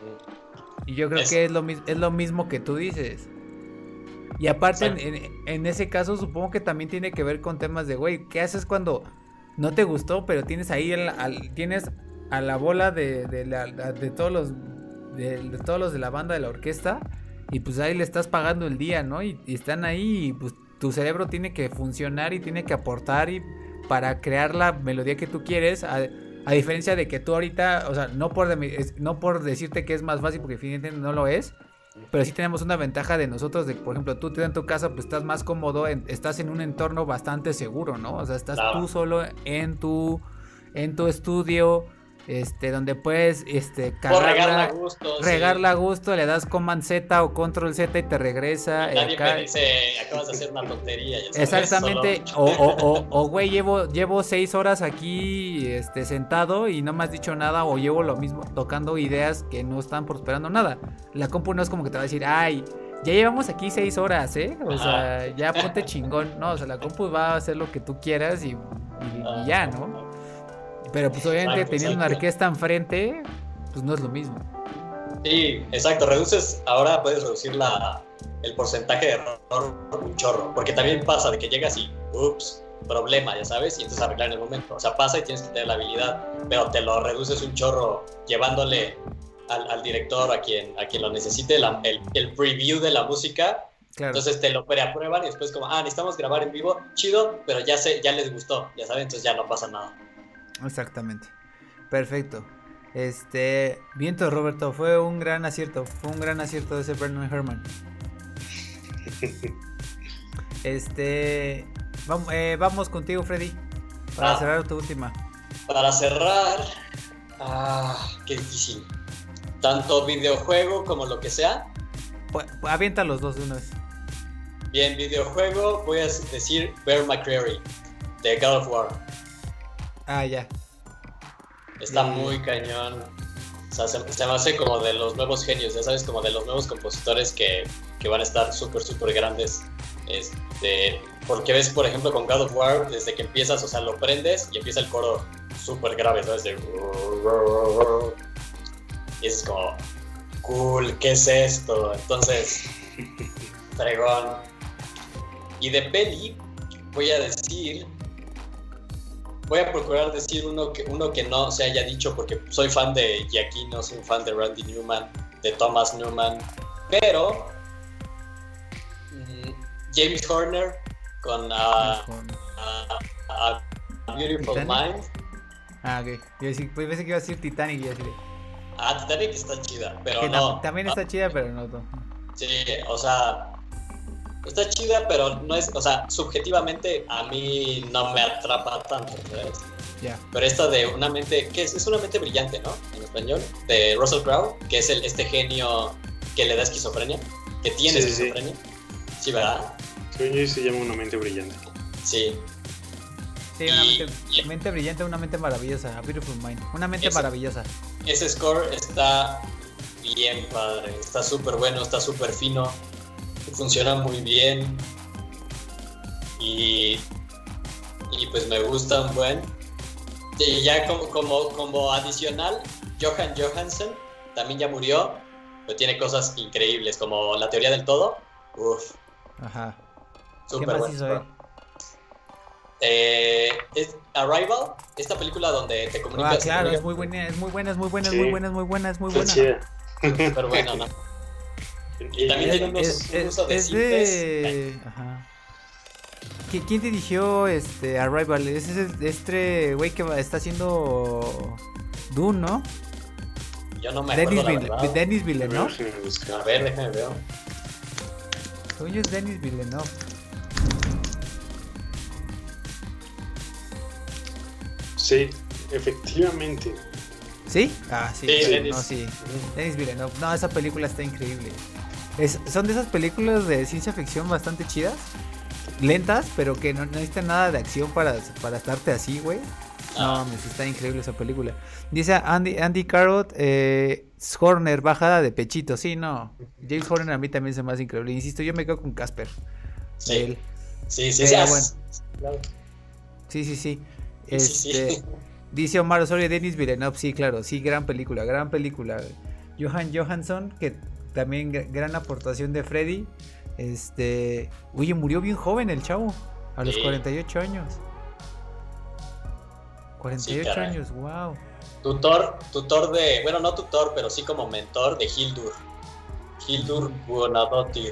Y yo creo es... que es lo, es lo mismo que tú dices. Y aparte, en, en, en ese caso supongo que también tiene que ver con temas de, güey, ¿qué haces cuando no te gustó, pero tienes ahí, el, al, tienes a la bola de, de, la, de todos los... De, de todos los de la banda de la orquesta y pues ahí le estás pagando el día, ¿no? Y, y están ahí y pues tu cerebro tiene que funcionar y tiene que aportar y para crear la melodía que tú quieres, a, a diferencia de que tú ahorita, o sea, no por, no por decirte que es más fácil porque definitivamente no lo es, pero sí tenemos una ventaja de nosotros de que, por ejemplo, tú en tu casa pues estás más cómodo, en, estás en un entorno bastante seguro, ¿no? O sea, estás claro. tú solo en tu, en tu estudio, este, donde puedes, este, cagarla, regarla a gusto, regarla sí. a gusto, le das Command Z o Control Z y te regresa. Y nadie acá. Me dice, acabas de hacer una tontería. Ya sabes, exactamente, solo... o, o, o, o, güey, llevo, llevo seis horas aquí, este, sentado y no me has dicho nada, o llevo lo mismo, tocando ideas que no están prosperando nada. La compu no es como que te va a decir, ay, ya llevamos aquí seis horas, ¿eh? O Ajá. sea, ya ponte chingón. No, o sea, la compu va a hacer lo que tú quieras y, y, y ya, ¿no? Pero pues obviamente exacto, teniendo exacto. una orquesta enfrente, pues no es lo mismo. Sí, exacto. Reduces, ahora puedes reducir la, el porcentaje de error un chorro. Porque también pasa de que llegas y, ups, problema, ya sabes, y entonces arreglar en el momento. O sea, pasa y tienes que tener la habilidad, pero te lo reduces un chorro llevándole al, al director, a quien, a quien lo necesite, la, el, el preview de la música. Claro. Entonces te lo preaprueban y después como, ah, necesitamos grabar en vivo, chido, pero ya, sé, ya les gustó, ya saben, entonces ya no pasa nada. Exactamente. Perfecto. Este, viento Roberto, fue un gran acierto, fue un gran acierto de ese Brendan Herman. Este, vamos, eh, vamos contigo, Freddy, para ah, cerrar tu última. Para cerrar, ah, qué difícil. Tanto videojuego como lo que sea. Pues, avienta los dos de una vez. Bien, videojuego, voy a decir Bear McCreary, de God of War. Ah, ya. Está sí. muy cañón. O sea, se, se me hace como de los nuevos genios, ya sabes, como de los nuevos compositores que, que van a estar súper, súper grandes. Este, porque ves, por ejemplo, con God of War, desde que empiezas, o sea, lo prendes y empieza el coro súper grave, ¿sabes? De... Y es como, cool, ¿qué es esto? Entonces, fregón. Y de peli, voy a decir... Voy a procurar decir uno que, uno que no se haya dicho porque soy fan de Giacchino, soy fan de Randy Newman, de Thomas Newman, pero mmm, James Horner con uh, uh, uh, A Beautiful Mind Ah, ok. Yo decí- pues pensé que iba a decir Titanic y así de... Ah, Titanic está chida, pero que no. tam- también está chida, pero no. no. Sí, o sea, está chida, pero no es, o sea, subjetivamente a mí no me atrapa tanto, ¿sabes? Ya. Pero esta de una mente, ¿qué es? Es una mente brillante, ¿no? En español, de Russell Crowe, que es el, este genio que le da esquizofrenia, que tiene Sí, sí, sí. esquizofrenia. Sí, ¿verdad? Sí, se llama Una mente brillante. Sí. Sí, una Y- mente, y- mente brillante, una mente maravillosa. A beautiful mind. Una mente Ese- maravillosa. Ese score está bien padre, está súper bueno, está súper fino, funciona muy bien y, y pues me gusta un buen. Y ya como, como, como adicional, Johan Johansson también ya murió, pero tiene cosas increíbles como la teoría del todo. Uf, Ajá. ¿Qué súper más bueno. hizo él? Eh, es Arrival, esta película donde te comunicas. Ah, claro, te es muy buena, es muy buena, es muy buena, es Sí. muy buena, es muy buena, es muy Está buena. chida. Súper buena, ¿no? Y también Es, tiene unos, es- un es- uso de es sintes. de... Ajá. ¿Qui- ¿Quién dirigió este Arrival? Ese es el- este güey que va- está haciendo Dune, ¿no? Yo no me acuerdo Denis, la Vill- verdad. Denis A Villeneuve. ver, déjame buscar. A ver, déjame ver. Según yo es Denis Villeneuve. Sí, efectivamente. ¿Sí? Ah, sí. Sí, sí, Denis. no, sí. Denis Villeneuve. No, esa película está increíble. Es, son de esas películas de ciencia ficción bastante chidas. Lentas, pero que no, no necesitan nada de acción para, para estarte así, güey. No, Ah. mames, está increíble esa película. Dice Andy, Andy Carrot, eh, Horner, bajada de pechito. Sí, no. James Horner a mí también se me hace increíble. Insisto, yo me quedo con Casper. Sí. Él. Sí, sí, Pero sí. bueno. Claro. Sí, sí, sí. Sí, sí, Este, sí. dice Omar Osorio, Denis Villeneuve, sí, claro, sí, gran película, gran película. Johan Johansson, que también gr- gran aportación de Freddy. Este, oye, murió bien joven el chavo, a los Sí. cuarenta y ocho años. cuarenta y ocho Sí, caray. años, wow. Tutor, tutor de, bueno, no tutor, pero sí como mentor de Hildur. Hildur Guðnadóttir,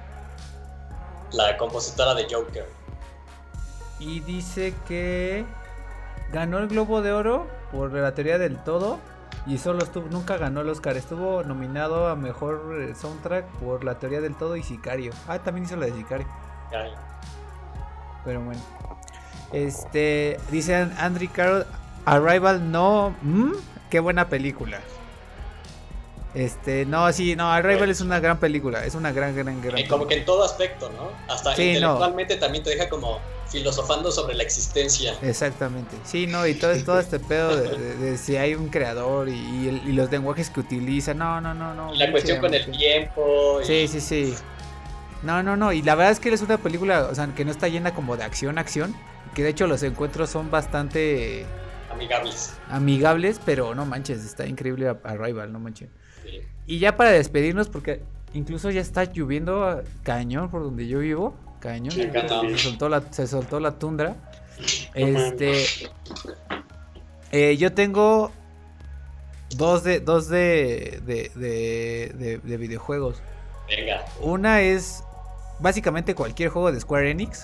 la compositora de Joker. Y dice que ganó el Globo de Oro por la teoría del todo. Y solo estuvo, nunca ganó el Oscar. Estuvo nominado a mejor eh, soundtrack por la teoría del todo y Sicario. Ah, también hizo la de Sicario. Ay, Pero bueno. Este. Dice Andrew Carroll. Arrival no. ¿Mm? Qué buena película. Este. No, sí, no. Arrival es una gran película. Es una gran, gran, gran. eh, como que en todo aspecto, ¿no? Hasta Sí, intelectualmente también te deja como filosofando sobre la existencia. Exactamente. Sí, no. Y todo, todo este pedo de, de- de si hay un creador y, y el- y los lenguajes que utiliza. No, no, no, no. Y la cuestión con el mucho. tiempo. Y... Sí, sí, sí. No, no, no. Y la verdad es que es una película, o sea, que no está llena como de acción, acción. Que de hecho los encuentros son bastante Amigables. amigables, pero no manches, está increíble Arrival, no manches. Sí. Y ya para despedirnos, porque incluso ya está lloviendo cañón por donde yo vivo, cañón. Sí, acá se, también. soltó la, se soltó la tundra. No Este, eh, yo tengo dos de dos de de, de, de- de videojuegos. Venga. Una es básicamente cualquier juego de Square Enix.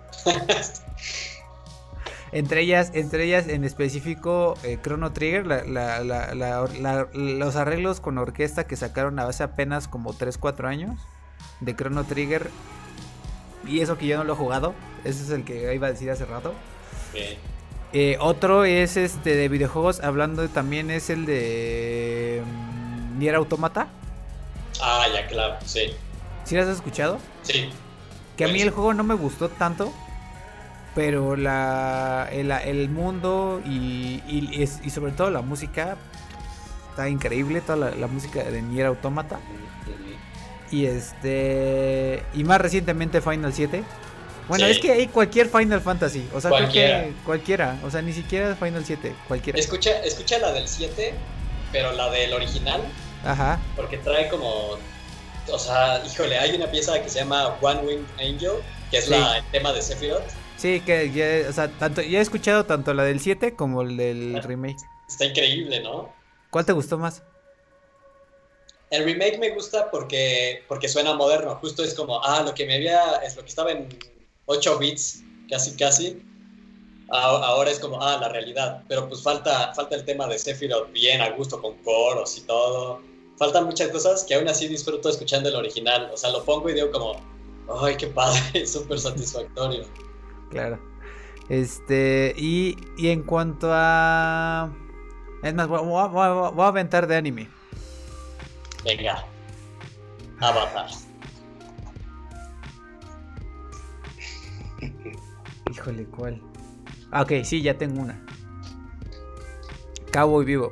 Entre ellas, entre ellas en específico eh, Chrono Trigger, la, la, la, la- la- los arreglos con orquesta que sacaron hace apenas como tres cuatro años de Chrono Trigger. Y eso que yo no lo he jugado, ese es el que iba a decir hace rato. Ok. Eh, otro es este de videojuegos, hablando de- también es el de mm, Nier Automata. Ah, ya, claro, sí. ¿Sí las has escuchado? Sí. Que a mí Pues- el juego no me gustó tanto, pero la, el, el mundo y, y, es- y sobre todo la música está increíble, toda la, la música de Nier Automata. Y este y más recientemente Final siete. Bueno, Sí. es que hay cualquier Final Fantasy, o sea, Cualquiera. creo que cualquiera, o sea, ni siquiera Final siete, cualquiera. Escucha, escucha la del siete, pero la del original, Ajá. porque trae como, o sea, híjole, hay una pieza que se llama One Winged Angel, que es Sí. la, el tema de Sephiroth. Sí, que ya, o sea, tanto ya he escuchado tanto la del siete como el del remake. Está increíble, ¿no? ¿Cuál te gustó más? El remake me gusta porque, porque suena moderno, justo es como, ah, lo que me había, es lo que estaba en ocho bits, casi casi, ahora es como, ah, la realidad, pero pues falta, falta el tema de Sephiroth bien a gusto con coros y todo, faltan muchas cosas que aún así disfruto escuchando el original, o sea, lo pongo y digo como, ay, qué padre, súper satisfactorio. Claro. Este, y, y en cuanto a... Es más, voy, voy, voy, voy a aventar de anime. Venga, Avatar. Híjole, ¿cuál? Ah, ok, sí, ya tengo una. Cowboy Bebop.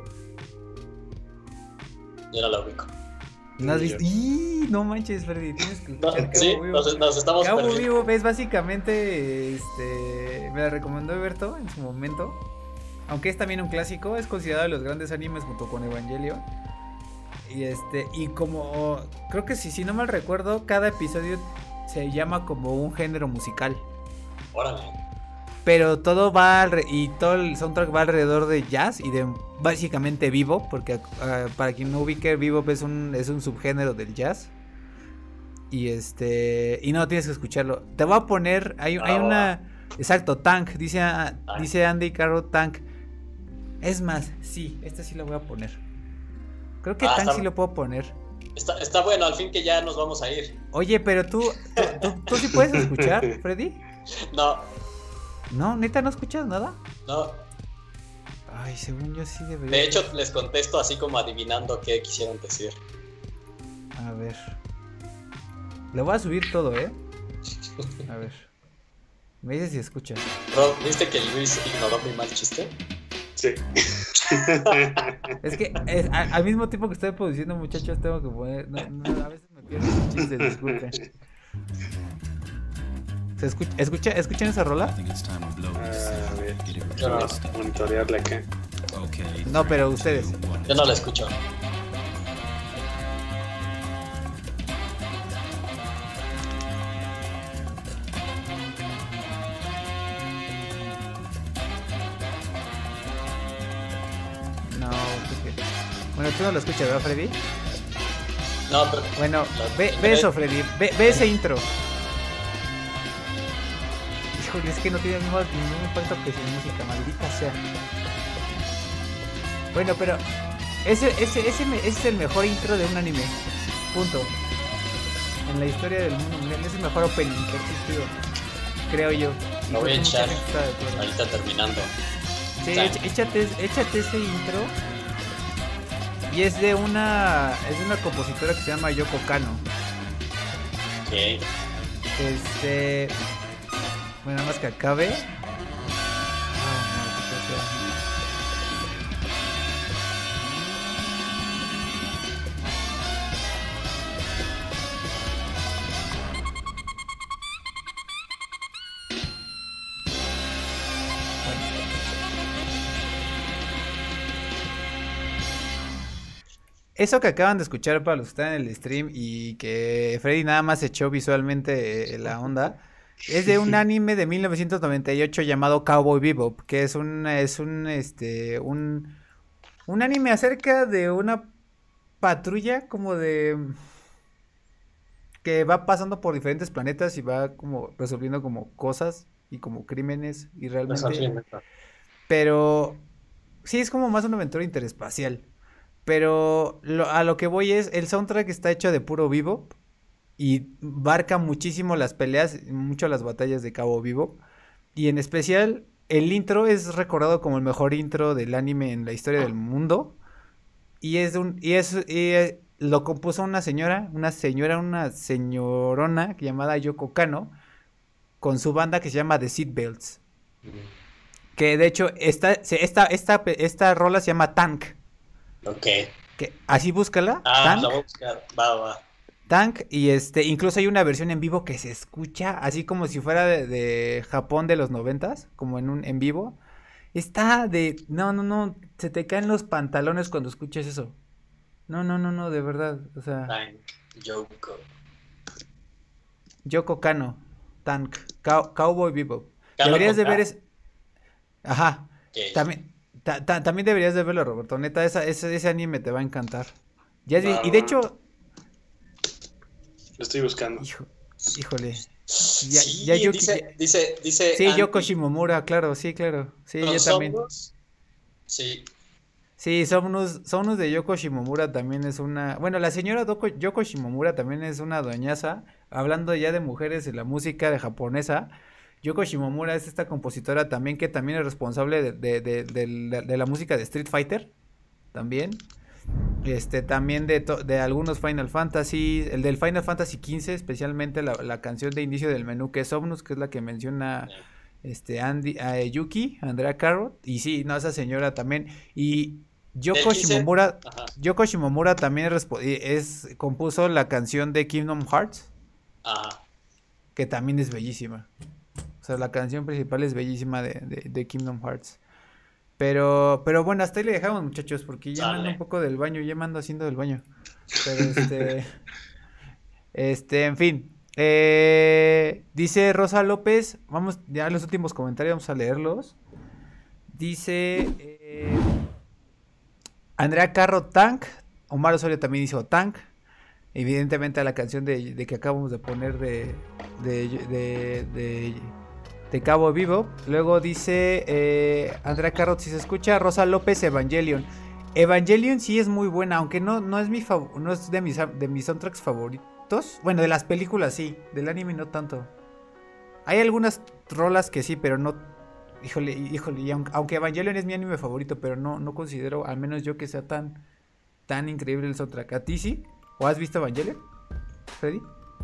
Yo no la ubico. ¿No has visto? ¡Ih! No manches, Freddy, tienes que No, escuchar sí, Cowboy nos, Bebop. nos estamos Cowboy perdiendo. Bebop es básicamente, este, me la recomendó Berto en su momento. Aunque es también un clásico, es considerado de los grandes animes junto con Evangelion. Y este, y como, creo que si, si no mal recuerdo, cada episodio se llama como un género musical. Órale. Pero todo va alre- y todo el soundtrack va alrededor de jazz y de básicamente bebop, porque uh, para quien no ubique, bebop es un es un subgénero del jazz. Y este y no tienes que escucharlo. Te voy a poner hay, hay una exacto, Tank, dice dice Andy Caro Tank. Es más, sí, esta sí la voy a poner. Creo que Ah, Tank está- sí lo puedo poner. Está, está bueno, al fin que ya nos vamos a ir. Oye, pero tú tú, tú, ¿tú sí puedes escuchar, Freddy? No, No, neta no escuchas nada. no. Ay, según yo sí debería. De hecho, les contesto así como adivinando qué quisieron decir. A ver. Le voy a subir todo, ¿eh? A ver. Me dices si escuchas. Rob, ¿viste que Luis ignoró mi mal chiste? Sí. Es que es, a- al mismo tiempo que estoy produciendo, muchachos, tengo que poner. No, no, a veces me pierdo los chistes, disculpen. ¿Se escucha, escucha, ¿Escuchan esa rola? Ah, a ver, Yo no, vamos a monitorearla acá. No, pero ustedes. yo no la escucho. No, ¿tú qué? Bueno, tú no lo escuchas, ¿verdad, Freddy? No, pero Bueno, La- ve, ve eso, Freddy. Ve, ve ese intro. Híjole, es que no tiene el mismo, el mismo impacto que su música, maldita sea. Bueno, pero ese, ese, ese, me- ese es el mejor intro de un anime. Punto. En la historia del mundo mundial es el mejor opening que ha existido. Creo yo. Y Lo voy a creo que mucha echar. gente está de acuerdo. ahorita terminando. Sí, Está. éch- échate, échate ese intro. Y es de una. Es de una compositora que se llama Yoko Kano. Ok. Este. Bueno, nada más que acabe. Ah, maldita sea. Eso que acaban de escuchar para los que están en el stream y que Freddy nada más echó visualmente eh, la onda, es de un anime de mil novecientos noventa y ocho llamado Cowboy Bebop, que es un es un este un un anime acerca de una patrulla como de que va pasando por diferentes planetas y va como resolviendo como cosas y como crímenes y realmente pero sí es como más una aventura interespacial. Pero lo- a lo que voy es, el soundtrack está hecho de puro bebop y marca muchísimo las peleas, mucho las batallas de Cabo Bebop. Y en especial, el intro es recordado como el mejor intro del anime en la historia del mundo. Y es de un, y es, y, eh, lo compuso una señora, una señora, una señorona llamada Yoko Kano, con su banda que se llama The Seatbelts. Que de hecho, esta, se- esta, esta, esta rola se llama Tank. Ok. Que así búscala. Ah, Tank, la voy a buscar. Va, va. Tank, y este, incluso hay una versión en vivo que se escucha así como si fuera de, de Japón de los noventas, como en un en vivo. Está de, no, no, no, se te caen los pantalones cuando escuchas eso. No, no, no, no, de verdad, o sea, Tank, Yoko. Yoko Kano, Tank, Cow- Cowboy Bebop. Kano Deberías con de K. ver es, ajá, Ok. también, ta- ta- también deberías de verlo, Roberto. Neta, esa, ese, ese anime te va a encantar. Ya es bien- Va, y de va. hecho, Lo estoy buscando. hijo, híjole, Ya, sí, ya Yuki- dice, ya- dice, dice. Sí, Andy, Yoko Shimomura, claro, sí, claro. Sí, ¿con yo también. Somos? Sí, Sí, Somnus, Somnus de Yoko Shimomura también es una... Bueno, la señora Doko- Yoko Shimomura también es una doñaza. Hablando ya de mujeres en la música de japonesa, Yoko Shimomura es esta compositora también que también es responsable de, de, de, de la, de la música de Street Fighter, también. Este, también de, to- de algunos Final Fantasy, el del Final Fantasy quince, especialmente la, la canción de inicio del menú que es Somnus, que es la que menciona este Andy, eh, Yuki, Andrea Carrot, y sí, no, esa señora también, y del Yoko quince. Shimomura, Ajá, Yoko Shimomura también respo- y es, compuso la canción de Kingdom Hearts, ajá. que también es bellísima, o sea, la canción principal es bellísima de, de, de Kingdom Hearts, pero, pero bueno, hasta ahí le dejamos muchachos, porque ya me ando un Sale. poco del baño, ya me ando haciendo del baño, pero este... Este, en fin. Eh, dice Rosa López. Vamos, ya los últimos comentarios, vamos a leerlos. Dice eh, Andrea Carro Tank. Omar Osorio también hizo Tank. Evidentemente a la canción de, de que acabamos de poner de, de, de, de, de Cabo Vivo. Luego dice eh, Andrea Carro, si se escucha, Rosa López Evangelion. Evangelion sí es muy buena, aunque no, no es mi fav- no es de mis, de mis soundtracks favoritos. Bueno, de las películas sí, del anime no tanto. Hay algunas rolas que sí, pero no. Híjole, híjole, y aunque, aunque Evangelion es mi anime favorito, pero no, no considero, al menos yo, que sea tan, tan increíble el soundtrack. ¿A ti sí? ¿O has visto Evangelion, Freddy?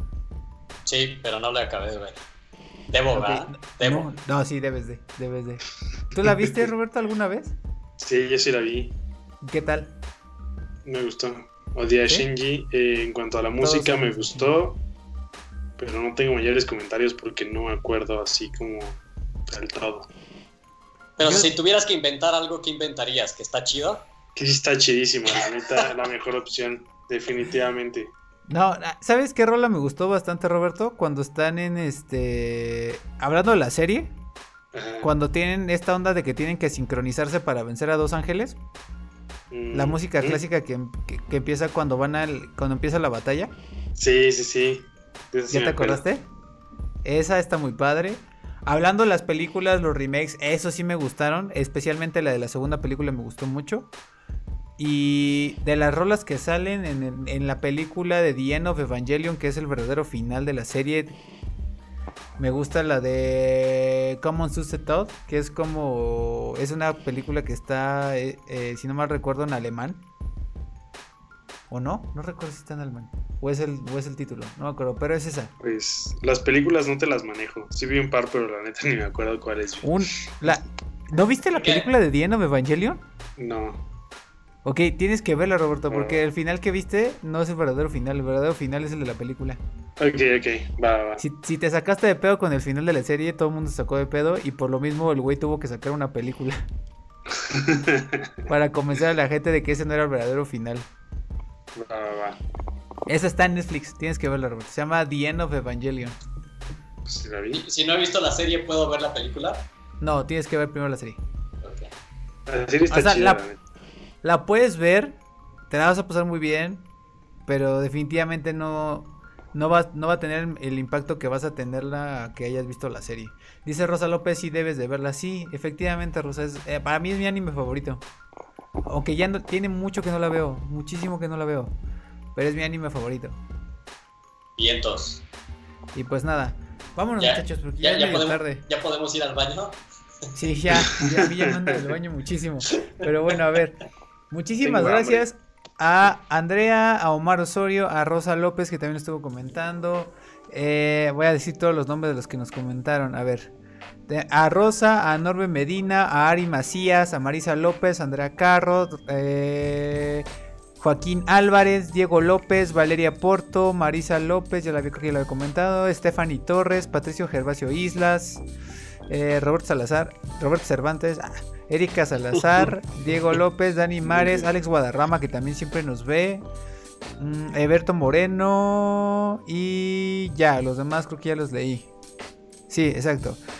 Sí, pero no la acabé de ver. Debo, Ok, ¿verdad? no, Debo. no, sí, debes de, debes de. ¿Tú la viste, Roberto, alguna vez? Sí, yo sí la vi. ¿Qué tal? Me gustó. Odié a ¿Sí? Shinji. Eh, en cuanto a la música, me gustó. Pero no tengo mayores comentarios porque no me acuerdo así como del todo. Pero Yo- si tuvieras que inventar algo, ¿qué inventarías? ¿Que está chido? Que sí está chidísima, la neta, la mejor opción. Definitivamente. No, ah, ¿sabes qué rola me gustó bastante, Roberto? Cuando están en este... Hablando de la serie, Ajá. cuando tienen esta onda de que tienen que sincronizarse para vencer a dos ángeles. Mm, La música mm. clásica que, que, que empieza cuando van al... Cuando empieza la batalla. Sí, sí, sí. De eso sí ¿Ya me te acuerdo. acordaste? Esa está muy padre. Hablando de las películas, los remakes, eso sí me gustaron. Especialmente la de la segunda película me gustó mucho. Y de las rolas que salen en, en- en la película de The End of Evangelion, que es el verdadero final de la serie, me gusta la de Common Suicide Thought, que es como... Es una película que está, eh, eh, si no mal recuerdo, en alemán. ¿O no? No recuerdo si está en alemán. O es el, o es el título, no me acuerdo, pero es esa. Pues las películas no te las manejo. Sí vi un par, pero la neta ni me acuerdo cuál es. Un, la, ¿No viste la ¿Qué? película de The End of Evangelion? No. Ok, tienes que verla, Roberto, porque Ah. el final que viste no es el verdadero final. El verdadero final es el de la película. Ok, ok. Va, va, va. Si, si te sacaste de pedo con el final de la serie, todo el mundo se sacó de pedo y por lo mismo el güey tuvo que sacar una película para convencer a la gente de que ese no era el verdadero final. Va, va, va. Esa está en Netflix, tienes que verla, Roberto. Se llama The End of Evangelion. Pues sí la vi. Y si no he visto la serie, ¿puedo ver la película? No, tienes que ver primero la serie. Ok. La serie está O sea, chida, la- la neta. La puedes ver, te la vas a pasar muy bien, pero definitivamente no, no, va, no va a tener el impacto que vas a tenerla que hayas visto la serie. Dice Rosa López, sí debes de verla. Sí, efectivamente, Rosa, es, eh, para mí es mi anime favorito. Aunque ya no, tiene mucho que no la veo, muchísimo que no la veo, pero es mi anime favorito. Vientos. Y pues nada, vámonos Ya, muchachos, porque ya, ya, ya es medio podemos, tarde. ya podemos ir al baño. Sí, ya, ya, a mí ya me ando del baño muchísimo. Pero bueno, a ver, muchísimas Tengo hambre. gracias a Andrea, a Omar Osorio, a Rosa López, que también estuvo comentando. Eh, voy a decir todos los nombres de los que nos comentaron. A ver, de- a Rosa, a Norbe Medina, a Ari Macías, a Marisa López, a Andrea Carro, eh, Joaquín Álvarez, Diego López, Valeria Porto, Marisa López, ya la había, creo que ya la había comentado, Stephanie Torres, Patricio Gervasio Islas. Eh, Roberto Salazar, Roberto Cervantes, ah, Erika Salazar, Diego López, Dani Mares, Alex Guadarrama, que también siempre nos ve, mm, Eberto Moreno y ya, los demás creo que ya los leí. Sí, exacto.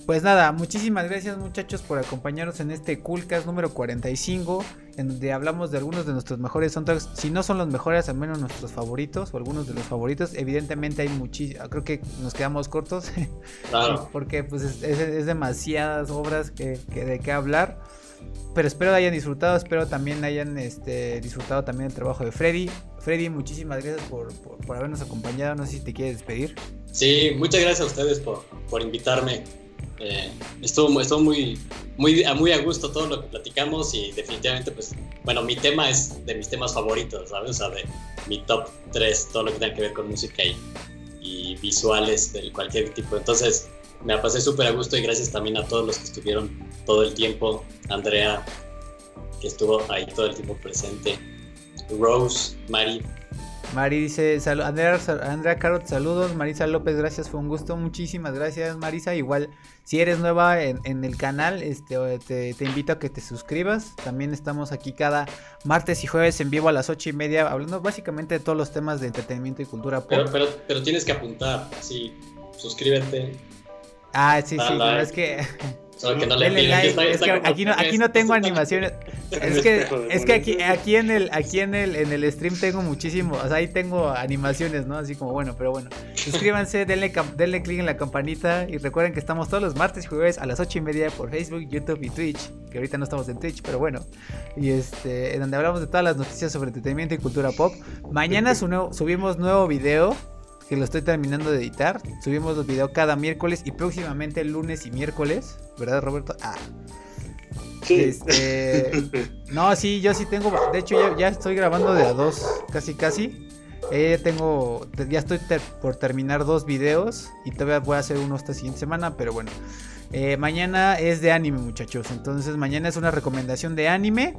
pues nada, muchísimas gracias muchachos por acompañarnos en este Coolcast número cuarenta y cinco, en donde hablamos de algunos de nuestros mejores soundtracks, si no son los mejores, al menos nuestros favoritos o algunos de los favoritos. Evidentemente hay muchísimos, creo que nos quedamos cortos, Claro. porque pues es, es, es demasiadas obras que, que de qué hablar. Pero espero hayan disfrutado, espero también hayan este, disfrutado también el trabajo de Freddy. Freddy, muchísimas gracias por, por, por habernos acompañado, no sé si te quieres despedir. Sí, muchas gracias a ustedes por, por invitarme. Eh, estuvo estuvo muy, muy, muy a gusto todo lo que platicamos y definitivamente, pues, bueno, mi tema es de mis temas favoritos, ¿sabes? O sea, de mi top tres, todo lo que tenga que ver con música y, y visuales de cualquier tipo. Entonces, me la pasé súper a gusto y gracias también a todos los que estuvieron todo el tiempo. Andrea, que estuvo ahí todo el tiempo presente. Rose, Mari. Mari dice, sal- Andrea, sal- Andrea Carot, saludos. Marisa López, gracias, fue un gusto. Muchísimas gracias, Marisa. Igual, si eres nueva en, en el canal, este, te, te invito a que te suscribas. También estamos aquí cada martes y jueves en vivo a las ocho y media, hablando básicamente de todos los temas de entretenimiento y cultura pop. Pero, pero, pero tienes que apuntar, así, suscríbete. Ah, sí, sí, Dale no, like. es que... Solo que no le Denle piden, like, está- es está que como- aquí no, aquí no tengo animaciones. Es que, es que aquí, aquí en el, aquí en el, en el stream tengo muchísimo, o sea, ahí tengo animaciones, ¿no? Así como bueno, pero bueno. Suscríbanse, denle, cam- denle click en la campanita y recuerden que estamos todos los martes y jueves a las ocho y media por Facebook, YouTube y Twitch, que ahorita no estamos en Twitch, pero bueno. Y este, en donde hablamos de todas las noticias sobre entretenimiento y cultura pop. Mañana su nuevo- subimos nuevo video, que lo estoy terminando de editar. Subimos los videos cada miércoles y próximamente lunes y miércoles, ¿verdad, Roberto? Ah. Sí. Este, no, sí, yo sí tengo, de hecho ya, ya estoy grabando de a dos, casi casi. Eh, tengo, ya estoy ter- por terminar dos videos y todavía voy a hacer uno esta siguiente semana, pero bueno. Eh, mañana es de anime, muchachos. Entonces mañana es una recomendación de anime.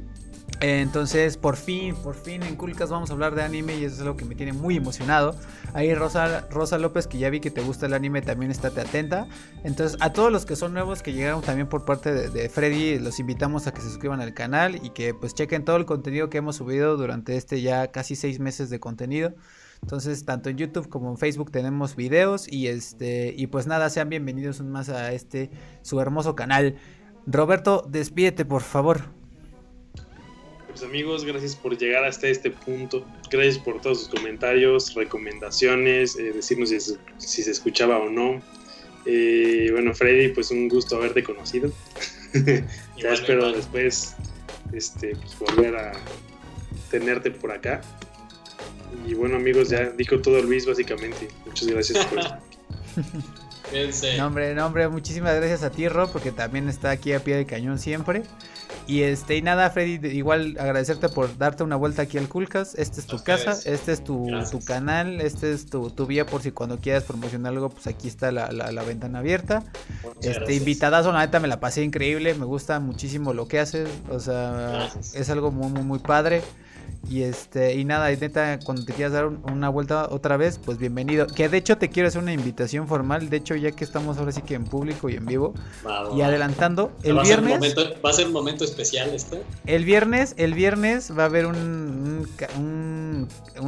Eh, entonces por fin, por fin en Coolcast vamos a hablar de anime y eso es algo que me tiene muy emocionado. Ahí Rosa, Rosa López, que ya vi que te gusta el anime, también estate atenta. Entonces a todos los que son nuevos que llegaron también por parte de, de Freddy, los invitamos a que se suscriban al canal y que pues chequen todo el contenido que hemos subido durante este ya casi seis meses de contenido. Entonces tanto en YouTube como en Facebook tenemos videos y este y pues nada, sean bienvenidos un más a este su hermoso canal. Roberto, despídete por favor. Pues amigos, gracias por llegar hasta este punto. Gracias por todos sus comentarios, recomendaciones, eh, decirnos si, es- si se escuchaba o no. Eh, bueno, Freddy, pues un gusto haberte conocido. Ya Igual, espero igual. después este, pues, volver a tenerte por acá. Y bueno amigos, ya dijo todo Luis básicamente. Muchas gracias por eso. Cuídense. No, hombre, no, hombre, muchísimas gracias a ti, Ro, porque también está aquí a pie de cañón siempre. Y este, y nada, Freddy, de- igual agradecerte por darte una vuelta aquí al Coolcast. Esta es tu A ustedes. casa, este es tu, Gracias. tu canal, este es tu, tu vía por si cuando quieras promocionar algo, pues aquí está la, la, la ventana abierta. Muchas Este, gracias. invitadazo, la neta me la pasé increíble, me gusta muchísimo lo que haces, o sea, Gracias. es algo muy, muy, muy padre. Y este, y nada, y neta, cuando te quieras dar un- una vuelta otra vez, pues bienvenido. Que de hecho te quiero hacer una invitación formal, de hecho ya que estamos ahora sí que en público y en vivo. Va, va, Y va. adelantando, el va a ser un viernes, momento- va a ser un momento especial este. el viernes, el viernes va a haber un, un, ca- un,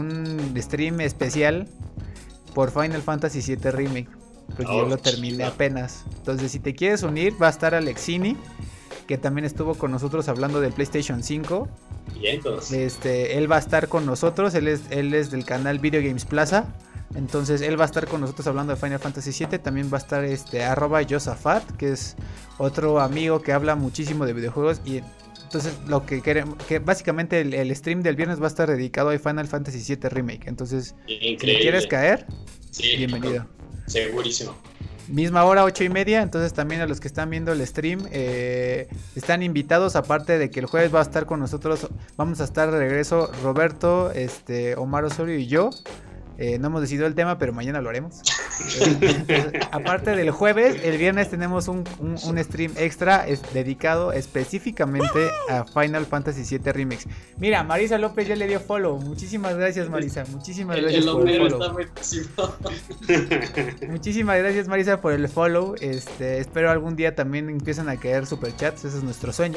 un stream especial por Final Fantasy siete Remake. Porque Oh, yo lo terminé chido. apenas. Entonces, si te quieres unir, va a estar Alexini, que también estuvo con nosotros hablando del PlayStation cinco. Bien, entonces. Este, él va a estar con nosotros, él es, él es del canal Video Games Plaza. Entonces él va a estar con nosotros hablando de Final Fantasy siete. También va a estar este arroba Josafat, que es otro amigo que habla muchísimo de videojuegos. Y entonces lo que queremos, que básicamente el, el stream del viernes va a estar dedicado a Final Fantasy siete Remake. Entonces, si Increíble. quieres caer, Sí, bienvenido. Segurísimo. Misma hora, ocho y media. Entonces también a los que están viendo el stream eh, están invitados. Aparte de que el jueves va a estar con nosotros, vamos a estar de regreso Roberto, este, Omar Osorio y yo. Eh, no hemos decidido el tema, pero mañana lo haremos. Entonces, aparte del jueves, el viernes tenemos un, un, un stream extra es dedicado específicamente a Final Fantasy siete Remix. Mira, Marisa López ya le dio follow. Muchísimas gracias, Marisa. Muchísimas El, gracias el por el Homero follow. está buenísimo. Muchísimas gracias, Marisa, por el follow. Este, espero algún día también empiezan a caer superchats, ese es nuestro sueño.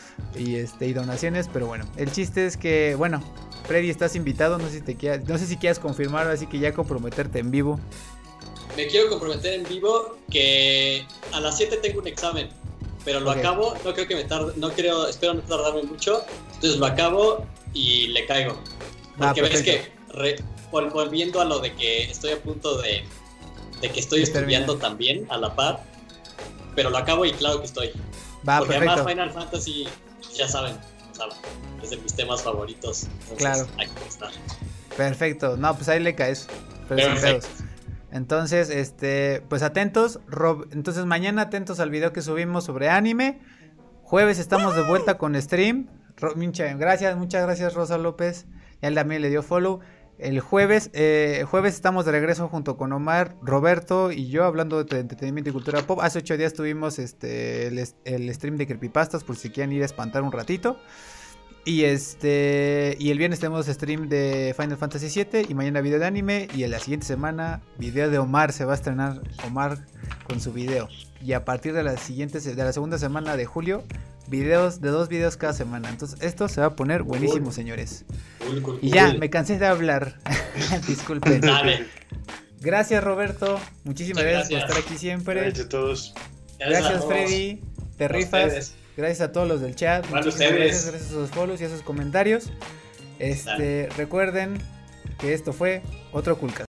Y este, y donaciones, pero bueno, el chiste es que, bueno, Freddy, estás invitado, no sé si te quieras, no sé si quieras confirmar, así que ya comprometerte en vivo. me quiero comprometer en vivo que a las siete tengo un examen, pero lo okay. acabo, no creo que me tarde, no creo, espero no tardarme mucho, entonces lo acabo y le caigo. Porque ah, ves que, re, volviendo a lo de que estoy a punto de, de que estoy estudiando también a la par, pero lo acabo y claro que estoy. Va, porque perfecto. además Final Fantasy, ya saben, saben, es de mis temas favoritos, entonces claro. hay que estar. Perfecto, no, pues ahí le caes. Pero entonces, este, pues atentos, Rob, entonces mañana atentos al video que subimos sobre anime. Jueves estamos de vuelta con stream. Ro, mincha, gracias, muchas gracias Rosa López. Ya él también le dio follow. El jueves, eh, jueves estamos de regreso junto con Omar, Roberto y yo hablando de entretenimiento y cultura pop. Hace ocho días tuvimos este el, el stream de Creepypastas por si quieren ir a espantar un ratito. Y este y el viernes tenemos stream de Final Fantasy siete y mañana video de anime y en la siguiente semana video de Omar, se va a estrenar Omar con su video. Y a partir de la siguiente de la segunda semana de julio, videos de dos videos cada semana. Entonces, esto se va a poner buenísimo, cool. señores. Cool, cool, y ya, cool. me cansé de hablar. Disculpen. Dale. Gracias, Roberto. Muchísimas gracias. gracias por estar aquí siempre. Gracias a todos. Gracias, gracias Freddy. Te rifas. Ustedes. Gracias a todos los del chat. Bueno, Muchísimas gracias, gracias a sus follows y a sus comentarios. Este, Dale. Recuerden que esto fue otro Coolcast.